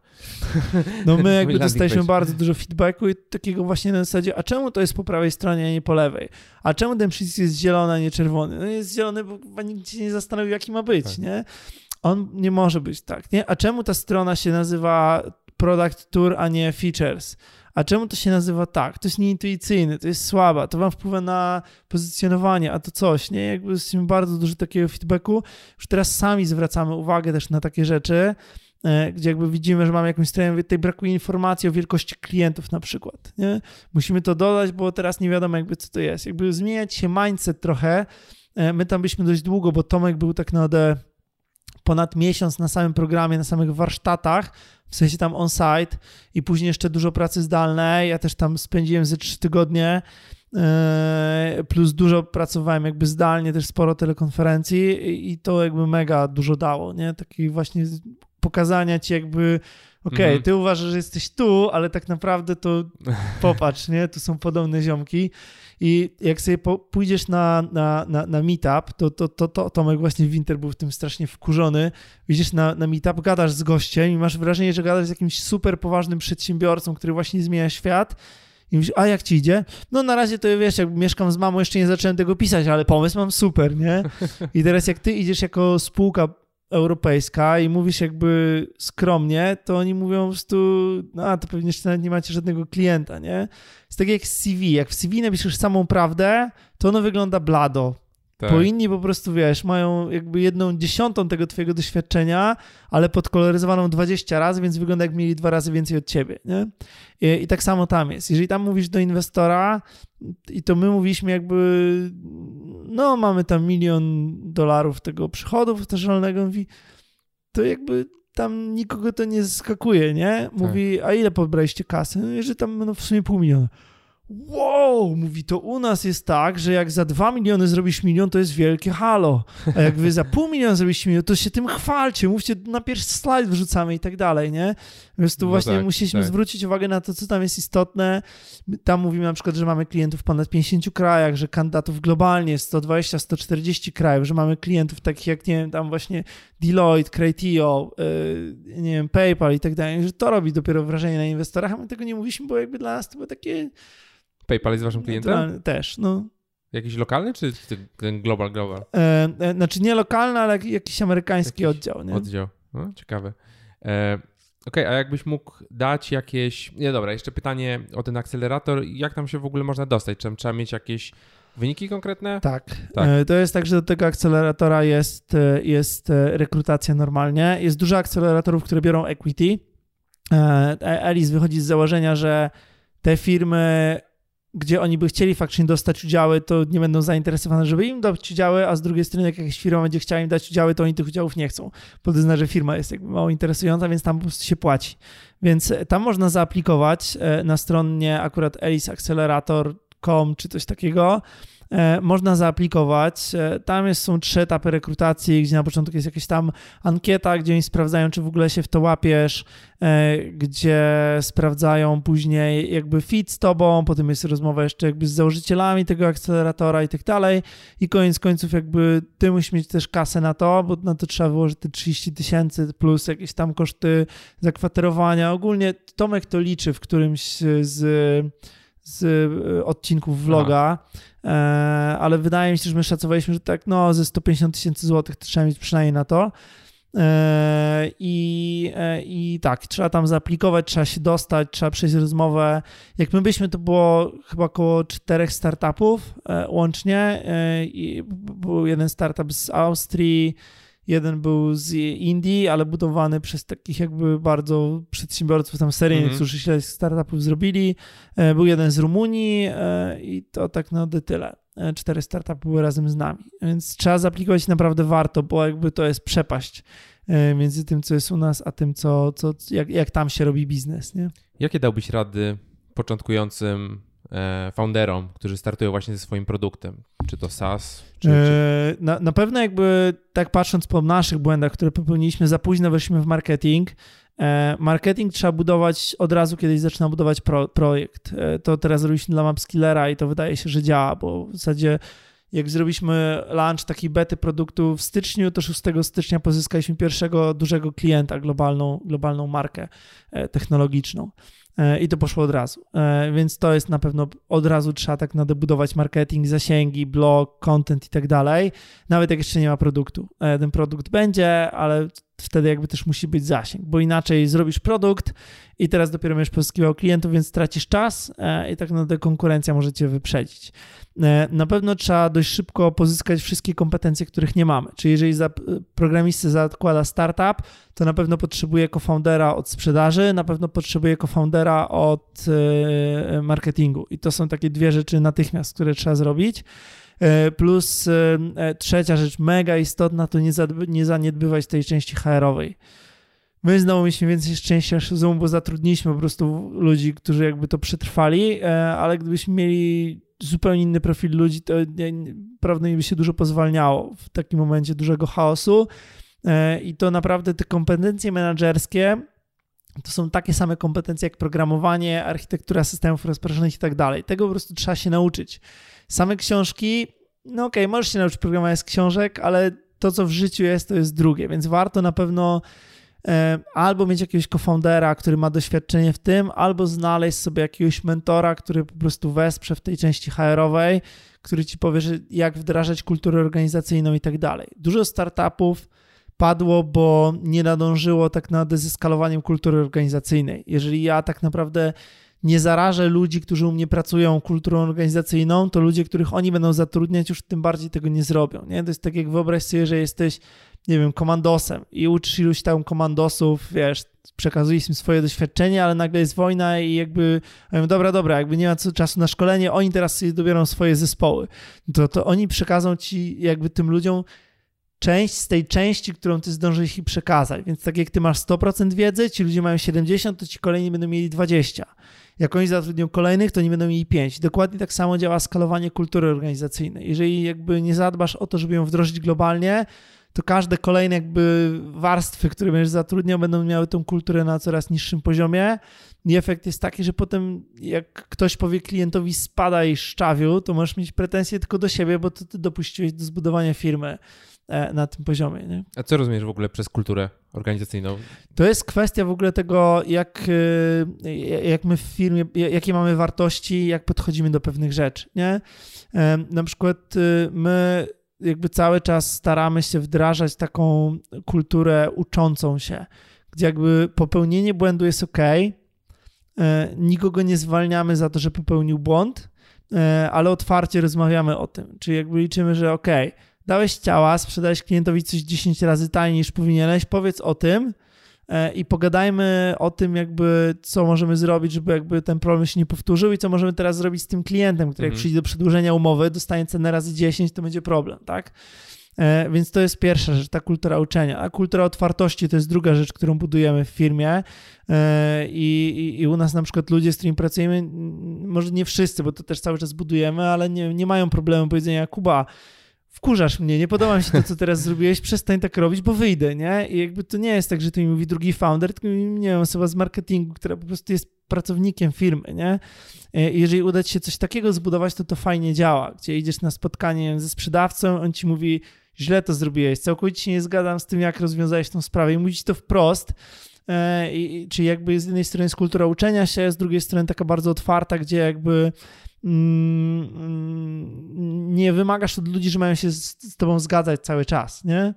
No my jakby dostaliśmy bardzo dużo feedbacku i takiego właśnie na zasadzie, a czemu to jest po prawej stronie, a nie po lewej? A czemu ten przycisk jest zielony, a nie czerwony? No jest zielony, bo nikt się nie zastanowił, jaki ma być, tak. Nie? On nie może być tak, nie? A czemu ta strona się nazywa Product Tour, a nie Features? A czemu to się nazywa tak? To jest nieintuicyjne, to jest słaba, to wam wpływa na pozycjonowanie, a to coś, nie? Jakby jesteśmy bardzo dużo takiego feedbacku. Już teraz sami zwracamy uwagę też na takie rzeczy, gdzie jakby widzimy, że mamy jakąś stronę, tutaj brakuje informacji o wielkości klientów na przykład, nie? Musimy to dodać, bo teraz nie wiadomo jakby co to jest. Jakby zmieniać się mindset trochę. My tam byliśmy dość długo, bo Tomek był tak naprawdę ponad miesiąc na samym programie, na samych warsztatach, w sensie tam on-site i później jeszcze dużo pracy zdalnej. Ja też tam spędziłem ze 3 tygodnie, plus dużo pracowałem jakby zdalnie, też sporo telekonferencji i to jakby mega dużo dało, nie? Takiej właśnie pokazania ci jakby, okej, ty uważasz, że jesteś tu, ale tak naprawdę to popatrz, nie? Tu są podobne ziomki. I jak sobie pójdziesz na meetup, to Tomek właśnie Winter był w tym strasznie wkurzony. Idziesz na meetup, gadasz z gościem i masz wrażenie, że gadasz z jakimś super poważnym przedsiębiorcą, który właśnie zmienia świat. I mówisz, a jak ci idzie? No na razie to wiesz, jak mieszkam z mamą, jeszcze nie zacząłem tego pisać, ale pomysł mam super, nie? I teraz jak ty idziesz jako spółka europejska i mówisz jakby skromnie, to oni mówią po prostu, no to pewnie jeszcze nawet nie macie żadnego klienta, nie? Jest tak jak CV. Jak w CV napiszesz samą prawdę, to ono wygląda blado. Tak. Bo inni po prostu, wiesz, mają jakby 1/10 tego twojego doświadczenia, ale podkoloryzowaną 20 razy, więc wygląda jak mieli 2 razy więcej od ciebie, nie? I tak samo tam jest. Jeżeli tam mówisz do inwestora i to my mówiliśmy jakby, no mamy tam $1 milion tego przychodu powtarzalnego, mówi, to jakby tam nikogo to nie zaskakuje, nie? Mówi, tak. A ile pobraliście kasy? No, że tam no, w sumie $500,000. wow, mówi, to u nas jest tak, że jak za 2 miliony zrobisz 1 milion, to jest wielkie halo, a jak wy za 0,5 miliona zrobicie 1 milion, to się tym chwalcie, mówcie, na pierwszy slajd wrzucamy i tak dalej, nie? Więc tu właśnie musieliśmy zwrócić uwagę na to, co tam jest istotne. Tam mówimy na przykład, że mamy klientów w ponad 50 krajach, że kandydatów globalnie 120-140 krajów, że mamy klientów takich jak, nie wiem, tam właśnie Deloitte, Criteo, nie wiem, PayPal i tak dalej, że to robi dopiero wrażenie na inwestorach, a my tego nie mówiliśmy, bo jakby dla nas to było takie... PayPal jest waszym klientem? Też, no. Jakiś lokalny, czy ten global? Znaczy nie lokalny, ale jakiś amerykański oddział, nie? Oddział, no, ciekawe. Okej, a jakbyś mógł dać jakieś... Nie, dobra, jeszcze pytanie o ten akcelerator. Jak tam się w ogóle można dostać? Czy trzeba mieć jakieś wyniki konkretne? Tak. To jest tak, że do tego akceleratora jest rekrutacja normalnie. Jest dużo akceleratorów, które biorą equity. Alice wychodzi z założenia, że te firmy, gdzie oni by chcieli faktycznie dostać udziały, to nie będą zainteresowane, żeby im dać udziały, a z drugiej strony jak jakaś firma będzie chciała im dać udziały, to oni tych udziałów nie chcą. Bo to znaczy, że firma jest jakby mało interesująca, więc tam po prostu się płaci. Więc tam można zaaplikować na stronie akurat aliceaccelerator.com czy coś takiego. Można zaaplikować. Tam są 3 etapy rekrutacji, gdzie na początku jest jakaś tam ankieta, gdzie oni sprawdzają, czy w ogóle się w to łapiesz, gdzie sprawdzają później jakby fit z tobą, potem jest rozmowa jeszcze jakby z założycielami tego akceleratora i tak dalej i koniec końców jakby ty musisz mieć też kasę na to, bo na to trzeba wyłożyć te 30 000 plus jakieś tam koszty zakwaterowania. Ogólnie Tomek to liczy w którymś z odcinków vloga, ale wydaje mi się, że my szacowaliśmy, że tak ze 150 000 złotych to trzeba mieć przynajmniej na to. I tak, trzeba tam zaaplikować, trzeba się dostać, trzeba przejść rozmowę. Jak my byliśmy, to było chyba około 4 startupów łącznie. I był jeden startup z Austrii, jeden był z Indii, ale budowany przez takich jakby bardzo przedsiębiorców tam seryjnych, którzy się startupów zrobili. Był jeden z Rumunii i to tak tyle. 4 startupy były razem z nami, więc trzeba zaaplikować, naprawdę warto, bo jakby to jest przepaść między tym, co jest u nas, a tym, jak tam się robi biznes, nie? Jakie dałbyś rady początkującym founderom, którzy startują właśnie ze swoim produktem? Czy to SaaS? Na pewno jakby tak patrząc po naszych błędach, które popełniliśmy, za późno weszliśmy w marketing. Marketing trzeba budować od razu, kiedyś zaczyna budować projekt. To teraz robiliśmy dla Mapskillera i to wydaje się, że działa, bo w zasadzie jak zrobiliśmy launch takiej bety produktu w styczniu, to 6 stycznia pozyskaliśmy pierwszego dużego klienta, globalną markę technologiczną. I to poszło od razu. Więc to jest na pewno od razu trzeba tak budować marketing, zasięgi, blog, content i tak dalej. Nawet jak jeszcze nie ma produktu. Ten produkt będzie, ale wtedy jakby też musi być zasięg, bo inaczej zrobisz produkt i teraz dopiero będziesz pozyskiwał klientów, więc tracisz czas i tak naprawdę konkurencja może cię wyprzedzić. Na pewno trzeba dość szybko pozyskać wszystkie kompetencje, których nie mamy. Czyli jeżeli programista zakłada startup, to na pewno potrzebuje co-foundera od sprzedaży, na pewno potrzebuje co-foundera od marketingu. I to są takie 2 rzeczy natychmiast, które trzeba zrobić. Plus trzecia rzecz mega istotna, to nie zaniedbywać tej części HR-owej. My znowu mieliśmy więcej szczęścia niż rozumu, bo zatrudniliśmy po prostu ludzi, którzy jakby to przetrwali, ale gdybyśmy mieli zupełnie inny profil ludzi, to prawdopodobnie by się dużo pozwalniało w takim momencie dużego chaosu i to naprawdę te kompetencje menedżerskie to są takie same kompetencje jak programowanie, architektura systemów rozproszonych i tak dalej. Tego po prostu trzeba się nauczyć. Same książki, możesz się nauczyć programować z książek, ale to, co w życiu jest, to jest drugie, więc warto na pewno albo mieć jakiegoś co-foundera, który ma doświadczenie w tym, albo znaleźć sobie jakiegoś mentora, który po prostu wesprze w tej części HR-owej, który ci powie, że jak wdrażać kulturę organizacyjną i tak dalej. Dużo startupów padło, bo nie nadążyło tak naprawdę ze skalowaniem kultury organizacyjnej. Jeżeli ja tak naprawdę nie zarażę ludzi, którzy u mnie pracują kulturą organizacyjną, to ludzie, których oni będą zatrudniać, już tym bardziej tego nie zrobią. Nie? To jest tak jak wyobraź sobie, że jesteś, komandosem i uczysz iluś tam komandosów, przekazujesz im swoje doświadczenie, ale nagle jest wojna i jakby dobra, jakby nie ma czasu na szkolenie, oni teraz sobie dobiorą swoje zespoły. To oni przekazą ci jakby tym ludziom część z tej części, którą ty zdążyłeś im przekazać. Więc tak jak ty masz 100% wiedzy, ci ludzie mają 70%, to ci kolejni będą mieli 20%. jak oni zatrudnią kolejnych, to nie będą mieli 5. Dokładnie tak samo działa skalowanie kultury organizacyjnej. Jeżeli jakby nie zadbasz o to, żeby ją wdrożyć globalnie, to każde kolejne jakby warstwy, które będziesz zatrudniał, będą miały tą kulturę na coraz niższym poziomie i efekt jest taki, że potem jak ktoś powie klientowi spadaj szczawiu, to możesz mieć pretensje tylko do siebie, bo to ty dopuściłeś do zbudowania firmy na tym poziomie. Nie? A co rozumiesz w ogóle przez kulturę organizacyjną? To jest kwestia w ogóle tego, jak my w firmie, jakie mamy wartości, jak podchodzimy do pewnych rzeczy. Nie? Na przykład my jakby cały czas staramy się wdrażać taką kulturę uczącą się, gdzie jakby popełnienie błędu jest nikogo nie zwalniamy za to, że popełnił błąd, ale otwarcie rozmawiamy o tym, czyli jakby liczymy, że dałeś ciała, sprzedałeś klientowi coś 10 razy taniej niż powinieneś, powiedz o tym i pogadajmy o tym jakby, co możemy zrobić, żeby jakby ten problem się nie powtórzył i co możemy teraz zrobić z tym klientem, który jak przyjdzie do przedłużenia umowy, dostanie cenę razy 10, to będzie problem, tak? Więc to jest pierwsza rzecz, ta kultura uczenia. A kultura otwartości to jest druga rzecz, którą budujemy w firmie i u nas na przykład ludzie, z którymi pracujemy, może nie wszyscy, bo to też cały czas budujemy, ale nie mają problemu powiedzenia, Kuba, wkurzasz mnie, nie podoba mi się to, co teraz zrobiłeś, przestań tak robić, bo wyjdę, nie? I jakby to nie jest tak, że to mi mówi drugi founder, tylko nie wiem, osoba z marketingu, która po prostu jest pracownikiem firmy, nie? I jeżeli uda ci się coś takiego zbudować, to fajnie działa, gdzie idziesz na spotkanie ze sprzedawcą, on ci mówi, źle to zrobiłeś, całkowicie się nie zgadzam z tym, jak rozwiązałeś tą sprawę i mówi ci to wprost, czyli jakby z jednej strony jest kultura uczenia się, z drugiej strony taka bardzo otwarta, gdzie jakby nie wymagasz od ludzi, że mają się z tobą zgadzać cały czas, nie?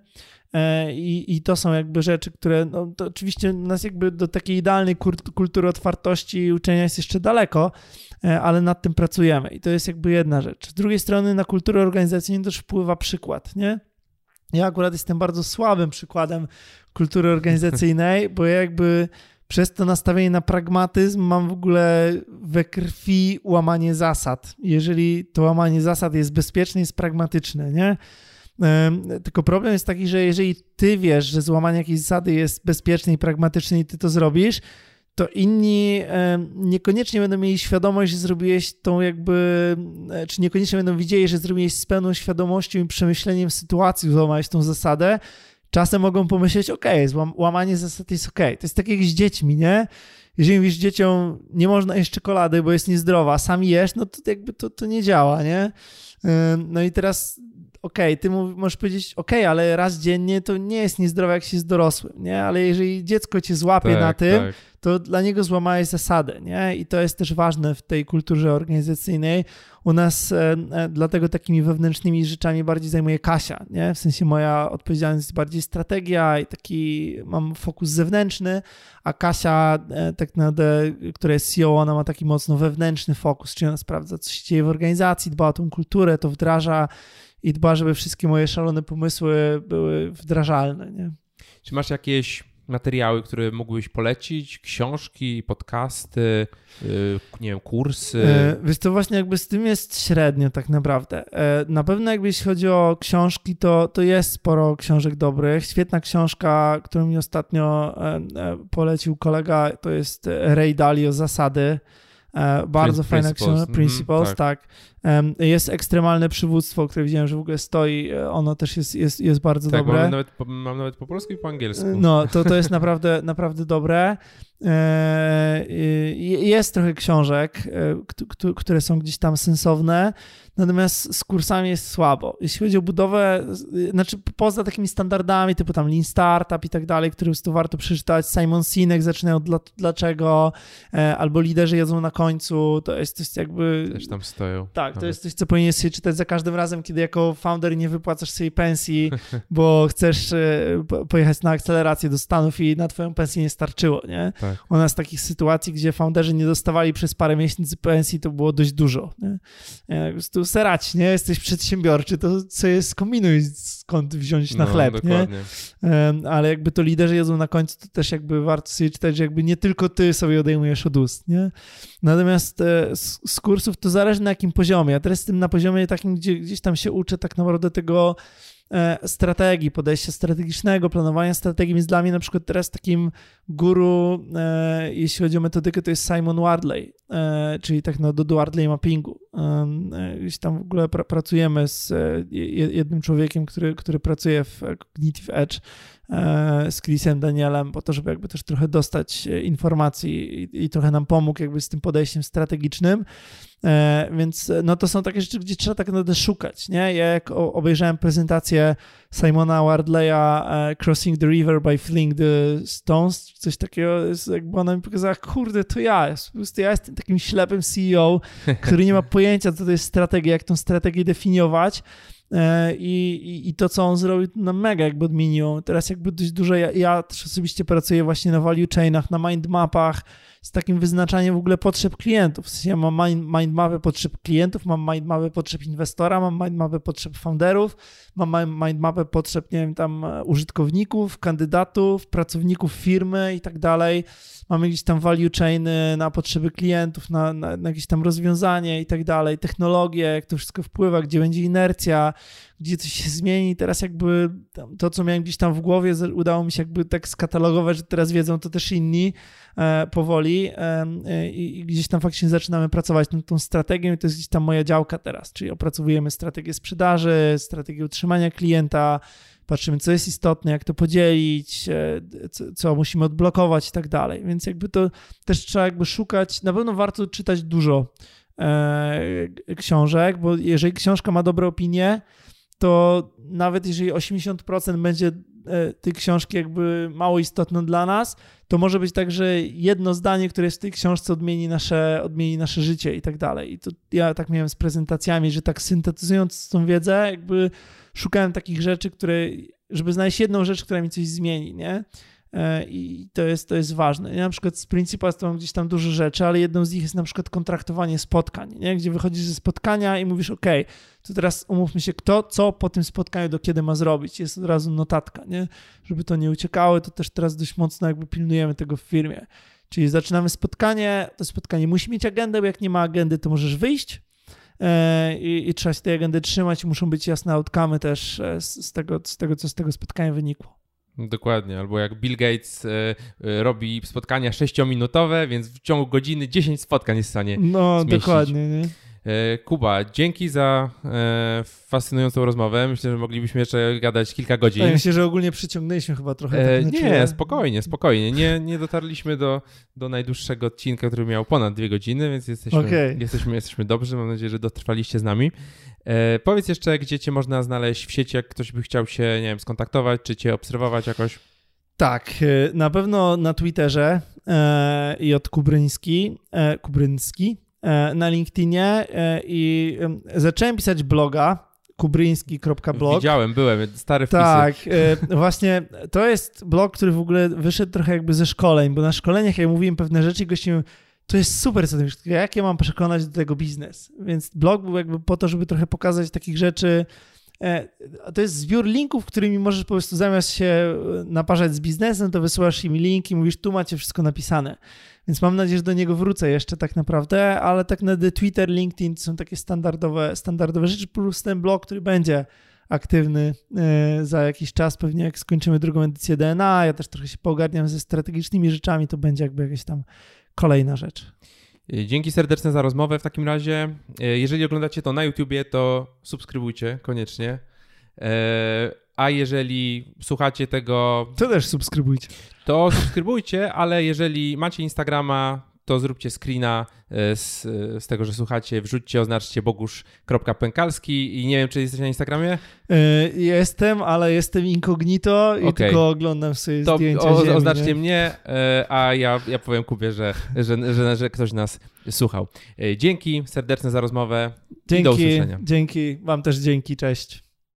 I to są jakby rzeczy, które, no to oczywiście nas jakby do takiej idealnej kultury otwartości i uczenia jest jeszcze daleko, ale nad tym pracujemy i to jest jakby jedna rzecz. Z drugiej strony na kulturę organizacyjną też wpływa przykład, nie? Ja akurat jestem bardzo słabym przykładem kultury organizacyjnej, bo ja jakby przez to nastawienie na pragmatyzm mam w ogóle we krwi łamanie zasad. Jeżeli to łamanie zasad jest bezpieczne, jest pragmatyczne, nie? Tylko problem jest taki, że jeżeli ty wiesz, że złamanie jakiejś zasady jest bezpieczne i pragmatyczne i ty to zrobisz, to inni niekoniecznie będą mieli świadomość, że zrobiłeś tą jakby, czy niekoniecznie będą widzieli, że zrobiłeś z pełną świadomością i przemyśleniem sytuacji, złamałeś tą zasadę. Czasem mogą pomyśleć, łamanie zasad jest to jest tak jak z dziećmi, nie? Jeżeli mówisz dzieciom, nie można jeść czekolady, bo jest niezdrowa, sam jesz, no to jakby to nie działa, nie? No i teraz ty możesz powiedzieć, ale raz dziennie to nie jest niezdrowe, jak się jest dorosłym, nie? Ale jeżeli dziecko cię złapie na tym, to dla niego złamałeś zasadę, nie? I to jest też ważne w tej kulturze organizacyjnej. U nas dlatego takimi wewnętrznymi rzeczami bardziej zajmuje Kasia, nie? W sensie moja odpowiedzialność jest bardziej strategia i taki mam fokus zewnętrzny, a Kasia, tak naprawdę, która jest CEO, ona ma taki mocno wewnętrzny fokus, czyli ona sprawdza, co się dzieje w organizacji, dba o tą kulturę, to wdraża i dba, żeby wszystkie moje szalone pomysły były wdrażalne, nie? Czy masz jakieś materiały, które mógłbyś polecić? Książki, podcasty, nie wiem, kursy? Wiesz, to właśnie jakby z tym jest średnio tak naprawdę. Na pewno jakby jeśli chodzi o książki, to jest sporo książek dobrych. Świetna książka, którą mi ostatnio polecił kolega, to jest Ray Dalio Zasady. Bardzo fajna książka, Principles, tak. Jest Ekstremalne Przywództwo, które widziałem, że w ogóle stoi, ono też jest bardzo dobre. Mam nawet po polsku i po angielsku. No, to jest naprawdę dobre. Jest trochę książek, które są gdzieś tam sensowne, natomiast z kursami jest słabo. Jeśli chodzi o budowę, znaczy poza takimi standardami typu tam Lean Startup i tak dalej, które to warto przeczytać, Simon Sinek zaczynają od dlaczego, albo Liderzy jedzą na końcu, to jest jakby... Też tam stoją. Tak, to jest coś, co powinieneś sobie czytać za każdym razem, kiedy jako founder nie wypłacasz sobie pensji, bo chcesz pojechać na akcelerację do Stanów i na twoją pensję nie starczyło, nie? Tak. U nas takich sytuacji, gdzie founderzy nie dostawali przez parę miesięcy pensji, to było dość dużo. Nie? Po prostu serać, nie? Jesteś przedsiębiorczy, to sobie skombinuj, skąd wziąć na chleb, dokładnie. Nie? Ale jakby to Liderzy jedzą na końcu, to też jakby warto sobie czytać, że jakby nie tylko ty sobie odejmujesz od ust, nie? Natomiast z kursów to zależy na jakim poziomie. Ja teraz jestem na poziomie takim, gdzie gdzieś tam się uczę tak naprawdę tego, strategii, podejścia strategicznego, planowania strategii, więc dla mnie na przykład teraz takim guru, jeśli chodzi o metodykę, to jest Simon Wardley, czyli tak do Wardley mappingu. Gdzieś tam w ogóle pracujemy z jednym człowiekiem, który pracuje w Cognitive Edge, z Chrisem Danielem, po to, żeby jakby też trochę dostać informacji i trochę nam pomógł jakby z tym podejściem strategicznym. Więc no to są takie rzeczy, gdzie trzeba tak naprawdę szukać, nie? Ja jak obejrzałem prezentację Simona Wardleya Crossing the River by Fling the Stones, coś takiego, jakby ona mi pokazała, kurde, to ja jestem takim ślepym CEO, który nie ma pojęcia, co to jest strategia, jak tą strategię definiować. I to, co on zrobił, nam mega jakby odmieniło. Teraz jakby dość dużo, ja też osobiście pracuję właśnie na value chainach, na mindmapach, z takim wyznaczaniem w ogóle potrzeb klientów. W sensie ja mam mindmapy potrzeb klientów, mam mindmapy potrzeb inwestora, mam mindmapy potrzeb founderów, mam mindmapy potrzeb, nie wiem, tam użytkowników, kandydatów, pracowników firmy i tak dalej. Mamy gdzieś tam value chainy na potrzeby klientów, na jakieś tam rozwiązanie i tak dalej, technologie, jak to wszystko wpływa, gdzie będzie inercja, gdzie coś się zmieni. Teraz jakby to, co miałem gdzieś tam w głowie, udało mi się jakby tak skatalogować, że teraz wiedzą to też inni powoli i gdzieś tam faktycznie zaczynamy pracować nad tą strategią i to jest gdzieś tam moja działka teraz, czyli opracowujemy strategię sprzedaży, strategię utrzymania klienta, patrzymy, co jest istotne, jak to podzielić, co musimy odblokować i tak dalej. Więc jakby to też trzeba jakby szukać. Na pewno warto czytać dużo książek, bo jeżeli książka ma dobre opinie, to nawet jeżeli 80% będzie tej książki jakby mało istotne dla nas, to może być tak, że jedno zdanie, które jest w tej książce odmieni nasze życie i tak dalej. I to ja tak miałem z prezentacjami, że tak syntetyzując tą wiedzę, jakby szukałem takich rzeczy, żeby znaleźć jedną rzecz, która mi coś zmieni, nie? I to jest ważne. Ja na przykład z Principles to mam gdzieś tam dużo rzeczy, ale jedną z nich jest na przykład kontraktowanie spotkań, nie? Gdzie wychodzisz ze spotkania i mówisz, OK, to teraz umówmy się, kto co po tym spotkaniu do kiedy ma zrobić. Jest od razu notatka, nie? Żeby to nie uciekało, to też teraz dość mocno jakby pilnujemy tego w firmie. Czyli zaczynamy spotkanie, to spotkanie musi mieć agendę, bo jak nie ma agendy, to możesz wyjść. I trzeba się tej agendy trzymać, muszą być jasne outcome'y też z tego, co z tego spotkania wynikło. Dokładnie, albo jak Bill Gates robi spotkania 6-minutowe, więc w ciągu godziny 10 spotkań jest w stanie zmieścić. Dokładnie, nie? Kuba, dzięki za fascynującą rozmowę. Myślę, że moglibyśmy jeszcze gadać kilka godzin. Ja myślę, że ogólnie przyciągnęliśmy chyba trochę. Nie, spokojnie. Nie dotarliśmy do najdłuższego odcinka, który miał ponad 2 godziny, więc jesteśmy dobrzy. Mam nadzieję, że dotrwaliście z nami. Powiedz jeszcze, gdzie cię można znaleźć w sieci, jak ktoś by chciał się, nie wiem, skontaktować, czy cię obserwować jakoś. Tak, na pewno na Twitterze J. Kubryński, na LinkedInie i zacząłem pisać bloga kubryński.blog. Widziałem, byłem, stare wpisy. Tak, właśnie to jest blog, który w ogóle wyszedł trochę jakby ze szkoleń, bo na szkoleniach ja mówiłem pewne rzeczy i gościem mówił, to jest super, co ty mówisz, jak ja mam przekonać do tego biznes. Więc blog był jakby po to, żeby trochę pokazać takich rzeczy. To jest zbiór linków, którymi możesz po prostu zamiast się naparzać z biznesem, to wysyłasz im link i mówisz, tu macie wszystko napisane. Więc mam nadzieję, że do niego wrócę jeszcze tak naprawdę, ale tak naprawdę Twitter, LinkedIn to są takie standardowe rzeczy, plus ten blog, który będzie aktywny za jakiś czas, pewnie jak skończymy drugą edycję DNA, ja też trochę się poogarniam ze strategicznymi rzeczami, to będzie jakby jakaś tam kolejna rzecz. Dzięki serdeczne za rozmowę w takim razie. Jeżeli oglądacie to na YouTubie, to subskrybujcie koniecznie. A jeżeli słuchacie tego... To też subskrybujcie. To subskrybujcie, ale jeżeli macie Instagrama, to zróbcie screena z tego, że słuchacie, wrzućcie, oznaczcie bogusz.pękalski i nie wiem, czy jesteś na Instagramie? Jestem, ale jestem incognito i tylko oglądam sobie zdjęcia ziemi. Oznaczcie mnie, a ja powiem Kubie, że ktoś nas słuchał. Dzięki serdeczne za rozmowę i do usłyszenia. Dzięki, wam też dzięki, cześć.